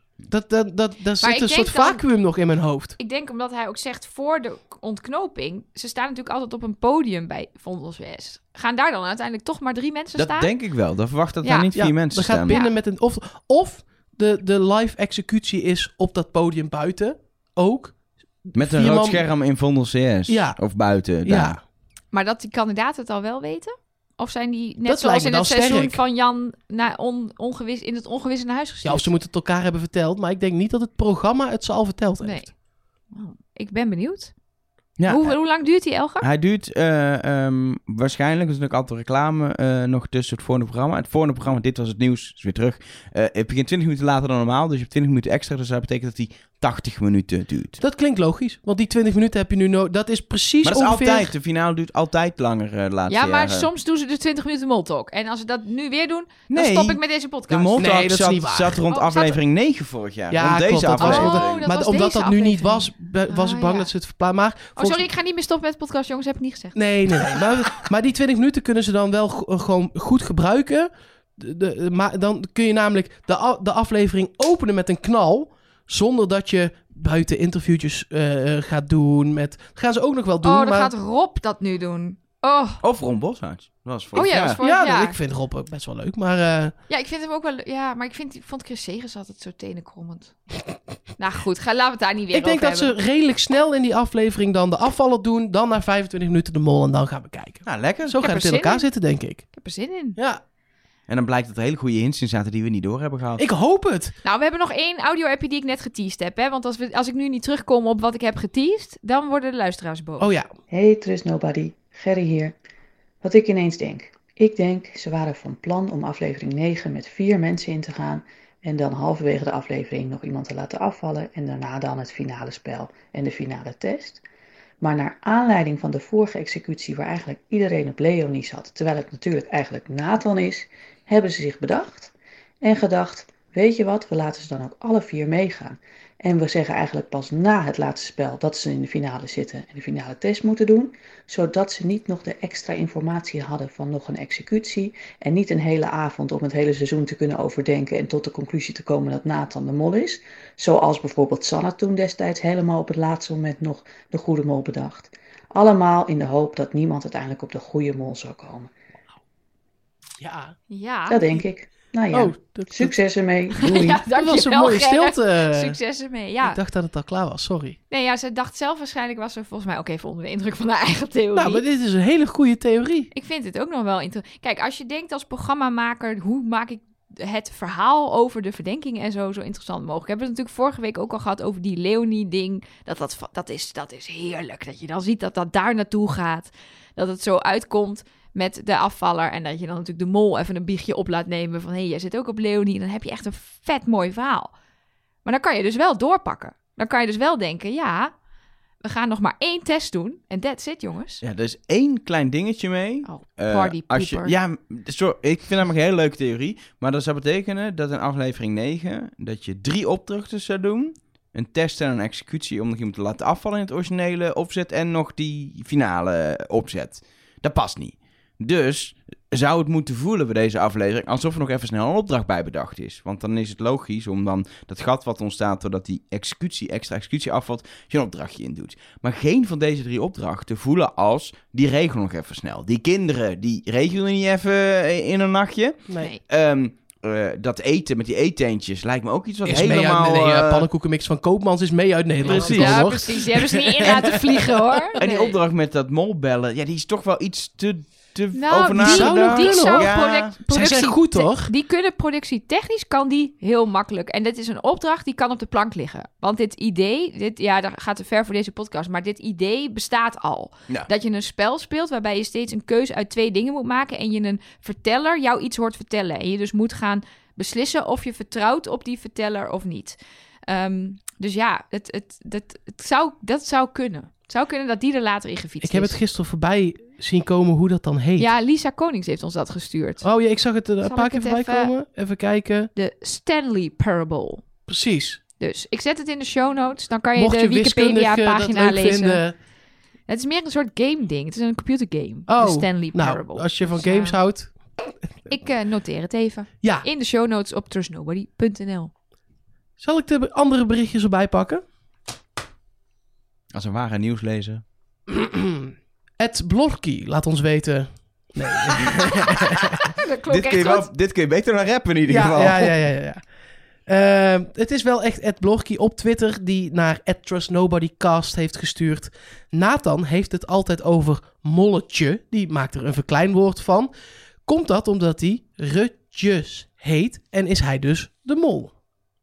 Daar zit een soort vacuüm nog in mijn hoofd.
Ik denk omdat hij ook zegt voor de ontknoping... Ze staan natuurlijk altijd op een podium bij Vondel CS. Gaan daar dan uiteindelijk toch maar 3 mensen staan?
Dat denk ik wel. Dan verwacht dat daar niet 4 mensen staan.
Gaat binnen met een... Of de live executie is op dat podium buiten ook.
Met een rood scherm in Vondel CS.
Ja.
Of buiten.
Ja.
Daar.
Maar dat die kandidaten het al wel weten? Of zijn die net
dat
zoals in het seizoen
sterk.
van Jan naar in het ongewis naar huis gestuurd?
Ja, of ze moeten het elkaar hebben verteld. Maar ik denk niet dat het programma het ze al verteld heeft.
Nee. Oh, ik ben benieuwd.
Ja,
hoe lang duurt die, Elger?
Hij duurt waarschijnlijk, er is natuurlijk altijd reclame nog tussen het volgende programma. Het volgende programma, dit was het nieuws, is weer terug. Het begint 20 minuten later dan normaal, dus je hebt 20 minuten extra. Dus dat betekent dat hij 80 minuten duurt.
Dat klinkt logisch, want die 20 minuten heb je nu nodig. Dat is precies
maar dat
ongeveer...
is altijd, de finale duurt altijd langer de laatste
Ja, maar
jaren.
soms doen ze dus 20 minuten moltalk. En als ze dat nu weer doen, dan stop ik met deze podcast.
De moltalk
Nee, dat is niet waar.
zat rond aflevering 9 vorig jaar.
Ja,
rond deze
klopt, dat was
aflevering.
maar omdat dat nu niet was, was ik bang dat ze het verplaatsen. Maar
sorry, ik ga niet meer stoppen met de podcast, jongens. Heb ik niet gezegd.
Nee. maar die 20 minuten kunnen ze dan wel gewoon goed gebruiken. Maar dan kun je namelijk de aflevering openen met een knal, zonder dat je buiten interviewtjes gaat doen. Dat gaan ze ook nog wel doen.
Dan gaat Rob dat nu doen. Oh.
Of Ron Boshart. Dat was vorig jaar.
Ja, ik vind Rob ook best wel leuk. Maar,
ja, ik vind hem ook wel... Ja, maar vond Chris Segers altijd zo tenenkrommend. Nou goed, laten we het daar niet weer over hebben.
Ik denk dat ze redelijk snel in die aflevering dan de afvallen doen. Dan na 25 minuten de mol en dan gaan we kijken.
Nou, lekker.
Zo gaat het in elkaar zitten, denk ik.
Ik heb er zin in.
Ja.
En dan blijkt dat er hele goede hints in zaten die we niet door hebben gehad.
Ik hoop het.
Nou, we hebben nog 1 audio-appje die ik net geteased heb. Hè? Want als ik nu niet terugkom op wat ik heb geteased, dan worden de luisteraars boos.
Oh ja.
Hey, Trust Nobody. Gerry hier. Wat ik ineens denk. Ik denk, ze waren van plan om aflevering 9 met 4 mensen in te gaan. En dan halverwege de aflevering nog iemand te laten afvallen. En daarna dan het finale spel en de finale test. Maar naar aanleiding van de vorige executie waar eigenlijk iedereen op Leonie zat, terwijl het natuurlijk eigenlijk Nathan is, hebben ze zich bedacht en gedacht, weet je wat, we laten ze dan ook alle 4 meegaan. En we zeggen eigenlijk pas na het laatste spel dat ze in de finale zitten en de finale test moeten doen, zodat ze niet nog de extra informatie hadden van nog een executie en niet een hele avond om het hele seizoen te kunnen overdenken en tot de conclusie te komen dat Nathan de mol is. Zoals bijvoorbeeld Sanne toen destijds helemaal op het laatste moment nog de goede mol bedacht. Allemaal in de hoop dat niemand uiteindelijk op de goede mol zou komen.
Ja.
Dat denk ik. Nou ja,
Oh, dat
succes ermee. Doei.
Ja,
dat was een
dankjewel,
mooie
Gerrit.
stilte.
Succes ermee, ja.
Ik dacht dat het al klaar was, sorry.
Nee, ja, ze dacht zelf waarschijnlijk, was ze volgens mij ook even onder de indruk van haar eigen theorie.
Nou, maar dit is een hele goede theorie.
Ik vind het ook nog wel interessant. Kijk, als je denkt als programmamaker, hoe maak ik het verhaal over de verdenkingen en zo interessant mogelijk. We hebben het natuurlijk vorige week ook al gehad over die Leonie-ding. Dat is heerlijk. Dat je dan ziet dat dat daar naartoe gaat. Dat het zo uitkomt met de afvaller. En dat je dan natuurlijk de mol even een biechtje op laat nemen van, hé, jij zit ook op Leonie. Dan heb je echt een vet mooi verhaal. Maar dan kan je dus wel doorpakken. Dan kan je dus wel denken, ja, we gaan nog maar 1 test doen. En that's it, jongens.
Ja, er is 1 klein dingetje mee.
Oh, party pooper.
Ik vind namelijk een hele leuke theorie. Maar dat zou betekenen dat in aflevering 9... dat je 3 opdrachten zou doen. Een test en een executie om nog iemand te laten afvallen in het originele opzet. En nog die finale opzet. Dat past niet. Dus zou het moeten voelen bij deze aflevering alsof er nog even snel een opdracht bij bedacht is. Want dan is het logisch om dan dat gat wat ontstaat doordat die extra executie afvalt, je een opdrachtje in doet. Maar geen van deze 3 opdrachten voelen als die regelen nog even snel. Die kinderen, die regelen niet even in een nachtje.
Nee.
Dat eten met die eetteentjes lijkt me ook iets wat
Is
helemaal...
mee uit, pannenkoekenmix van Koopmans is mee uit Nederland.
Precies.
Ja,
hoor.
precies. Die hebben ze niet in laten vliegen, hoor.
En die
Nee.
opdracht met dat molbellen, ja, die is toch wel iets te
Nou,
over
die
zou nog
nagedacht.
kunnen,
zou
hoor.
Ja.
Zij zijn goed, toch?
Die kunnen productietechnisch, kan die heel makkelijk. En dit is een opdracht die kan op de plank liggen. Want dit idee, dat gaat te ver voor deze podcast, maar dit idee bestaat al.
Ja.
Dat je een spel speelt waarbij je steeds een keuze uit 2 dingen moet maken en je een verteller jou iets hoort vertellen. En je dus moet gaan beslissen of je vertrouwt op die verteller of niet. Dus ja, dat zou kunnen. Het zou kunnen dat die er later in gefietst
Ik heb
is.
het gisteren voorbij zien komen hoe dat dan heet.
Ja, Lisa Konings heeft ons dat gestuurd.
Oh ja, ik zag het er
Zal
een paar
ik
keer
het
voorbij
even-
komen. Even kijken.
De Stanley Parable.
Precies.
Dus ik zet het in de show notes. Dan kan je
Mocht
de
je wiskundig
Wikipedia-pagina
dat leuk
lezen.
vinden.
Het is meer een soort game-ding. Het is een computergame.
Oh,
de Stanley Parable.
nou, als je van
Dus,
games houdt.
Ik noteer het even.
Ja,
In de show notes op trustnobody.nl.
zal ik de andere berichtjes erbij pakken?
Als een ware nieuwslezer.
Ed Blorky, laat ons weten. Nee.
Dat klonk echt goed.
Dit kun je beter dan rappen in ieder geval.
Ja. Het is wel echt Ed Blorky op Twitter die naar @trustnobodycast heeft gestuurd. Nathan heeft het altijd over molletje. Die maakt er een verkleinwoord van. Komt dat omdat hij Rutjes heet en is hij dus de mol?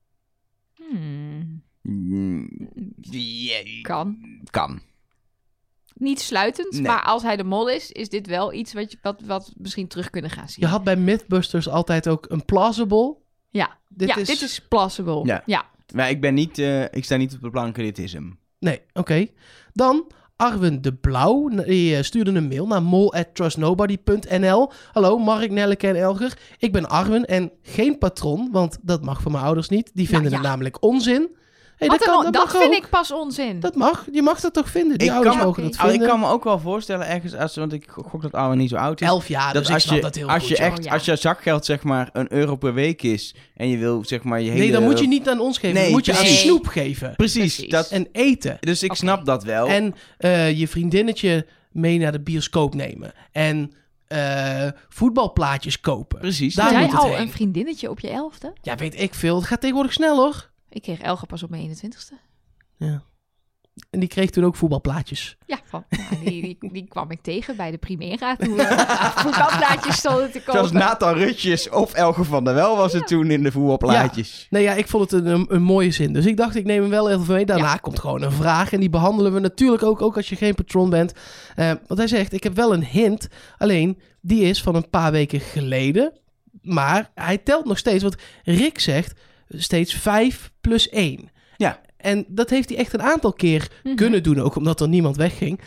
Kan. Niet sluitend,
Nee.
maar als hij de mol is dit wel iets wat we misschien terug kunnen gaan zien.
Je had bij Mythbusters altijd ook een plausible.
Ja,
Dit
dit is plausible.
Ja. Maar ik sta niet op de planken, dit is hem.
Nee, oké. Dan Arwen de Blauw. Die stuurde een mail naar mol@trustnobody.nl. Hallo, Mark, Nelleke en Elger. Ik ben Arwen en geen patron, want dat mag van mijn ouders niet. Die vinden het namelijk onzin. Hey,
Dat
mag
vind
ook.
ik pas onzin.
Dat mag. Je mag dat toch vinden? Die
Ik
ouders
kan-
mogen dat
Ik
vinden.
kan me ook wel voorstellen ergens, want ik gok dat Arwen niet zo oud is.
11 jaar, dus ik snap dat heel
als
goed.
je
ja.
echt,
Oh, ja.
als je zakgeld zeg maar €1 per week is en je wil zeg maar je hele...
Nee, dan moet je niet aan ons geven.
Nee,
dan moet je aan
precies.
snoep geven.
Precies.
Precies.
Dat,
En eten.
dus ik
Oké.
snap dat wel.
En je vriendinnetje mee naar de bioscoop nemen. En voetbalplaatjes kopen.
Precies.
Daar
Had jij
moet het
al
heen.
een vriendinnetje op je 11e?
Ja, weet ik veel. Het gaat tegenwoordig snel, hoor.
Ik kreeg Elge pas op mijn 21ste.
Ja. En die kreeg toen ook voetbalplaatjes.
Ja, die kwam ik tegen bij de Primera. Toen voetbalplaatjes stonden te
Zoals
kopen.
Nathan Rutjes of Elge van der Wel was het toen in de voetbalplaatjes.
Nee, ja, ik vond het een mooie zin. Dus ik dacht, ik neem hem wel even mee. Daarna komt gewoon een vraag. En die behandelen we natuurlijk ook als je geen patron bent. Want hij zegt, ik heb wel een hint. Alleen, die is van een paar weken geleden. Maar hij telt nog steeds. Want Rick zegt steeds 5 plus 1.
Ja.
En dat heeft hij echt een aantal keer kunnen doen. Ook omdat er niemand wegging.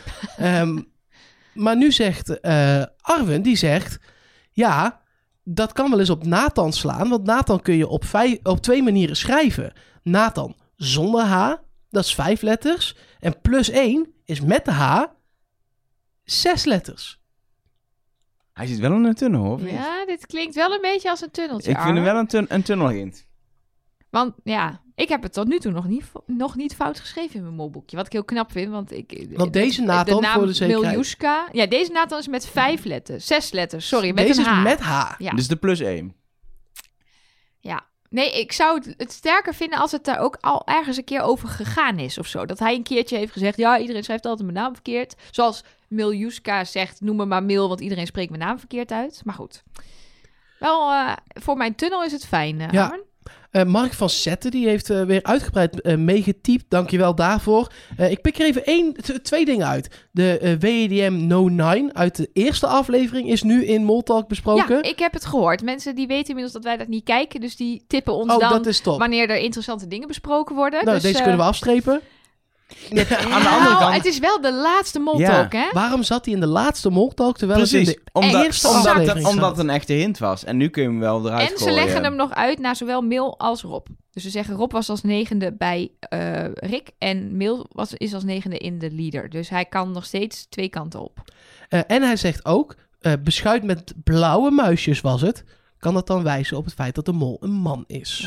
Maar nu zegt Arwen, die zegt... Ja, dat kan wel eens op Nathan slaan. Want Nathan kun je op 2 manieren schrijven. Nathan zonder H, dat is 5 letters. En plus 1 is met de H 6 letters.
Hij zit wel in een tunnel, hoor.
Ja, dit klinkt wel een beetje als een tunneltje.
Ik vind hem
Arne.
wel een tunnelhint.
Want ja, ik heb het tot nu toe nog niet fout geschreven in mijn molboekje. Wat ik heel knap vind, want
Want deze Nathan,
de naam
voor de zekerheid...
Miljuska. Ja, deze Nathan is met 5 letters. 6 letters, sorry, met
Deze
een H.
is met H.
Ja.
Dus de plus 1.
Ja. Nee, ik zou het sterker vinden als het daar ook al ergens een keer over gegaan is of zo. Dat hij een keertje heeft gezegd, ja, iedereen schrijft altijd mijn naam verkeerd. Zoals Miljuska zegt, noem me maar Mil, want iedereen spreekt mijn naam verkeerd uit. Maar goed. Wel, voor mijn tunnel is het fijn,
Ja.
Armen.
Mark van Zetten, die heeft weer uitgebreid meegetypt. Dankjewel daarvoor. Ik pik er even twee dingen uit. De WEDM No 9 uit de eerste aflevering is nu in Moltalk besproken.
Ja, ik heb het gehoord. Mensen die weten inmiddels dat wij dat niet kijken, dus die tippen ons
Oh,
dan
dat is top.
wanneer er interessante dingen besproken worden.
Nou,
dus,
deze kunnen we afstrepen.
Aan de andere kant...
Het is wel de laatste Moltalk, hè?
Waarom zat hij in de laatste Moltalk, terwijl
Precies,
het in de eerste aflevering
omdat
zat?
het een echte hint was. En nu kun je hem wel eruit
En ze
gooien.
leggen hem nog uit naar zowel Mil als Rob. Dus ze zeggen Rob was als 9e bij Rick en Mil is als 9e in de leader. Dus hij kan nog steeds twee kanten op.
En hij zegt ook, beschuit met blauwe muisjes was het. Kan dat dan wijzen op het feit dat de mol een man is?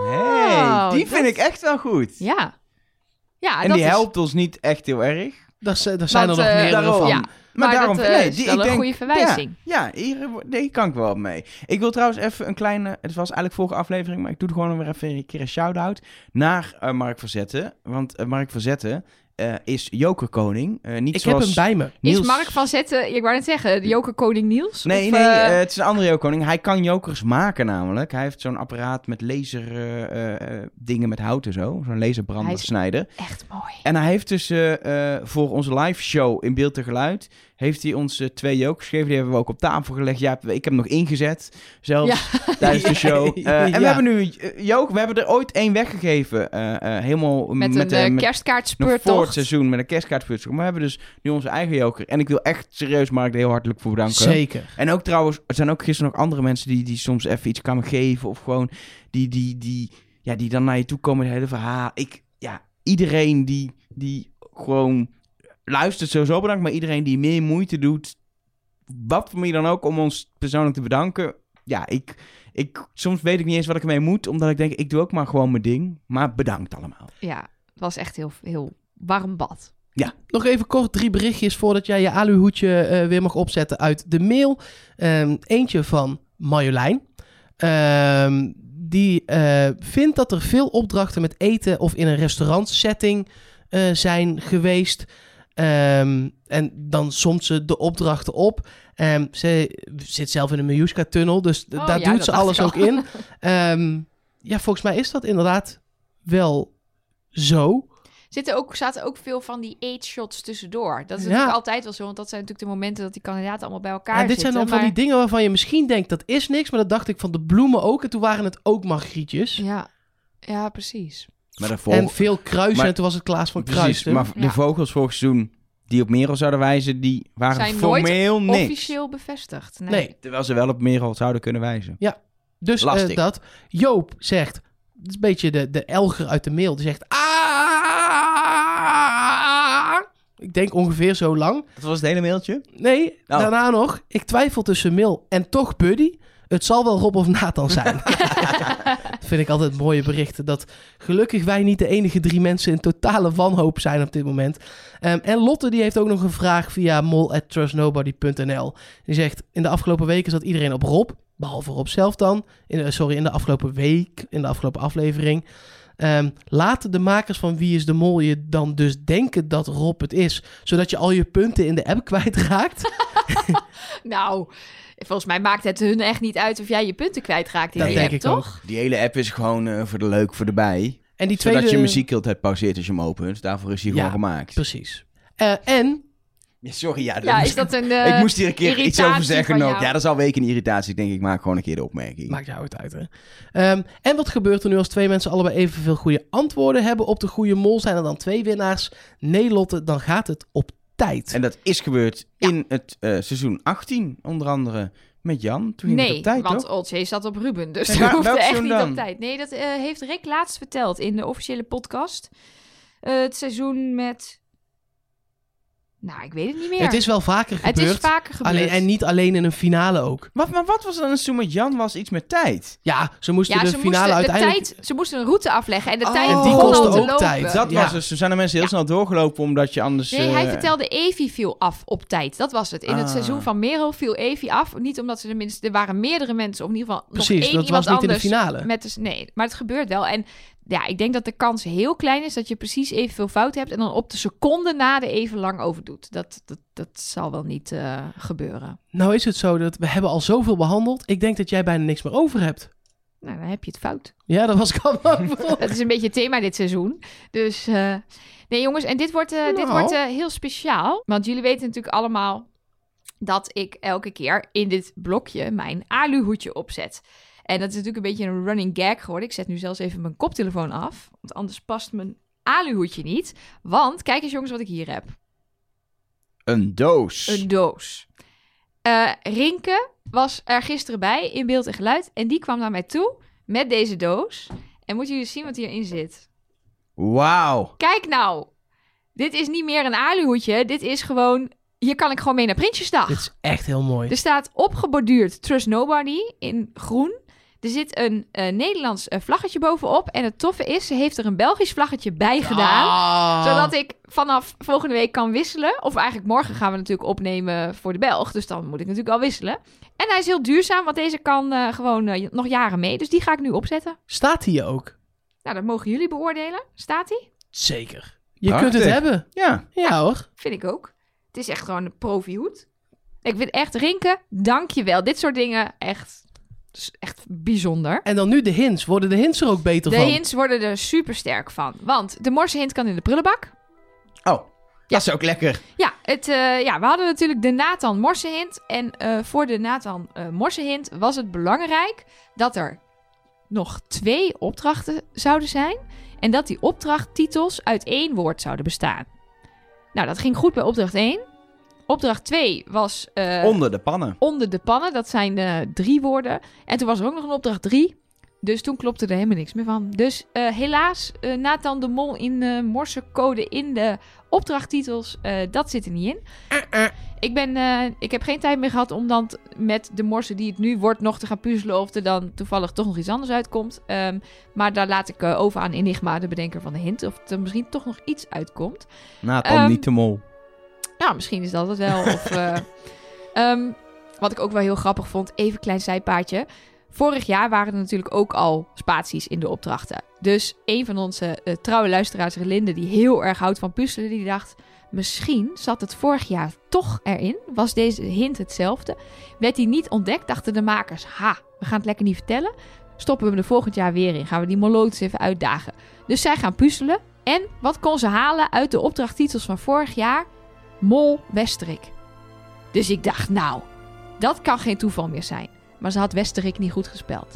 Hey, die vind ik echt wel goed.
Ja. Ja,
En
dat
die
is...
helpt ons niet echt heel erg.
Daar zijn er
Want,
nog meerdere
daarom.
van.
Ja. Maar
daarom,
dat
nee,
is wel een goede verwijzing.
Ja, hier kan ik wel op mee. Ik wil trouwens even een kleine... Het was eigenlijk vorige aflevering, maar ik doe er gewoon weer even een keer een shout-out naar Mark van Zetten. Want Mark van Zetten is jokerkoning. Niet
Ik
zoals
heb hem bij me.
Niels.
Is Mark van Zetten, ik wou net zeggen, de jokerkoning Niels?
Nee,
Of,
het is een andere jokerkoning. Hij kan jokers maken namelijk. Hij heeft zo'n apparaat met laser dingen met hout en zo. Zo'n laserbrandersnijder.
Echt mooi.
En hij heeft dus voor onze live show in beeld en geluid... heeft hij ons 2 jokers gegeven. Die hebben we ook op tafel gelegd. Ja, ik heb hem nog ingezet, zelfs, tijdens de show. En we hebben nu we hebben er ooit 1 weggegeven. Helemaal
Met een
nog
kerstkaartspeurtocht.
voor het seizoen met een kerstkaartspurt. Maar we hebben dus nu onze eigen joker. En ik wil echt serieus Mark er heel hartelijk voor bedanken.
Zeker.
En ook trouwens, er zijn ook gisteren nog andere mensen die soms even iets kan geven. Of gewoon die dan naar je toe komen. Het hele verhaal. Iedereen die gewoon luistert, sowieso bedankt. Maar iedereen die meer moeite doet, wat voor mij dan ook, om ons persoonlijk te bedanken. Ja, soms weet ik niet eens wat ik ermee moet. Omdat ik denk, ik doe ook maar gewoon mijn ding. Maar bedankt allemaal.
Ja, het was echt heel, heel warm bad.
Ja, nog even kort 3 berichtjes voordat jij je aluhoedje weer mag opzetten uit de mail. Eentje van Marjolein. Die vindt dat er veel opdrachten met eten of in een restaurantsetting zijn geweest. En dan somt ze de opdrachten op. Ze zit zelf in een Miljuska-tunnel, dus daar doet ze alles ook in. Volgens mij is dat inderdaad wel zo.
Zaten ook veel van die eetshots tussendoor. Dat is natuurlijk altijd wel zo, want dat zijn natuurlijk de momenten dat die kandidaten allemaal bij elkaar zitten.
Dit zijn dan van die dingen waarvan je misschien denkt dat is niks, maar dat dacht ik van de bloemen ook. En toen waren het ook margrietjes.
Ja, precies.
En veel kruisen, en toen was het Klaas van Kruis.
Precies, maar de vogels vorig seizoen die op Merel zouden wijzen, die waren
zijn
formeel
nooit
niks.
officieel bevestigd.
Nee.
Terwijl ze wel op Merel zouden kunnen wijzen.
Ja, dus dat. Joop zegt, dat is een beetje de Elger uit de mail, die zegt ik denk ongeveer zo lang.
Dat was het hele mailtje?
Nee, daarna nog. Ik twijfel tussen Mil en toch Buddy. Het zal wel Rob of Nathan zijn. Dat vind ik altijd mooie berichten. Dat gelukkig wij niet de enige 3 mensen in totale wanhoop zijn op dit moment. En Lotte die heeft ook nog een vraag via mol@trustnobody.nl. Die zegt, in de afgelopen weken zat iedereen op Rob. Behalve Rob zelf dan. In de afgelopen week, in de afgelopen aflevering. Laten de makers van Wie is de Mol je dan dus denken dat Rob het is. Zodat je al je punten in de app kwijtraakt.
Nou, volgens mij maakt het hun echt niet uit of jij je punten kwijtraakt in
dat
die
denk
app,
ik
toch?
Ook.
Die hele app is gewoon voor de leuk, voor de bij.
En die
Zodat
tweede...
je muziek heel tijd pauzeert als je hem opent. Daarvoor is hij gewoon gemaakt.
Precies. En...
Ja, sorry,
is dat een
ik moest hier een keer iets over zeggen nog.
Jou?
Ja, dat is al weken een irritatie. Ik denk, ik maak gewoon een keer de opmerking.
Maakt jou het uit, hè? En wat gebeurt er nu als 2 mensen allebei evenveel goede antwoorden hebben op de goede mol? Zijn er dan 2 winnaars? Nee, Lotte, dan gaat het op tijd.
En dat is gebeurd in het seizoen 18, onder andere met Jan. Toen ging het op tijd,
want
toch?
Oltje zat op Ruben, dus
En
dat hoefde
welk
echt
seizoen
niet
dan?
op tijd. Nee, dat heeft Rick laatst verteld in de officiële podcast. Het seizoen met Nou, ik weet het niet meer.
Het is wel vaker
Het
gebeurd.
is vaker gebeurd.
En niet alleen in een finale ook.
Maar wat was er dan zo met Jan? Was iets met tijd?
Ja, ze moesten
Ja,
de
ze
finale uiteindelijk...
ze moesten een route afleggen en de
Oh.
tijd
En die
begon
kostte
al te
ook
lopen.
tijd.
Dat
Ja.
was dus, zijn de mensen heel snel doorgelopen omdat je anders...
Nee, hij vertelde Evie viel af op tijd. Dat was het. In het
Ah.
seizoen van Merel viel Evie af. Niet omdat ze tenminste... Er waren meerdere mensen, of in ieder geval
Precies,
nog één
dat
iemand
was niet in de
anders.
finale.
Nee, maar het gebeurt wel. En ja, ik denk dat de kans heel klein is dat je precies evenveel fout hebt... en dan op de seconde na de even lang overdoet. Dat zal wel niet gebeuren.
Nou is het zo dat we hebben al zoveel behandeld. Ik denk dat jij bijna niks meer over hebt.
Nou, dan heb je het fout.
Ja, dat was ik al bang voor.
Dat is een beetje het thema dit seizoen. Dus nee jongens, en dit wordt heel speciaal. Want jullie weten natuurlijk allemaal dat ik elke keer in dit blokje mijn aluhoedje opzet. En dat is natuurlijk een beetje een running gag geworden. Ik zet nu zelfs even mijn koptelefoon af. Want anders past mijn aluhoedje niet. Want kijk eens jongens wat ik hier heb.
Een doos.
Een doos. Rinke was er gisteren bij in beeld en geluid. En die kwam naar mij toe met deze doos. En moeten jullie zien wat hierin zit.
Wauw.
Kijk nou. Dit is niet meer een aluhoedje. Dit is gewoon... Hier kan ik gewoon mee naar Prinsjesdag.
Dit is echt heel mooi.
Er staat opgeborduurd Trust Nobody in groen. Er zit een Nederlands vlaggetje bovenop. En het toffe is, ze heeft er een Belgisch vlaggetje bij gedaan.
Ah.
Zodat ik vanaf volgende week kan wisselen. Of eigenlijk morgen gaan we natuurlijk opnemen voor de Belg. Dus dan moet ik natuurlijk al wisselen. En hij is heel duurzaam, want deze kan gewoon nog jaren mee. Dus die ga ik nu opzetten.
Staat hier ook?
Nou, dat mogen jullie beoordelen. Staat hij?
Zeker. Je
Prachtig.
kunt het hebben.
Ja.
Ja hoor.
Vind ik ook. Het is echt gewoon een profihoed. Ik vind echt, Rinke, dank je wel. Dit soort dingen echt bijzonder.
En dan nu de hints. Worden de hints er ook beter
De
van?
hints worden er super sterk van. Want de morsenhint kan in de prullenbak.
Oh, dat is ook lekker.
Ja, we hadden natuurlijk de Nathan morsenhint. En voor de Nathan morsenhint was het belangrijk dat er nog 2 opdrachten zouden zijn. En dat die opdrachttitels uit 1 woord zouden bestaan. Nou, dat ging goed bij opdracht 1. Opdracht 2 was...
Onder de pannen.
Onder de pannen, dat zijn 3 woorden. En toen was er ook nog een opdracht 3. Dus toen klopte er helemaal niks meer van. Dus helaas, Nathan de Mol in morsecode in de opdrachttitels, dat zit er niet in. Ik heb geen tijd meer gehad om dan met de morse die het nu wordt nog te gaan puzzelen of er dan toevallig toch nog iets anders uitkomt. Maar daar laat ik over aan Enigma, de bedenker van de hint, of er misschien toch nog iets uitkomt.
Nathan, niet de mol.
Nou, misschien is dat het wel. Wat ik ook wel heel grappig vond, even een klein zijpaadje. Vorig jaar waren er natuurlijk ook al spaties in de opdrachten. Dus een van onze trouwe luisteraars, Relinde, die heel erg houdt van puzzelen, die dacht, misschien zat het vorig jaar toch erin. Was deze hint hetzelfde? Werd die niet ontdekt, dachten de makers, we gaan het lekker niet vertellen. Stoppen we hem er volgend jaar weer in. Gaan we die molotes even uitdagen. Dus zij gaan puzzelen. En wat kon ze halen uit de opdrachttitels van vorig jaar? Mol Westerik. Dus ik dacht, nou, dat kan geen toeval meer zijn. Maar ze had Westerik niet goed gespeld.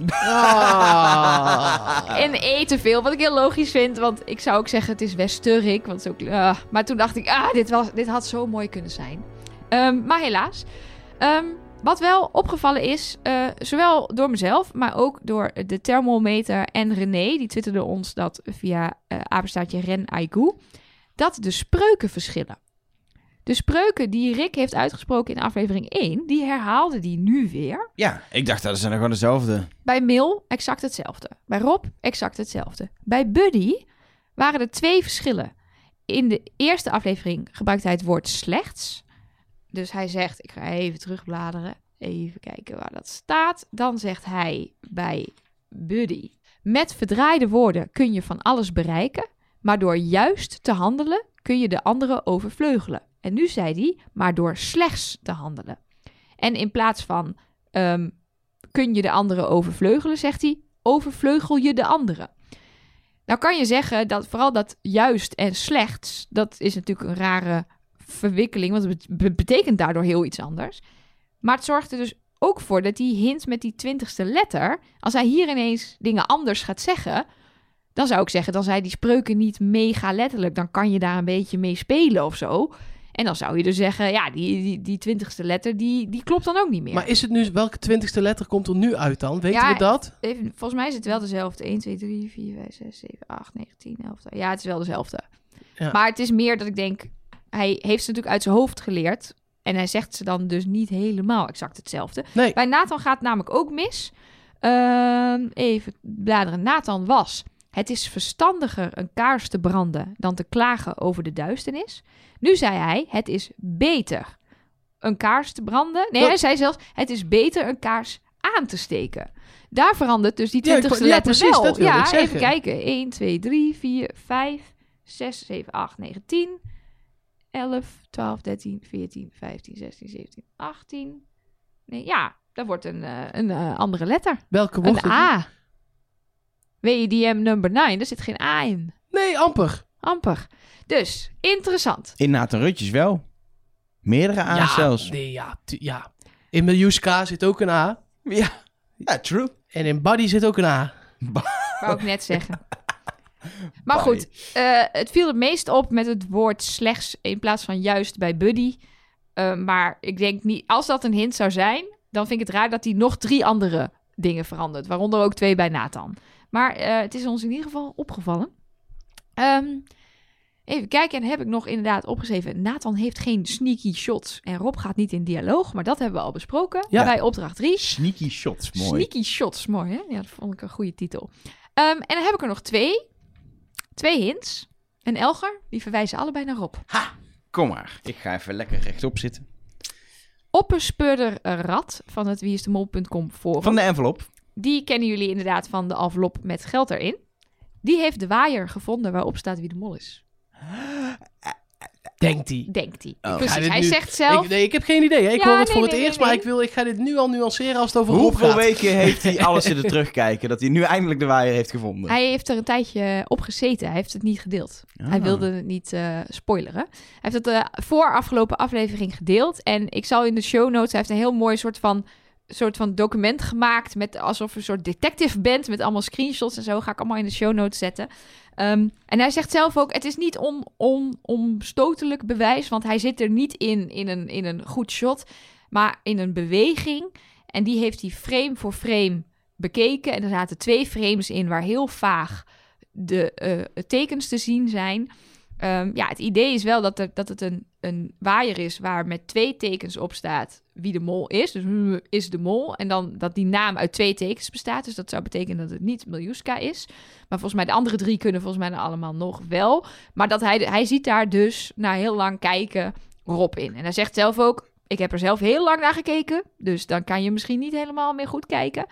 En te veel, wat ik heel logisch vind. Want ik zou ook zeggen, het is Westerik. Want het is ook, maar toen dacht ik, dit had zo mooi kunnen zijn. Maar helaas. Wat wel opgevallen is, zowel door mezelf, maar ook door de thermometer en René. Die twitterde ons dat via apenstaartje Ren Aigu. Dat de spreuken verschillen. De spreuken die Rick heeft uitgesproken in aflevering 1, die herhaalde die nu weer.
Ja, ik dacht dat zijn gewoon dezelfde.
Bij Mil exact hetzelfde. Bij Rob exact hetzelfde. Bij Buddy waren er 2 verschillen. In de eerste aflevering gebruikte hij het woord slechts. Dus hij zegt, ik ga even terugbladeren. Even kijken waar dat staat. Dan zegt hij bij Buddy, met verdraaide woorden kun je van alles bereiken. Maar door juist te handelen kun je de anderen overvleugelen. En nu zei hij, maar door slechts te handelen. En in plaats van kun je de anderen overvleugelen, zegt hij, overvleugel je de anderen. Nou kan je zeggen dat vooral dat juist en slechts, dat is natuurlijk een rare verwikkeling, want het betekent daardoor heel iets anders. Maar het zorgt er dus ook voor dat die hint met die 20ste letter, als hij hier ineens dingen anders gaat zeggen, dan zou ik zeggen, dan zijn die spreuken niet mega letterlijk. Dan kan je daar een beetje mee spelen of zo. En dan zou je dus zeggen, ja, die 20ste letter, die klopt dan ook niet meer.
Maar is het nu, welke 20ste letter komt er nu uit dan? Weten we dat?
Volgens mij is het wel dezelfde. 1, 2, 3, 4, 5, 6, 7, 8, 9, 10, 11. Ja, het is wel dezelfde. Ja. Maar het is meer dat ik denk, hij heeft ze natuurlijk uit zijn hoofd geleerd. En hij zegt ze dan dus niet helemaal exact hetzelfde.
Nee.
Bij Nathan gaat het namelijk ook mis. Even bladeren. Nathan was: het is verstandiger een kaars te branden dan te klagen over de duisternis. Nu zei hij: het is beter een kaars te branden. Nee, hij zei zelfs: het is beter een kaars aan te steken. Daar verandert dus die 20ste letter
precies,
wel.
dat wilde ik zeggen.
Even kijken. 1, 2, 3, 4, 5, 6, 7, 8, 9, 10, 11, 12, 13, 14, 15, 16, 17, 18. Nee, ja, dat wordt een andere letter.
Welke wordt
Een
het?
A. WDM number 9, er zit geen A in.
Nee, amper.
Amper. Dus, interessant.
In Nathan Rutjes wel. Meerdere A's zelfs.
Nee, ja. In Miljuska zit ook een A.
Ja, true.
En in Buddy zit ook een A.
Wou ik net zeggen. Maar goed, het viel het meest op met het woord slechts in plaats van juist bij Buddy. Maar ik denk niet, als dat een hint zou zijn, dan vind ik het raar dat hij nog 3 andere dingen verandert. Waaronder ook 2 bij Nathan. Maar het is ons in ieder geval opgevallen. Even kijken, en dan heb ik nog inderdaad opgeschreven: Nathan heeft geen sneaky shots en Rob gaat niet in dialoog. Maar dat hebben we al besproken bij opdracht 3.
Sneaky shots, mooi.
Sneaky shots, mooi hè? Ja, dat vond ik een goede titel. En dan heb ik er nog 2. 2 hints. En Elger, die verwijzen allebei naar Rob.
Kom maar, ik ga even lekker rechtop zitten.
Opperspeurder Rad van het wieisdemol.com forum.
Van de envelop.
Die kennen jullie inderdaad van de envelop met geld erin. Die heeft de waaier gevonden waarop staat wie de mol is.
Denkt hij.
Denkt hij.
Oh.
Precies, hij zegt zelf...
Ik heb geen idee. Hè? Ik
Ja,
hoor het
nee,
voor het
nee,
eerst,
nee,
maar
nee.
ik ga dit nu al nuanceren als het over Rob
Hoeveel
gaat.
weken heeft hij alles zitten terugkijken dat hij nu eindelijk de waaier heeft gevonden?
Hij heeft er een tijdje op gezeten. Hij heeft het niet gedeeld.
Ah.
Hij wilde het niet spoileren. Hij heeft het voor afgelopen aflevering gedeeld. En ik zal in de show notes... Hij heeft een heel mooi soort van document gemaakt... met alsof je een soort detective bent... met allemaal screenshots en zo. Ga ik allemaal in de show notes zetten. En hij zegt zelf ook... het is niet onomstotelijk bewijs... want hij zit er niet in een goed shot... maar in een beweging. En die heeft hij frame voor frame bekeken. En er zaten 2 frames in... waar heel vaag de tekens te zien zijn... het idee is wel dat het een waaier is waar met 2 tekens op staat wie de mol is. Dus is de mol. En dan dat die naam uit 2 tekens bestaat. Dus dat zou betekenen dat het niet Miljuska is. Maar volgens mij de andere 3 kunnen volgens mij dan allemaal nog wel. Maar dat hij ziet daar dus na heel lang kijken Rob in. En hij zegt zelf ook, ik heb er zelf heel lang naar gekeken. Dus dan kan je misschien niet helemaal meer goed kijken.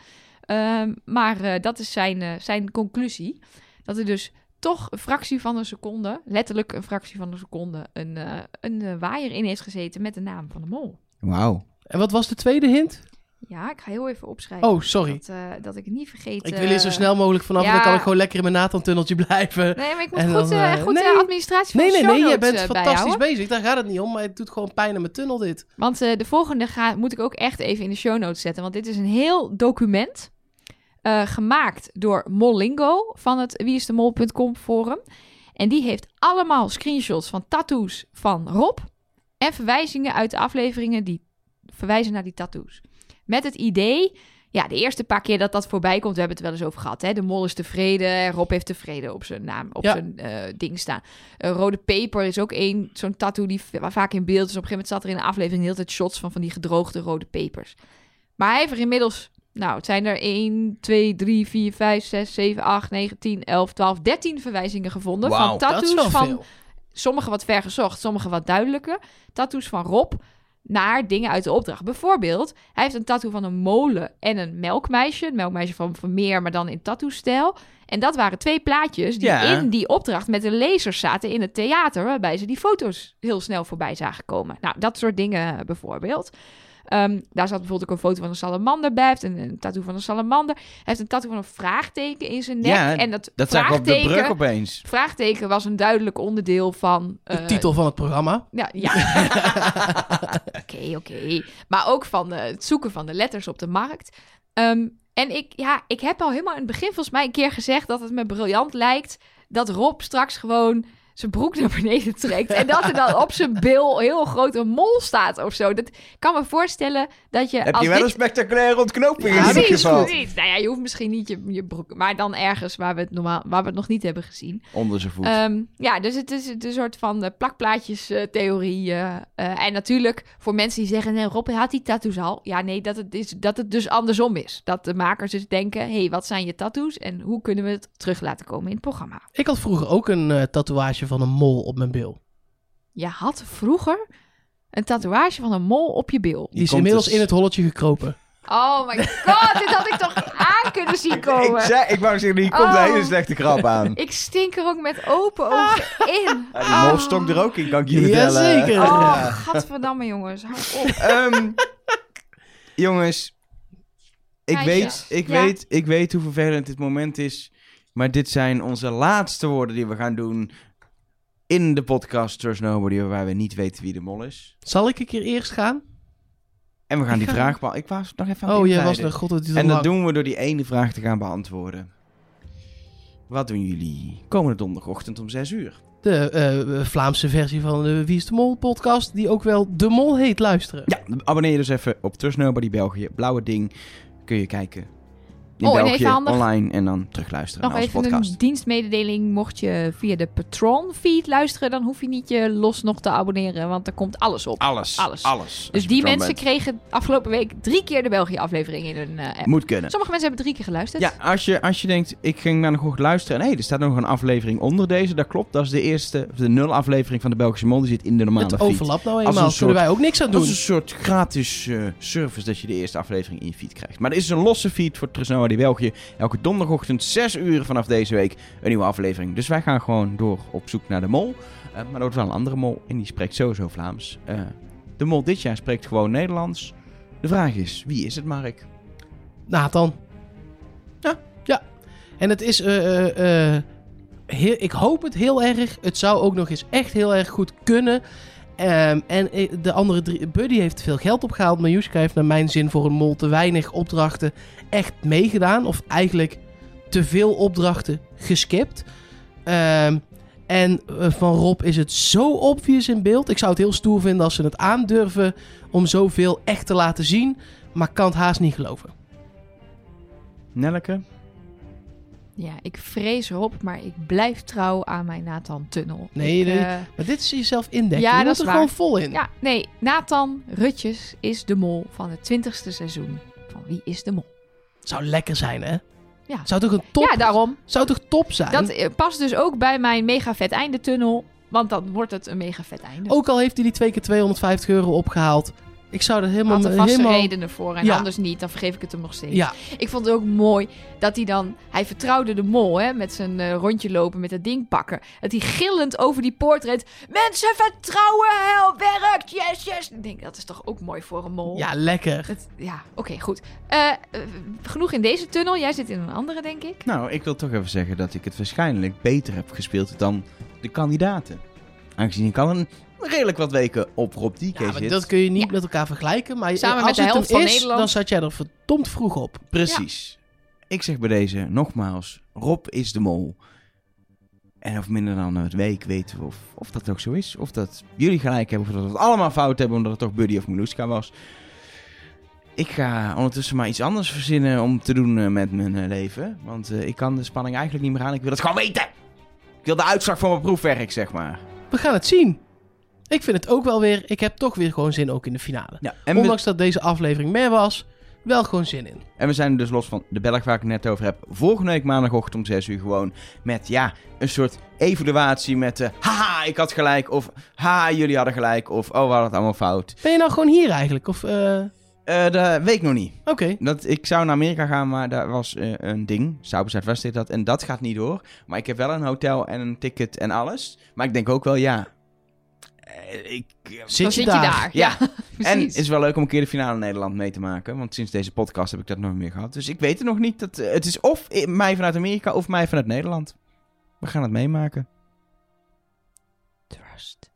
Maar dat is zijn conclusie. Dat er dus toch een fractie van een seconde, letterlijk een fractie van een seconde, een waaier in heeft gezeten met de naam van de mol.
Wauw.
En wat was de tweede hint?
Ja, ik ga heel even opschrijven.
Oh, sorry.
Dat ik het niet vergeet.
Ik wil hier zo snel mogelijk vanaf en dan kan ik gewoon lekker in mijn Nathan-tunneltje blijven.
Nee, maar ik moet
En
goed
dan,
administratie van de show
Nee, je
notes,
bent fantastisch
bijhouden.
bezig. Daar gaat het niet om, maar het doet gewoon pijn aan mijn tunnel dit.
Want de volgende moet ik ook echt even in de show notes zetten. Want dit is een heel document gemaakt door Mollingo van het wieisdemol.com forum. En die heeft allemaal screenshots van tattoos van Rob en verwijzingen uit de afleveringen die verwijzen naar die tattoos. Met het idee, ja, de eerste paar keer dat voorbij komt, we hebben het wel eens over gehad. Hè? De mol is tevreden, Rob heeft tevreden op zijn naam, op zijn ding staan. Rode peper is ook zo'n tattoo die vaak in beeld is. Op een gegeven moment zat er in de aflevering de hele tijd shots van die gedroogde rode pepers. Maar hij heeft er inmiddels, het zijn er 1, 2, 3, 4, 5, 6, 7, 8, 9, 10, 11, 12, 13 verwijzingen gevonden.
Wauw,
van tattoos
dat is wel
van
veel.
sommige wat ver gezocht, sommige wat duidelijker. Tattoos van Rob naar dingen uit de opdracht. Bijvoorbeeld, hij heeft een tattoo van een molen en een melkmeisje. Een melkmeisje van Vermeer, maar dan in tattoo-stijl. En dat waren 2 plaatjes die in die opdracht met de lasers zaten in het theater, waarbij ze die foto's heel snel voorbij zagen komen. Nou, dat soort dingen bijvoorbeeld. Daar zat bijvoorbeeld ook een foto van een salamander bij. Hij heeft een tattoo van een salamander. Hij heeft een tattoo van een vraagteken in zijn nek.
Ja,
en dat
zag ik op de brug opeens.
Vraagteken was een duidelijk onderdeel van
De titel van het programma.
Ja. Oké. Maar ook van het zoeken van de letters op de markt. En ik heb al helemaal in het begin volgens mij een keer gezegd dat het me briljant lijkt dat Rob straks gewoon zijn broek naar beneden trekt. En dat er dan op zijn bil heel groot een mol staat of zo. Dat kan me voorstellen dat je...
Heb je wel een spectaculaire ontknoping in dit
Precies,
geval?
precies. Nou ja, je hoeft misschien niet je broek... Maar dan ergens waar we het nog niet hebben gezien.
Onder zijn voet.
Ja, dus het is een soort van plakplaatjes-theorie. En natuurlijk voor mensen die zeggen... Nee, Rob had die tattoos al. Ja, nee, dat het dus andersom is. Dat de makers dus denken... Hé, wat zijn je tattoos? En hoe kunnen we het terug laten komen in het programma?
Ik had vroeger ook een tatoeage van een mol op mijn bil.
Je had vroeger een tatoeage van een mol op je bil.
Die is
komt
inmiddels
dus-
in het holletje gekropen.
Oh my god, dit had ik toch aan kunnen zien komen.
Ik wou zeggen, hier komt een hele slechte grap aan.
Ik stink er ook met open ogen in.
Ja, die mol stonk er ook in, kan ik je vertellen.
Jazeker.
Oh,
Ja.
gadverdamme jongens, hou op.
Jongens,
Meisjes.
ik weet hoe vervelend dit moment is. Maar dit zijn onze laatste woorden die we gaan doen in de podcast Trust Nobody, waar we niet weten wie de mol is.
Zal ik een keer eerst gaan?
En we gaan die vraag beantwoorden. Ik was nog even aan het
Oh, jij
inleiden.
was nog... God, het duurt
En dat
lang.
doen we door die ene vraag te gaan beantwoorden. Wat doen jullie komende donderdagochtend om 6 uur?
De Vlaamse versie van de Wie is de Mol podcast, die ook wel De Mol heet, luisteren.
Ja, abonneer je dus even op Trust Nobody België. Blauwe ding. Kun je kijken. In
Oh, en
België,
even handig.
online en dan terugluisteren
Nog
naar onze
even
podcast.
een dienstmededeling. Mocht je via de Patreon-feed luisteren, dan hoef je niet je los nog te abonneren, want er komt alles op.
Alles.
Alles.
Als
Dus
je
die
Patreon
mensen
bent.
kregen afgelopen week 3 keer de België-aflevering in hun app.
Moet kunnen.
Sommige mensen hebben 3 keer geluisterd.
Ja, als je denkt, ik ging maandagochtend luisteren en er staat nog een aflevering onder deze. Dat klopt, dat is de eerste, de 0 aflevering van de Belgische Mol. Die zit in de normale
Het
feed.
overlapt nou
Als een
eenmaal,
soort-
kunnen wij ook niks aan
Dat
doen.
is een soort gratis service dat je de eerste aflevering in je feed krijgt. Maar er is een losse feed voor Trust Nobody België. Elke donderdagochtend 6 uur vanaf deze week een nieuwe aflevering. Dus wij gaan gewoon door op zoek naar de mol. Maar er wordt wel een andere mol en die spreekt sowieso Vlaams. De mol dit jaar spreekt gewoon Nederlands. De vraag is, wie is het, Mark?
Nathan. Ja. En het is... ik hoop het heel erg. Het zou ook nog eens echt heel erg goed kunnen. En de andere drie... Buddy heeft veel geld opgehaald. Maar Juska heeft naar mijn zin voor een mol te weinig opdrachten echt meegedaan. Of eigenlijk te veel opdrachten geskipt. En van Rob is het zo obvious in beeld. Ik zou het heel stoer vinden als ze het aandurven om zoveel echt te laten zien. Maar ik kan het haast niet geloven.
Nelleke?
Ja, ik vrees Rob, maar ik blijf trouw aan mijn Nathan-tunnel.
Nee,
Ik,
maar dit is jezelf indekken.
Ja,
Je
dat
moet
is
er
waar.
gewoon vol in.
Ja, nee, Nathan Rutjes is de mol van het 20e seizoen van Wie is de Mol?
Zou lekker zijn, hè?
Ja.
Zou toch een top...
Ja, daarom.
Zou toch top zijn?
Dat past dus ook bij mijn mega vet einde tunnel, want dan wordt het een mega vet einde.
Ook al heeft hij die 2 keer €250 opgehaald. Ik zou er helemaal...
Had er vaste
helemaal...
redenen voor en
Ja.
anders niet, dan vergeef ik het hem nog steeds.
Ja,
Ik vond het ook mooi dat hij vertrouwde de mol, hè, met zijn rondje lopen, met dat ding pakken. Dat hij gillend over die poort reed. Mensen vertrouwen, hel werkt, yes, yes. Ik denk, dat is toch ook mooi voor een mol?
ja, lekker.
Ja, oké, goed. Genoeg in deze tunnel. Jij zit in een andere, denk ik.
Nou, ik wil toch even zeggen dat ik het waarschijnlijk beter heb gespeeld dan de kandidaten. Aangezien ik al een redelijk wat weken op Rob DK
Ja, maar
zit.
dat kun je niet
Ja.
met elkaar vergelijken. Maar
Samen
als
met de
het
helft
hem
van
is,
Nederland.
dan zat jij er verdomd vroeg op.
Precies. Ik zeg bij deze nogmaals, Rob is de mol. En over minder dan een week weten we of dat ook zo is. Of dat jullie gelijk hebben, of dat we het allemaal fout hebben, omdat het toch Buddy of Milouska was. Ik ga ondertussen maar iets anders verzinnen om te doen met mijn leven. Want ik kan de spanning eigenlijk niet meer aan. Ik wil het gewoon weten. Ik wil de uitslag van mijn proefwerk, zeg maar.
We gaan het zien. Ik vind het ook wel weer... Ik heb toch weer gewoon zin ook in de finale.
Ja, en we,
Ondanks dat deze aflevering meer was, wel gewoon zin in.
en we zijn dus los van de Belg waar ik het net over heb. Volgende week maandagochtend om 6 uur gewoon met een soort evaluatie met... haha, ik had gelijk. Of haha, jullie hadden gelijk. Of oh, we hadden het allemaal fout.
Ben je nou gewoon hier eigenlijk? Of,
Dat weet ik nog niet.
Oké.
Ik zou naar Amerika gaan, maar daar was een ding. Zuid-West deed dat. En dat gaat niet door. Maar ik heb wel een hotel en een ticket en alles. Maar ik denk ook wel,
Dan zit je daar.
Ja.
Ja,
En
precies.
het is wel leuk om een keer de finale in Nederland mee te maken. Want sinds deze podcast heb ik dat nog meer gehad. Dus ik weet het nog niet. Het is of mij vanuit Amerika of mij vanuit Nederland. We gaan het meemaken.
Trust.